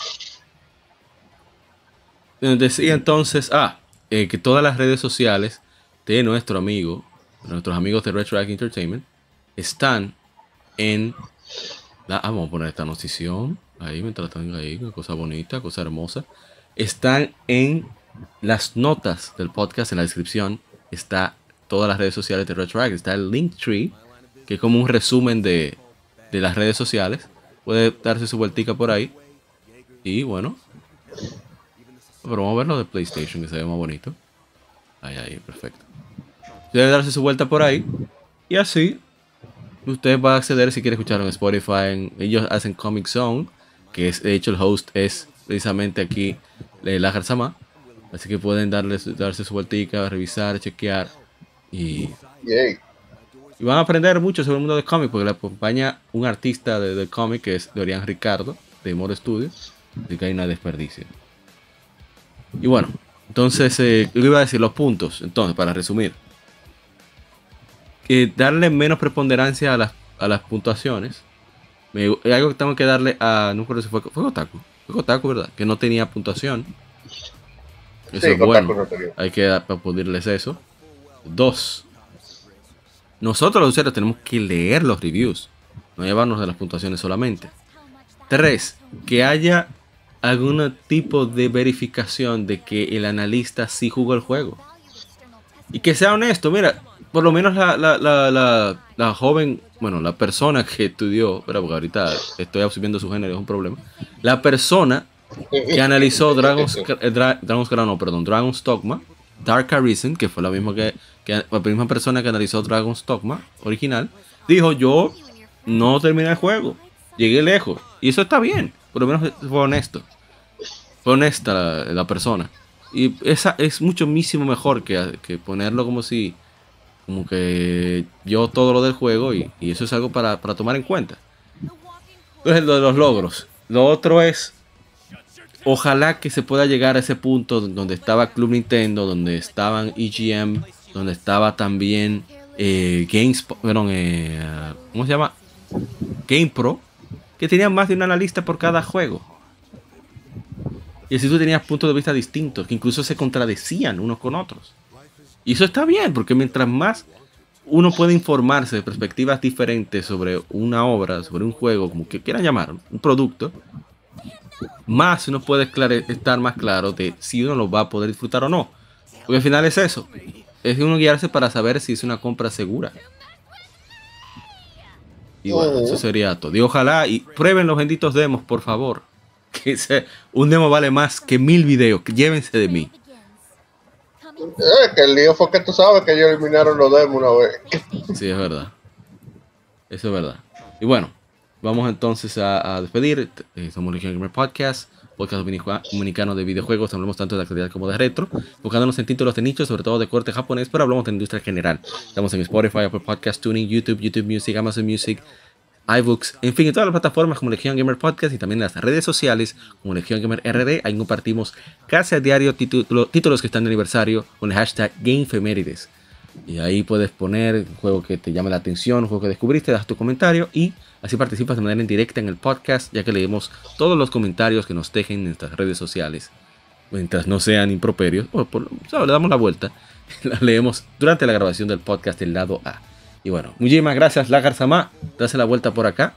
Decía entonces, ah, eh, que todas las redes sociales de nuestro amigo, de nuestros amigos de Retroact Entertainment, están en la... Ah, vamos a poner esta notición ahí, mientras tengo ahí, una cosa bonita, cosa hermosa. Están en las notas del podcast, en la descripción, está todas las redes sociales de Retroact. Está el Linktree, que es como un resumen de, de las redes sociales. Puede darse su vueltica por ahí. Y bueno, pero vamos a ver lo de PlayStation, que se ve más bonito. Ahí, ahí, perfecto. Debe darse su vuelta por ahí. Y así, usted va a acceder si quiere escuchar en Spotify. En, ellos hacen Comic Zone, que es, de hecho el host es precisamente aquí Lajar Sama. Así que pueden darle, darse su vueltica, revisar, chequear. Y, Yay. y van a aprender mucho sobre el mundo del cómic, porque le acompaña un artista de, de cómic que es Dorian Ricardo, de More Studios. Así que hay una desperdicio. Y bueno, entonces, eh, yo iba a decir los puntos. Entonces, para resumir, que darle menos preponderancia a las, a las puntuaciones. Me, algo que tengo que darle a. No recuerdo si fue, fue Kotaku. Fue Kotaku, ¿verdad? Que no tenía puntuación. Eso Sí, es bueno. no tenía. Hay que ponerles eso. Dos. Nosotros los usuarios tenemos que leer los reviews. No llevarnos de las puntuaciones solamente. Tres. Que haya algún tipo de verificación de que el analista sí jugó el juego. Y que sea honesto. Mira, por lo menos la, la, la, la, la joven, bueno, la persona que estudió, pero porque ahorita estoy asumiendo su género, es un problema. La persona que analizó Dragon's, Dra, Dragon's Crown, no, perdón, Dragon's Dogma, Dark Arisen, que fue la misma que, que la misma persona que analizó Dragon's Dogma original, dijo: yo no terminé el juego, llegué lejos. Y eso está bien, por lo menos fue honesto. Fue honesta la, la persona. Y esa es mucho muchísimo mejor que, que ponerlo como si, como que yo todo lo del juego, y, y eso es algo para, para tomar en cuenta. Entonces, lo de los logros. Lo otro es, ojalá que se pueda llegar a ese punto donde estaba Club Nintendo, donde estaban E G M, donde estaba también eh, GameSpot, perdón, eh, ¿cómo se llama? GamePro, que tenían más de un analista por cada juego. Y así tú tenías puntos de vista distintos, que incluso se contradecían unos con otros. Y eso está bien, porque mientras más uno puede informarse de perspectivas diferentes sobre una obra, sobre un juego, como que quieran llamar, un producto, más uno puede estar más claro de si uno lo va a poder disfrutar o no. Porque al final es eso. Es uno guiarse para saber si es una compra segura. Y bueno, eso sería todo. Y ojalá y prueben los benditos demos, por favor. Que ese, un demo vale más que mil videos. Que llévense de mí. Eh, que el lío fue que tú sabes que ellos eliminaron los demos una vez. Sí, es verdad. Eso es verdad. Y bueno, vamos entonces a, a despedir. Eh, somos Legion Gamer Podcast, podcast dominicano de videojuegos. Hablamos tanto de actualidad como de retro, enfocándonos en títulos de nicho, sobre todo de corte japonés, pero hablamos de la industria general. Estamos en Spotify, Apple Podcast, Tuning, YouTube, YouTube Music, Amazon Music, iBooks, en fin, en todas las plataformas como Legion Gamer Podcast y también en las redes sociales como Legion Gamer R D. Ahí compartimos casi a diario título, títulos que están de aniversario con el hashtag GameFemérides. Y ahí puedes poner un juego que te llame la atención, un juego que descubriste, das tu comentario y así participas de manera indirecta en el podcast, ya que leemos todos los comentarios que nos dejen en nuestras redes sociales. Mientras no sean improperios, o por, o sea, le damos la vuelta, la leemos durante la grabación del podcast del lado A. Y bueno, muchísimas gracias, Lagar-sama. Dase la vuelta por acá.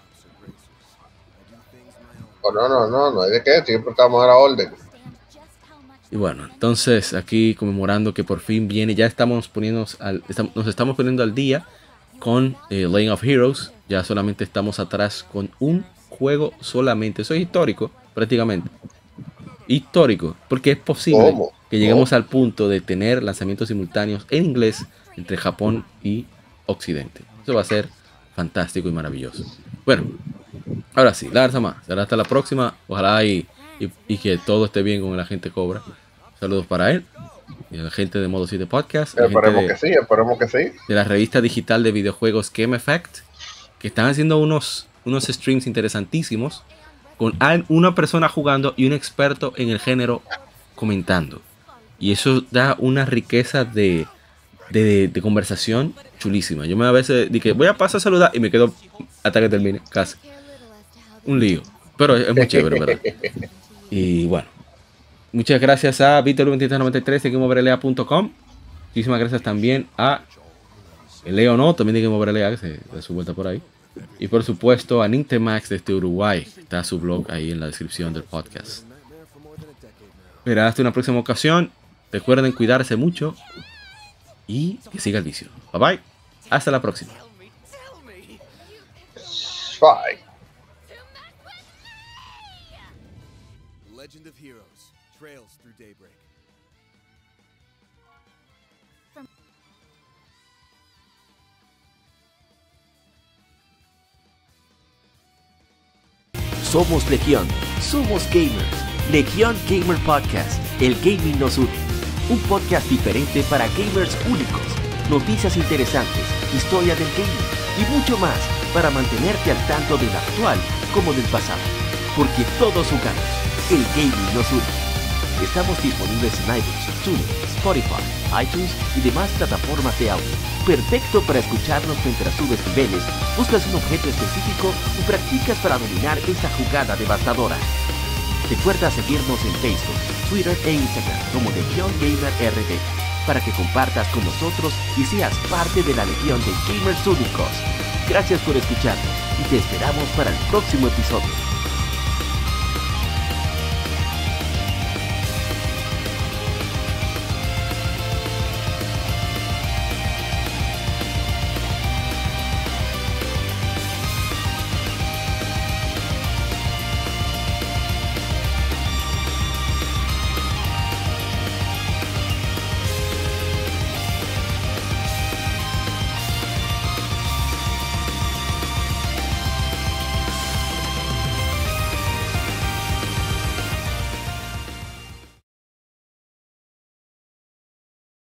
Oh, no, no, no, no hay de qué, siempre estamos a la orden. Y bueno, entonces aquí conmemorando que por fin viene, ya estamos poniéndonos al, estamos, nos estamos poniendo al día con eh, Legend of Heroes. Ya solamente estamos atrás con un juego solamente. Eso es histórico, prácticamente. Histórico, porque es posible ¿Cómo? que lleguemos ¿Cómo? al punto de tener lanzamientos simultáneos en inglés entre Japón y Occidente. Eso va a ser fantástico y maravilloso. Bueno, ahora sí, Lagar-sama, será hasta la próxima. Ojalá y, y, y que todo esté bien con el agente Cobra. Saludos para él y a la gente de Modo siete Podcast, la gente Esperemos de, que sí, esperemos que sí. de la revista digital de videojuegos Game Effect, que están haciendo unos, unos streams interesantísimos con una persona jugando y un experto en el género comentando. Y eso da una riqueza de, de, de conversación chulísima. Yo me a veces dije, voy a pasar a saludar y me quedo hasta que termine, casi. Un lío. Pero es muy chévere, ¿verdad? Y bueno, muchas gracias a Víctor veintitrés noventa y tres de GameOverLA punto com. Muchísimas gracias también a Leo No, también de GameOverLA, que se da su vuelta por ahí. Y por supuesto a Nintemax desde Uruguay. Está su blog ahí en la descripción del podcast. Pero hasta una próxima ocasión. Recuerden cuidarse mucho. Y que siga el vicio. Bye bye. Hasta la próxima. Bye. Legend of Heroes, Trails Through Daybreak. Somos Legión, somos gamers. Legión Gamer Podcast, el gaming nos une. Un podcast diferente para gamers únicos. Noticias interesantes, historia del gaming y mucho más para mantenerte al tanto del actual como del pasado. Porque todos jugamos, el gaming nos une. Estamos disponibles en iBooks, TuneIn, Spotify, iTunes y demás plataformas de audio. Perfecto para escucharnos mientras subes niveles, buscas un objeto específico o practicas para dominar esa jugada devastadora. Recuerda seguirnos en Facebook, Twitter e Instagram como Legion Gamer R D para que compartas con nosotros y seas parte de la legión de gamers únicos. Gracias por escucharnos y te esperamos para el próximo episodio.